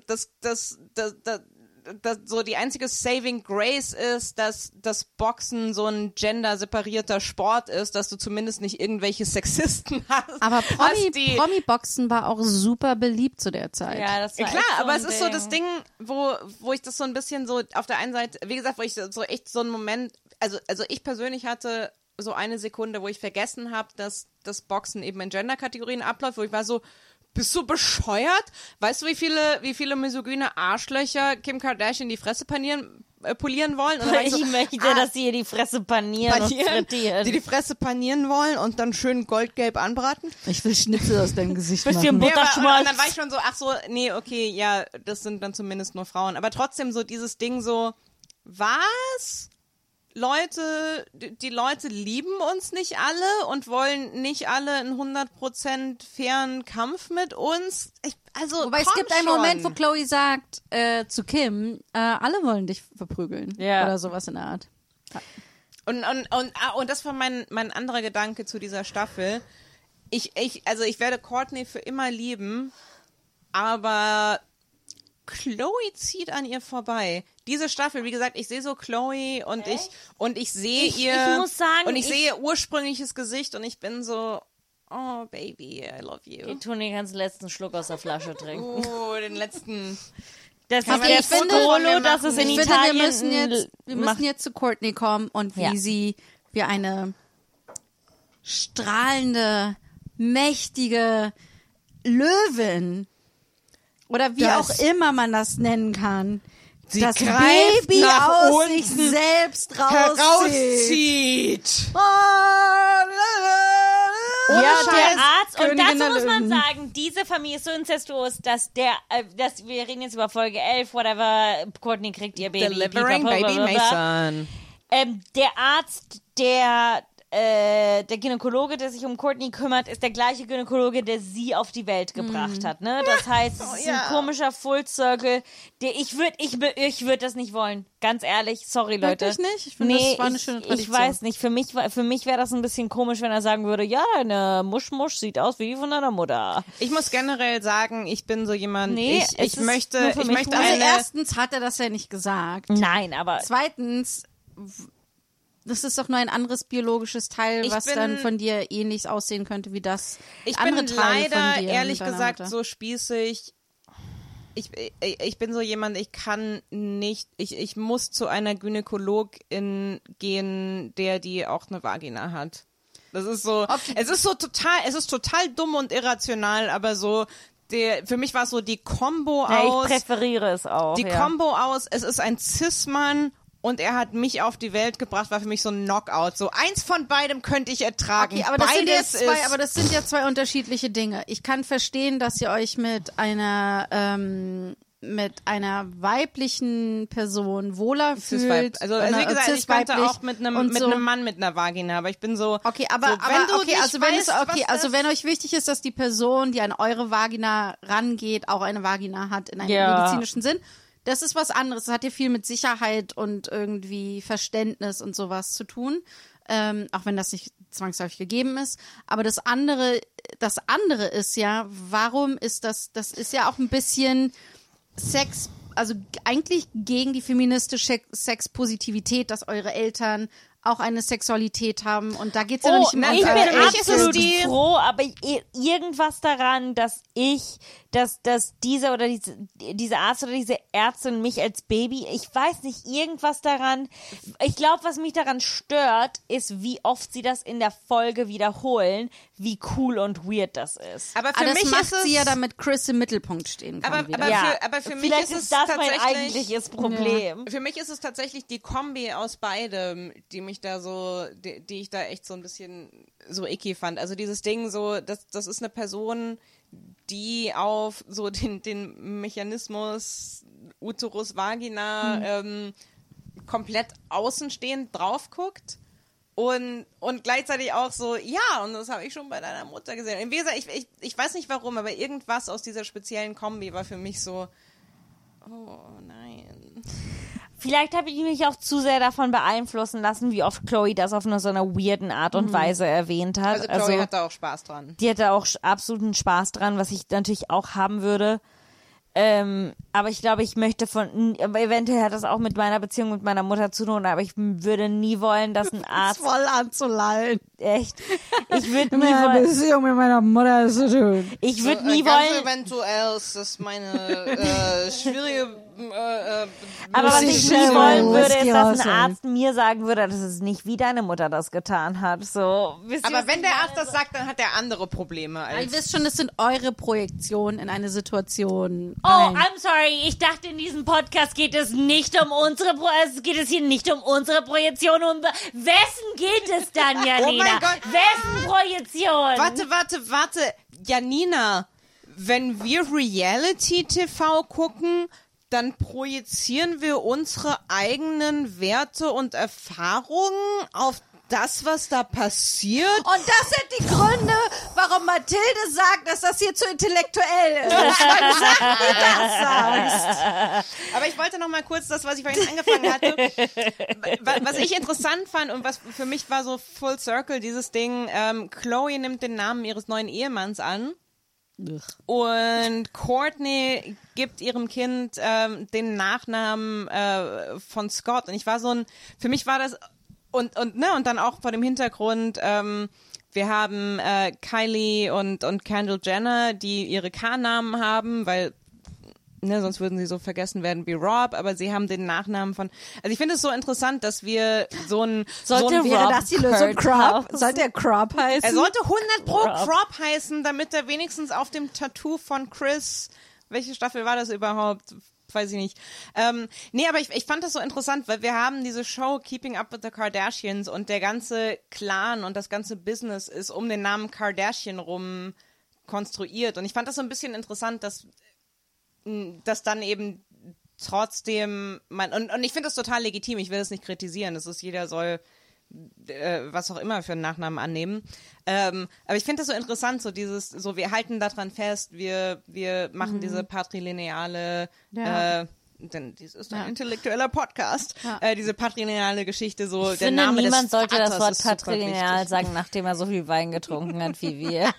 so die einzige Saving Grace ist, dass das Boxen so ein genderseparierter Sport ist, dass du zumindest nicht irgendwelche Sexisten hast. Aber Promi-Boxen war auch super beliebt zu der Zeit. Ja, das war klar, echt so aber ein es ist so Ding. das Ding, wo ich das so ein bisschen so auf der einen Seite, wie gesagt, wo ich so echt so einen Moment, also ich persönlich hatte so eine Sekunde, wo ich vergessen habe, dass das Boxen eben in Gender-Kategorien abläuft, wo ich war so, bist du bescheuert? Weißt du, wie viele misogyne Arschlöcher Kim Kardashian die Fresse polieren wollen? Und Ich möchte, dass sie ihr die Fresse panieren und frittieren. Die Fresse panieren wollen und dann schön goldgelb anbraten? Ich will Schnitzel aus deinem Gesicht Bisschen machen. Butterschmalz. Und dann war ich schon so, ach so, nee, okay, ja, das sind dann zumindest nur Frauen. Aber trotzdem so dieses Ding so, was? Leute, die Leute lieben uns nicht alle und wollen nicht alle einen 100% fairen Kampf mit uns. Wobei es gibt einen Moment, wo Chloe sagt zu Kim, alle wollen dich verprügeln. Ja. Oder sowas in der Art. Und das war mein anderer Gedanke zu dieser Staffel. Ich werde Courtney für immer lieben, aber Chloe zieht an ihr vorbei. Diese Staffel, wie gesagt, ich sehe so Chloe und ich sehe ihr ich muss sagen, und ich sehe ihr ursprüngliches Gesicht und ich bin so, oh Baby, I love you. Okay, Toni, kannst den letzten Schluck aus der Flasche trinken. Den letzten. Das ist Aber der ich finde- Solo, dass es in Ich finde, Italien wir müssen jetzt zu Courtney kommen und wie eine strahlende, mächtige Löwin oder wie auch immer man das nennen kann, Sie das greift Baby nach aus unten sich selbst herauszieht. Ja, Scheiß, der Arzt, und Königin dazu der muss man Löwen. sagen, diese Familie ist so incestuös, dass wir reden jetzt über Folge 11, whatever, Courtney kriegt ihr Baby. Delivering pipapo, Baby blablabla. Mason. Der Arzt, der Gynäkologe, der sich um Courtney kümmert, ist der gleiche Gynäkologe, der sie auf die Welt gebracht hat, ne? Das heißt, es ist ein komischer Full Circle, ich würde das nicht wollen. Ganz ehrlich, sorry, Leute. Wirklich nicht? Ich finde, das war eine schöne Tradition. Ich weiß nicht, für mich wäre das ein bisschen komisch, wenn er sagen würde, ja, deine Musch sieht aus wie die von deiner Mutter. Ich muss generell sagen, ich bin so jemand, Nee, es ich ist möchte nur für mich eine... Also erstens hat er das ja nicht gesagt. Nein, aber Zweitens, das ist doch nur ein anderes biologisches Teil, Ich was bin- dann von dir ähnlich aussehen könnte wie das Ich andere bin Teile leider, von dir ehrlich und deiner gesagt, Mutter. so spießig. Ich bin so jemand, ich kann nicht, ich muss zu einer Gynäkologin gehen, die auch eine Vagina hat. Das ist so, Okay. es ist total dumm und irrational, aber so, für mich war es so die Kombo ja, aus, ich präferiere es auch. die ja. Kombo aus, es ist ein Cis-Mann und er hat mich auf die Welt gebracht, war für mich so ein Knockout. So, eins von beidem könnte ich ertragen. Okay, aber das sind Beides jetzt zwei, ist, aber das sind ja zwei unterschiedliche Dinge. Ich kann verstehen, dass ihr euch mit einer weiblichen Person wohler Cis-Weib. fühlt. Also wie gesagt, ich könnte auch mit einem Mann mit einer Vagina, aber ich bin so. Okay, so, wenn euch wichtig ist, dass die Person, die an eure Vagina rangeht, auch eine Vagina hat in einem Ja. medizinischen Sinn, das ist was anderes. Das hat ja viel mit Sicherheit und irgendwie Verständnis und sowas zu tun, auch wenn das nicht zwangsläufig gegeben ist. Aber das andere ist ja, warum ist das ist ja auch ein bisschen Sex, also eigentlich gegen die feministische Sexpositivität, dass eure Eltern auch eine Sexualität haben und da geht's ja noch nicht immer ich um bin für mich ist es absolut die- froh, aber irgendwas daran, dass dieser oder diese Arzt oder diese Ärztin mich als Baby, ich weiß nicht, irgendwas daran, ich glaube, was mich daran stört, ist, wie oft sie das in der Folge wiederholen, wie cool und weird das ist. Aber für Aber das mich macht ist es, sie ja, damit Chris im Mittelpunkt stehen kann. wieder. aber für mich Vielleicht ist es das mein tatsächlich eigentliches Problem. Für mich ist es tatsächlich die Kombi aus beidem, die mich da so, die ich da echt so ein bisschen so icky fand. Also dieses Ding so, das ist eine Person, die auf so den Mechanismus Uterus Vagina komplett außenstehend drauf guckt. Und gleichzeitig auch so, ja, und das habe ich schon bei deiner Mutter gesehen. Und wie gesagt, ich weiß nicht warum, aber irgendwas aus dieser speziellen Kombi war für mich so, oh nein. Vielleicht habe ich mich auch zu sehr davon beeinflussen lassen, wie oft Chloe das auf so einer weirden Art und Weise erwähnt hat. Also Chloe hat da auch Spaß dran. Die hatte auch absoluten Spaß dran, was ich natürlich auch haben würde. Aber ich glaube, ich möchte eventuell hat das auch mit meiner Beziehung mit meiner Mutter zu tun, aber ich würde nie wollen, dass ein Arzt... voll anzulallen. Echt? Ich würde nie wollen... Beziehung mit meiner Mutter zu tun. Ich würde nie ganz wollen... eventuell ist das meine schwierige... aber was ich schnell nie wollen würde, Whisky ist, dass ein rausholen. Arzt mir sagen würde, dass es nicht wie deine Mutter das getan hat. So, wisst ihr, Aber was wenn ich der meine? Arzt das sagt, dann hat er andere Probleme Ihr als... wisst schon, es sind eure Projektionen in eine Situation. Oh, I'm sorry. Ich dachte, in diesem Podcast geht es nicht um unsere Projektion. Um wessen geht es dann, Janina? Oh mein Gott. Wessen Projektion? Warte. Janina, wenn wir Reality-TV gucken, dann projizieren wir unsere eigenen Werte und Erfahrungen auf das, was da passiert. Und das sind die Gründe, warum Mathilde sagt, dass das hier zu intellektuell ist. Weil du das sagst. Aber ich wollte noch mal kurz das, was ich vorhin angefangen hatte, was ich interessant fand und was für mich war so Full Circle, dieses Ding, Chloe nimmt den Namen ihres neuen Ehemanns an. Und Courtney gibt ihrem Kind den Nachnamen von Scott. Und ich war für mich war das und dann auch vor dem Hintergrund, wir haben Kylie und Kendall Jenner, die ihre K-Namen haben, weil sonst würden sie so vergessen werden wie Rob, aber sie haben den Nachnamen von, also ich finde es so interessant, dass wir Wäre das die Lösung, Crop? Sollte er Crop heißen? Er sollte 100 pro Crop heißen, damit er wenigstens auf dem Tattoo von Chris, welche Staffel war das überhaupt? Weiß ich nicht. Aber ich fand das so interessant, weil wir haben diese Show Keeping Up with the Kardashians und der ganze Clan und das ganze Business ist um den Namen Kardashian rum konstruiert und ich fand das so ein bisschen interessant, dass dann eben trotzdem und ich finde das total legitim, ich will das nicht kritisieren, jeder soll was auch immer für einen Nachnamen annehmen. Aber ich finde das so interessant, wir halten daran fest, wir machen diese patrilineale, denn dies ist ein intellektueller Podcast, diese patrilineale Geschichte, so Ich der finde, Name niemand des sollte Vaters das Wort ist super patrilineal wichtig. sagen, nachdem er so viel Wein getrunken hat wie wir.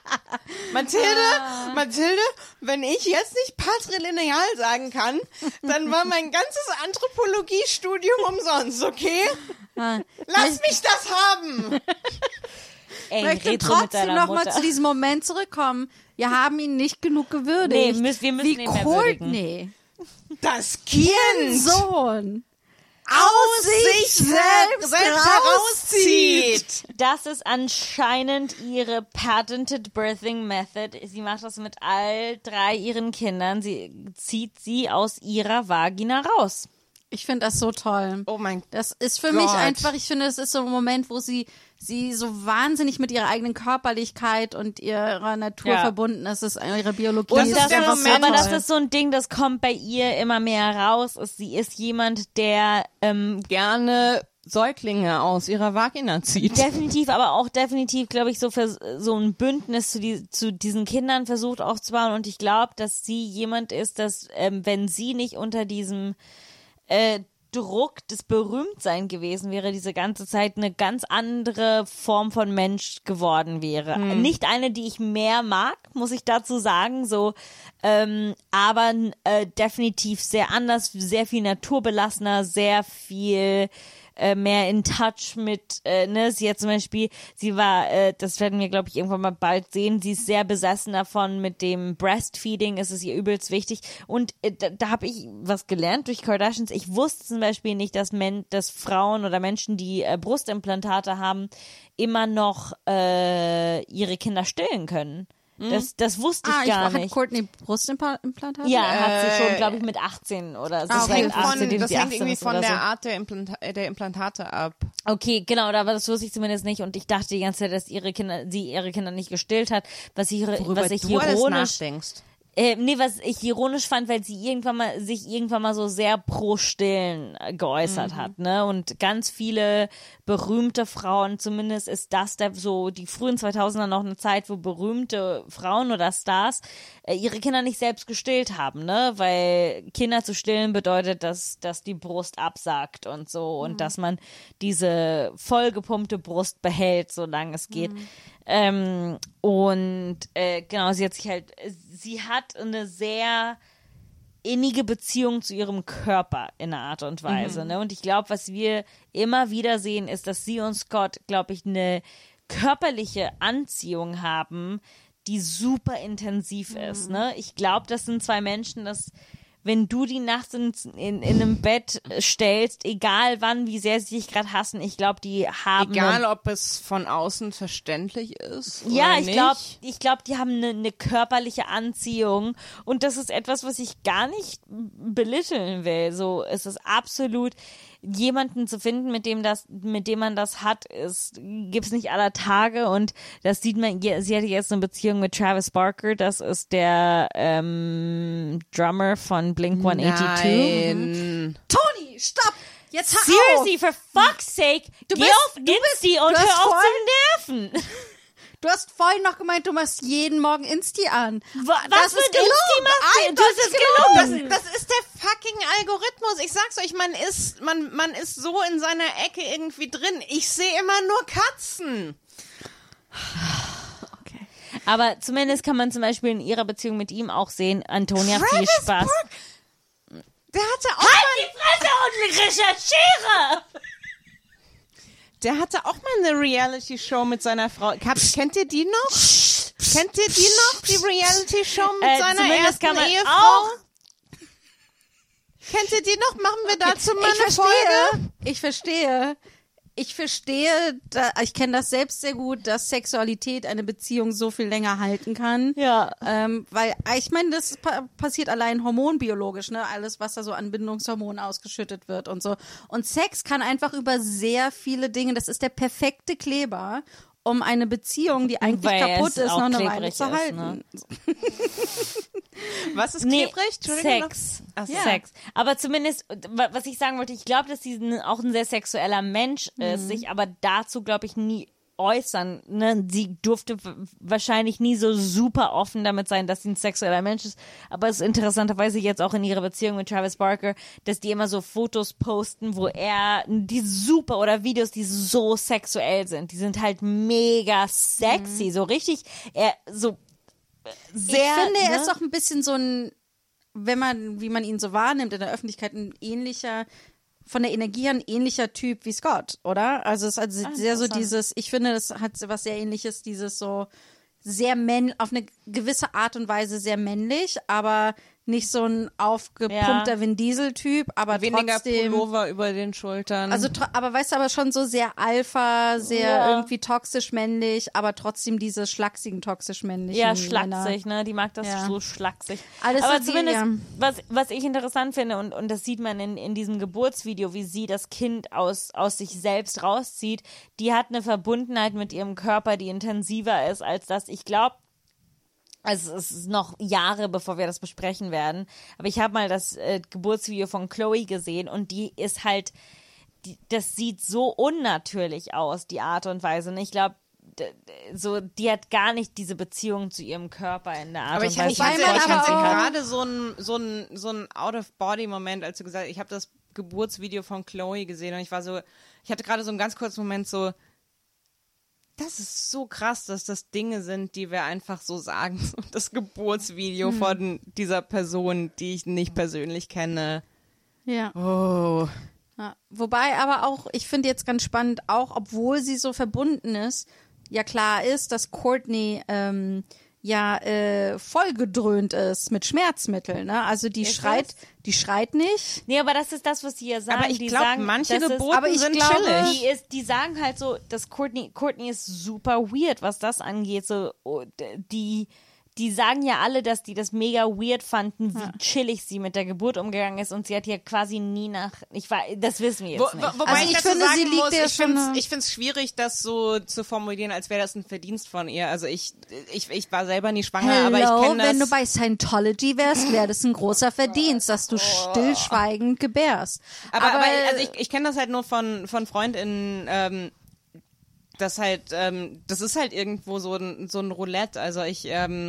Mathilde, wenn ich jetzt nicht patrilineal sagen kann, dann war mein ganzes Anthropologiestudium umsonst, okay? Lass mich das haben! Ey, Ich möchte red so mit trotzdem deiner noch mal Mutter. zu diesem Moment zurückkommen. Wir haben ihn nicht genug gewürdigt. Nee, wir müssen wie ihn mehr würdigen. Courtney, Das ihren Kind Sohn, aus sich selbst herauszieht! Das ist anscheinend ihre patented birthing method. Sie macht das mit all 3 ihren Kindern. Sie zieht sie aus ihrer Vagina raus. Ich finde das so toll. Oh mein Das ist für Gott. mich einfach, ich finde, das ist so ein Moment, wo sie so wahnsinnig mit ihrer eigenen Körperlichkeit und ihrer Natur verbunden ist. Es ist ihre Biologie. Und Das der ist, Moment, aber das ist so ein Ding, das kommt bei ihr immer mehr raus. Sie ist jemand, der gerne Säuglinge aus ihrer Vagina zieht. definitiv, aber auch definitiv, glaube ich, so ein Bündnis zu diesen Kindern versucht aufzubauen. Und ich glaube, dass sie jemand ist, dass wenn sie nicht unter diesem Druck des Berühmtsein gewesen wäre, diese ganze Zeit eine ganz andere Form von Mensch geworden wäre. Nicht eine, die ich mehr mag, muss ich dazu sagen, aber definitiv sehr anders, sehr viel naturbelassener, sehr viel mehr in Touch mit, sie hat zum Beispiel, sie war, das werden wir, glaube ich, irgendwann mal bald sehen, sie ist sehr besessen davon, mit dem Breastfeeding ist es ihr übelst wichtig und da habe ich was gelernt durch Kardashians. Ich wusste zum Beispiel nicht, dass Frauen oder Menschen, die Brustimplantate haben, immer noch ihre Kinder stillen können. Das wusste ich gar nicht. Hat Courtney Brustimplantate? Ja, hat sie schon, glaube ich, mit 18 oder so. Das Seit hängt 18, seitdem das sie hängt 18 irgendwie ist von oder der so. Art der Implantate ab. Okay, genau, aber das wusste ich zumindest nicht und ich dachte die ganze Zeit, dass sie ihre Kinder nicht gestillt hat, was ich Worüber du alles ironisch. nachdenkst. Was ich ironisch fand, weil sie sich irgendwann mal so sehr pro Stillen geäußert hat, ne? Und ganz viele berühmte Frauen, zumindest ist das so die frühen 2000er noch eine Zeit, wo berühmte Frauen oder Stars ihre Kinder nicht selbst gestillt haben, ne? Weil Kinder zu stillen bedeutet, dass die Brust absackt und so und dass man diese vollgepumpte Brust behält, solange es geht. Genau, sie hat eine sehr innige Beziehung zu ihrem Körper in einer Art und Weise, ne? Und ich glaube, was wir immer wieder sehen, ist, dass sie und Scott, glaube ich, eine körperliche Anziehung haben, die super intensiv ist, ne? Ich glaube, das sind zwei Menschen, wenn du die nachts in einem Bett stellst, egal wann, wie sehr sie dich gerade hassen, ich glaube, die haben... Egal, ob es von außen verständlich ist ja, oder nicht. ich glaube, die haben eine körperliche Anziehung und das ist etwas, was ich gar nicht belitteln will. So, es ist absolut... Jemanden zu finden, mit dem man das hat, gibt's nicht aller Tage und das sieht man, sie hatte jetzt eine Beziehung mit Travis Barker, das ist der Drummer von Blink-182. Nein. Toni, stopp! Jetzt hör Seriously, auf! for fuck's sake, geh auf Insti und hör auf zu nerven. Du hast vorhin noch gemeint, du machst jeden Morgen Insti an. Was für ein Insti machst du? Das ist gelogen. Das ist der fucking Algorithmus. Ich sag's euch, man ist so in seiner Ecke irgendwie drin. Ich sehe immer nur Katzen. Okay. Aber zumindest kann man zum Beispiel in ihrer Beziehung mit ihm auch sehen, Antonia, viel Spaß. Der hatte auch Halt die Fresse und recherchiere! Der hatte auch mal eine Reality-Show mit seiner Frau. Kennt ihr die noch? Kennt ihr die noch, die Reality-Show mit seiner ersten Ehefrau? Kennt ihr die noch? Machen wir dazu mal eine Folge? Ich verstehe. Ich kenne das selbst sehr gut, dass Sexualität eine Beziehung so viel länger halten kann. Ja. Weil, ich meine, das passiert allein hormonbiologisch, ne? Alles, was da so an Bindungshormonen ausgeschüttet wird und so. Und Sex kann einfach über sehr viele Dinge, das ist der perfekte Kleber, um eine Beziehung, die eigentlich kaputt ist, noch eine Weile zu halten. Ne? Was ist klebrig? Sex. Sex. Aber zumindest, was ich sagen wollte, ich glaube, dass sie auch ein sehr sexueller Mensch ist, sich aber dazu, glaube ich, nie äußern. Ne? Sie durfte wahrscheinlich nie so super offen damit sein, dass sie ein sexueller Mensch ist. Aber es ist interessanterweise jetzt auch in ihrer Beziehung mit Travis Barker, dass die immer so Fotos posten, wo oder Videos, die so sexuell sind. Die sind halt mega sexy. So richtig, sehr. Ich finde, er ist auch ein bisschen so ein, wie man ihn so wahrnimmt in der Öffentlichkeit, von der Energie her ein ähnlicher Typ wie Scott, oder? Also es ist sehr so dieses, ich finde, das hat was sehr Ähnliches, dieses so sehr auf eine gewisse Art und Weise sehr männlich, aber nicht so ein aufgepumpter Vin Diesel-Typ, aber weniger trotzdem Pullover über den Schultern. Also, aber weißt du, aber schon so sehr Alpha, sehr irgendwie toxisch männlich, aber trotzdem diese schlachsigen toxisch männlichen Ja, schlaksig, Männer. ne? Die mag das so schlaksig. Alles aber so zumindest, was ich interessant finde, und das sieht man in diesem Geburtsvideo, wie sie das Kind aus sich selbst rauszieht, die hat eine Verbundenheit mit ihrem Körper, die intensiver ist als das. Ich glaube, also es ist noch Jahre, bevor wir das besprechen werden. Aber ich habe mal das Geburtsvideo von Chloe gesehen und die ist halt, das sieht so unnatürlich aus, die Art und Weise. Und ich glaube, die hat gar nicht diese Beziehung zu ihrem Körper in der Art und Weise. Ich hatte gerade so ein Out-of-Body-Moment, als du gesagt hast, ich habe das Geburtsvideo von Chloe gesehen und ich hatte gerade so einen ganz kurzen Moment so, das ist so krass, dass das Dinge sind, die wir einfach so sagen. Das Geburtsvideo von dieser Person, die ich nicht persönlich kenne. Ja. Oh. Ja. Wobei aber auch, ich finde jetzt ganz spannend, auch obwohl sie so verbunden ist, ja klar ist, dass Courtney vollgedröhnt ist mit Schmerzmitteln, ne? Also die schreit nicht. Nee, aber das ist das, was sie ja sagen. Aber ich glaube, manche Geburten sind chillig. Die sagen halt so, dass Courtney ist super weird, was das angeht. So, die die sagen ja alle, dass die das mega weird fanden, wie chillig sie mit der Geburt umgegangen ist und sie hat ja quasi nie das wissen wir jetzt nicht. Wobei ich finde, sie liegt ja schon. Ich finde es schwierig, das so zu formulieren, als wäre das ein Verdienst von ihr. Also ich war selber nie schwanger, aber ich kenne das. Wenn du bei Scientology wärst, wäre das ein großer Verdienst, dass du stillschweigend gebärst. Aber also ich kenne das halt nur von FreundInnen, das halt, das ist halt irgendwo so ein Roulette. Also ich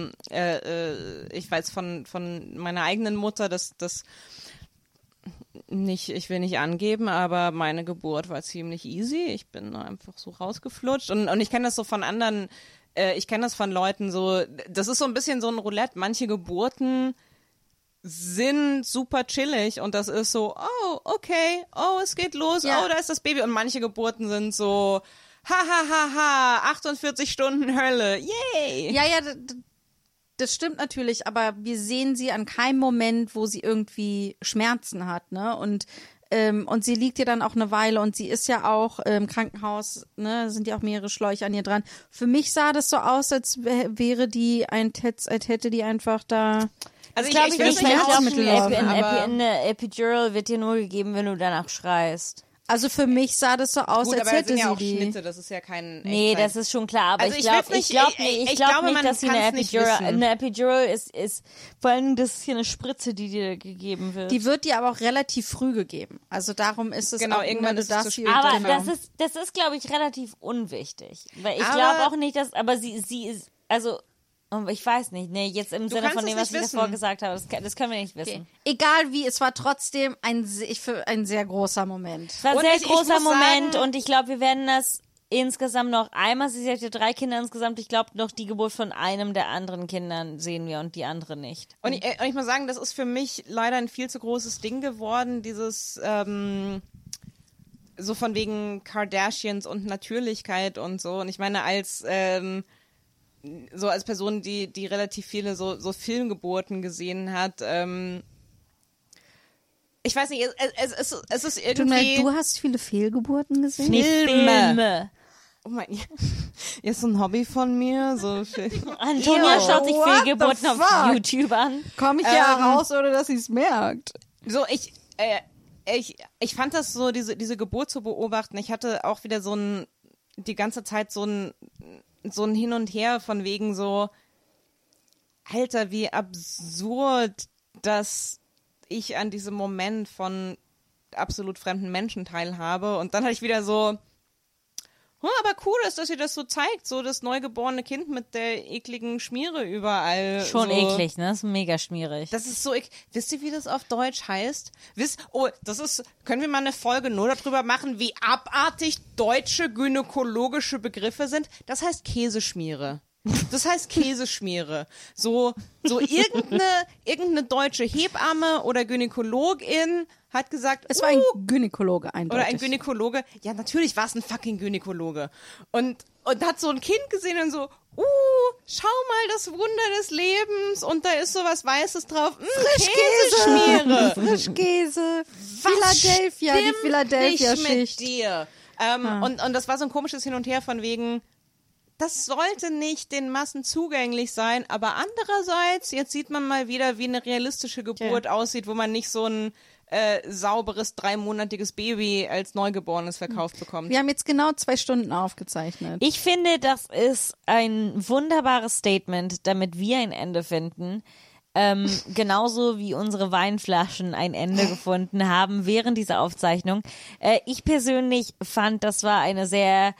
weiß von meiner eigenen Mutter, dass das nicht, ich will nicht angeben, aber meine Geburt war ziemlich easy. Ich bin einfach so rausgeflutscht und ich kenne das so von anderen, ich kenne das von Leuten so, das ist so ein bisschen so ein Roulette. Manche Geburten sind super chillig und das ist so, oh, okay, oh, es geht los, oh, da ist das Baby und manche Geburten sind so, ha, ha, ha, ha, 48 Stunden Hölle, yay! Ja, das stimmt natürlich, aber wir sehen sie an keinem Moment, wo sie irgendwie Schmerzen hat, ne? Und sie liegt ja dann auch eine Weile und sie ist ja auch im Krankenhaus, ne? Sind ja auch mehrere Schläuche an ihr dran. Für mich sah das so aus, als wäre die als hätte die einfach da. Also ich glaube, aber eine Epidural wird dir nur gegeben, wenn du danach schreist. Also für mich sah das so aus, gut, als aber hätte das sind ja auch sie die. Schnitte, das ist ja kein Nee, Echtzeit. das ist schon klar, aber Also ich glaube nicht, dass sie eine Epidural ist vor allem, das ist hier eine Spritze, die dir gegeben wird. Die wird dir aber auch relativ früh gegeben. Also darum ist es Genau, auch irgendwann du ist es darfst zu sie spät. aber genau. das ist glaube ich relativ unwichtig, weil ich Aber- glaube auch nicht, dass, aber sie ist, also ich weiß nicht, ne, jetzt im Sinne kannst von es dem, was nicht ich wissen. davor gesagt habe, das können wir nicht wissen. Okay. Egal wie, es war trotzdem ein sehr großer Moment. Es war ein Und sehr ich großer muss Moment sagen- und ich glaube, wir werden das insgesamt noch einmal, sie hat ja 3 Kinder insgesamt, ich glaube noch die Geburt von einem der anderen Kindern sehen wir und die andere nicht. Und ich muss sagen, das ist für mich leider ein viel zu großes Ding geworden, dieses so von wegen Kardashians und Natürlichkeit und so. Und ich meine, als Person, die relativ viele so Filmgeburten gesehen hat, ich weiß nicht, es ist irgendwie... Du hast viele Fehlgeburten gesehen? Filme. Oh mein, ist so ein Hobby von mir. So Antonia schaut sich what Fehlgeburten the auf fuck? YouTube an. Komme ich ja raus, ohne dass sie es merkt. So, ich fand das so, diese Geburt zu beobachten. Ich hatte auch wieder die ganze Zeit so ein Hin und Her von wegen so, Alter, wie absurd, dass ich an diesem Moment von absolut fremden Menschen teilhabe. Und dann hatte ich wieder so, aber cool ist, dass ihr das so zeigt, so das neugeborene Kind mit der ekligen Schmiere überall. Schon so. eklig, ne? Das ist mega schmierig. Das ist so, wisst ihr, wie das auf Deutsch heißt? Können wir mal eine Folge nur darüber machen, wie abartig deutsche gynäkologische Begriffe sind? Das heißt Käseschmiere. Das heißt Käseschmiere. So irgendeine deutsche Hebamme oder Gynäkologin hat gesagt, Es war ein Gynäkologe eindeutig. oder ein Gynäkologe. Ja, natürlich war es ein fucking Gynäkologe. Und hat so ein Kind gesehen und so, schau mal, das Wunder des Lebens. Und da ist so was Weißes drauf. Käseschmiere. Frischkäse. Was Philadelphia, die stimmt Philadelphia-Schicht. nicht mit dir? Und das war so ein komisches Hin und Her von wegen, das sollte nicht den Massen zugänglich sein, aber andererseits, jetzt sieht man mal wieder, wie eine realistische Geburt aussieht, wo man nicht so ein sauberes 3-monatiges Baby als Neugeborenes verkauft bekommt. Wir haben jetzt genau 2 Stunden aufgezeichnet. Ich finde, das ist ein wunderbares Statement, damit wir ein Ende finden. Genauso wie unsere Weinflaschen ein Ende gefunden haben während dieser Aufzeichnung. Ich persönlich fand, das war eine sehr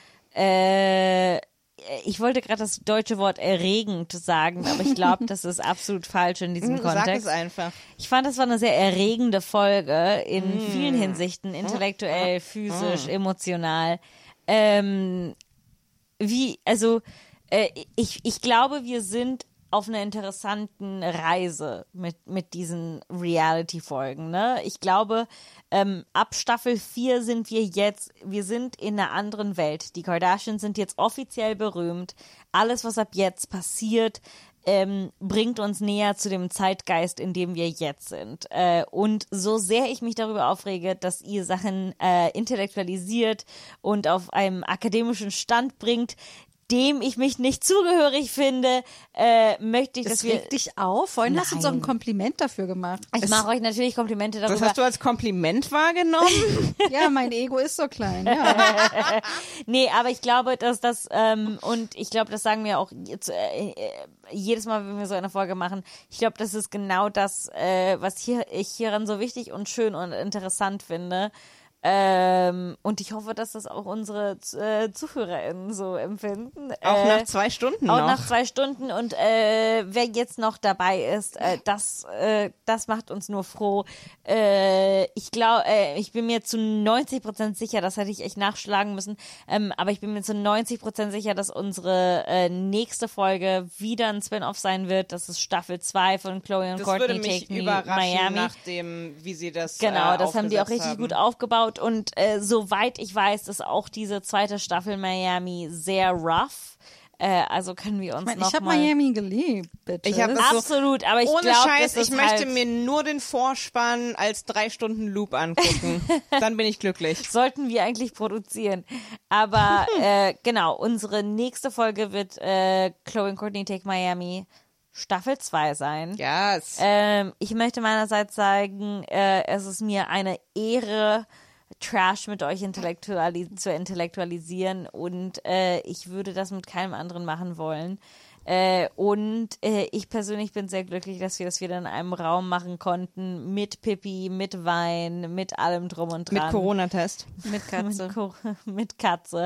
ich wollte gerade das deutsche Wort erregend sagen, aber ich glaube, das ist absolut falsch in diesem Kontext. Sag es einfach. Ich fand, das war eine sehr erregende Folge in vielen Hinsichten, intellektuell, physisch, emotional. Ich glaube, wir sind auf einer interessanten Reise mit diesen Reality-Folgen, ne? Ich glaube, ab Staffel 4 sind wir sind in einer anderen Welt. Die Kardashians sind jetzt offiziell berühmt. Alles, was ab jetzt passiert, bringt uns näher zu dem Zeitgeist, in dem wir jetzt sind. Und so sehr ich mich darüber aufrege, dass ihr Sachen intellektualisiert und auf einem akademischen Stand bringt, dem ich mich nicht zugehörig finde, möchte ich, dass wir... Das regt dich auf? Vorhin hast du uns doch ein Kompliment dafür gemacht. Ich mache euch natürlich Komplimente darüber. Das hast du als Kompliment wahrgenommen? Ja, mein Ego ist so klein, ja. Nee, aber ich glaube, dass das, und ich glaube, das sagen wir auch jetzt, jedes Mal, wenn wir so eine Folge machen, ich glaube, das ist genau das, was ich hieran so wichtig und schön und interessant finde. Und ich hoffe, dass das auch unsere ZuhörerInnen so empfinden. Auch nach 2 Stunden auch noch. Auch nach 2 Stunden. Und wer jetzt noch dabei ist, das macht uns nur froh. Ich glaube, ich bin mir zu 90% sicher, das hätte ich echt nachschlagen müssen, aber ich bin mir zu 90% sicher, dass unsere nächste Folge wieder ein Spin-Off sein wird. Das ist Staffel 2 von Chloe und Courtney Take Me Miami. Das würde mich überraschen, nachdem, wie sie das Genau, das haben die auch richtig haben. gut aufgebaut. Und soweit ich weiß, ist auch diese 2. Staffel Miami sehr rough. Also können wir uns Ich habe Miami geliebt, bitte. Ich habe absolut, aber ich ohne glaube, Scheiß, das ich ist möchte halt, mir nur den Vorspann als 3 Stunden Loop angucken. Dann bin ich glücklich. sollten wir eigentlich produzieren. Aber genau, unsere nächste Folge wird Chloe und Courtney Take Miami Staffel 2 sein. Yes. Ich möchte meinerseits sagen, es ist mir eine Ehre, Trash mit euch zu intellektualisieren und ich würde das mit keinem anderen machen wollen. Und ich persönlich bin sehr glücklich, dass wir das wieder in einem Raum machen konnten, mit Pippi, mit Wein, mit allem drum und dran. Mit Corona-Test. mit Katze. Mit Katze.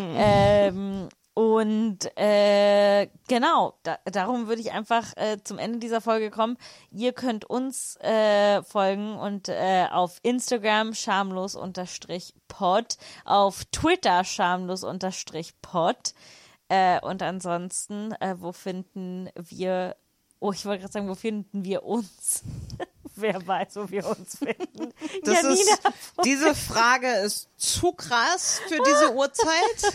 Und genau, darum würde ich einfach zum Ende dieser Folge kommen. Ihr könnt uns folgen und auf Instagram schamlos_pod, auf Twitter schamlos_pod und ansonsten, wo finden wir, ich wollte gerade sagen, wo finden wir uns? Wer weiß, wo wir uns finden. Diese Frage ist zu krass für diese Uhrzeit.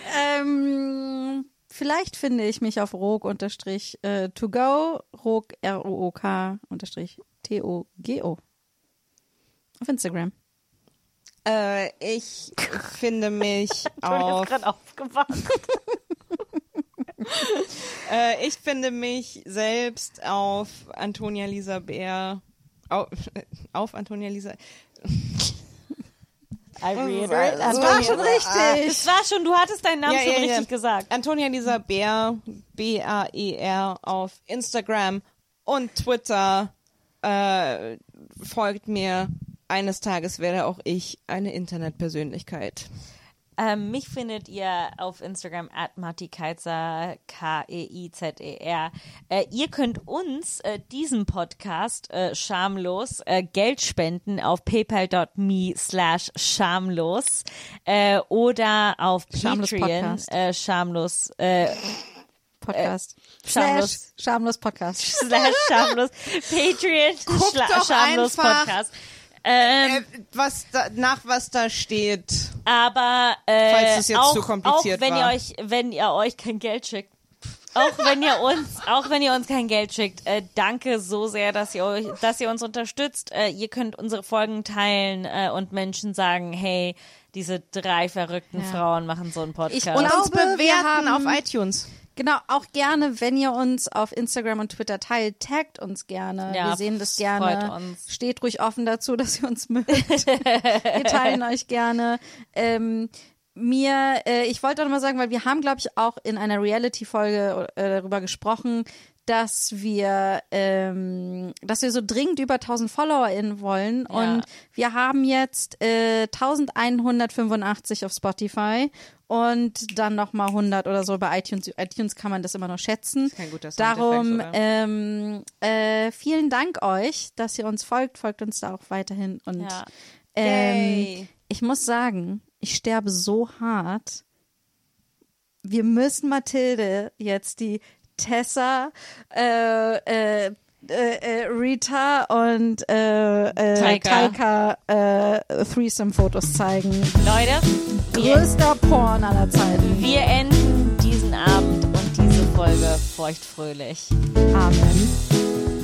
Vielleicht finde ich mich auf rook_to-go, rook, ROOK_TOGO. Auf Instagram. Ich finde mich auf... Ich habe gerade aufgewacht. Ich finde mich selbst auf Antonia Lisa Bär. Auf Antonia Lisa. I reiterate. Das war schon richtig. Das war schon, du hattest deinen Namen schon richtig gesagt. Antonia Lisa Bär, BAER auf Instagram und Twitter. Folgt mir. Eines Tages werde auch ich eine Internetpersönlichkeit. Mich findet ihr auf Instagram @MattiKeizer, KEIZER. Ihr könnt uns diesen Podcast schamlos Geld spenden auf paypal.me/schamlos oder auf Patreon schamlos Podcast. Schamlos Podcast. /schamlos. Patreon schamlos Podcast. Was da steht. Aber falls es jetzt auch, zu kompliziert auch wenn war. wenn ihr euch kein Geld schickt, auch wenn ihr uns kein Geld schickt, danke so sehr, dass ihr uns unterstützt. Ihr könnt unsere Folgen teilen und Menschen sagen, hey, diese 3 verrückten Frauen machen so einen Podcast. Und uns bewerten auf iTunes. Genau, auch gerne, wenn ihr uns auf Instagram und Twitter teilt, taggt uns gerne. Ja, wir sehen das freut gerne. uns. Steht ruhig offen dazu, dass ihr uns mögt. Wir teilen euch gerne. Ich wollte auch noch mal sagen, weil wir haben, glaube ich, auch in einer Reality-Folge darüber gesprochen, dass wir so dringend über 1000 FollowerInnen wollen. Ja. Und wir haben jetzt 1185 auf Spotify und dann nochmal 100 oder so bei iTunes. iTunes kann man das immer noch schätzen. Kein guter Darum Soundeffekt, vielen Dank euch, dass ihr uns folgt uns da auch weiterhin. Und ich muss sagen, ich sterbe so hart. Wir müssen Mathilde jetzt die Tessa, Rita und Taika Threesome-Fotos zeigen. Leute, Größter Porn aller Zeiten. wir enden diesen Abend und diese Folge feuchtfröhlich. Amen.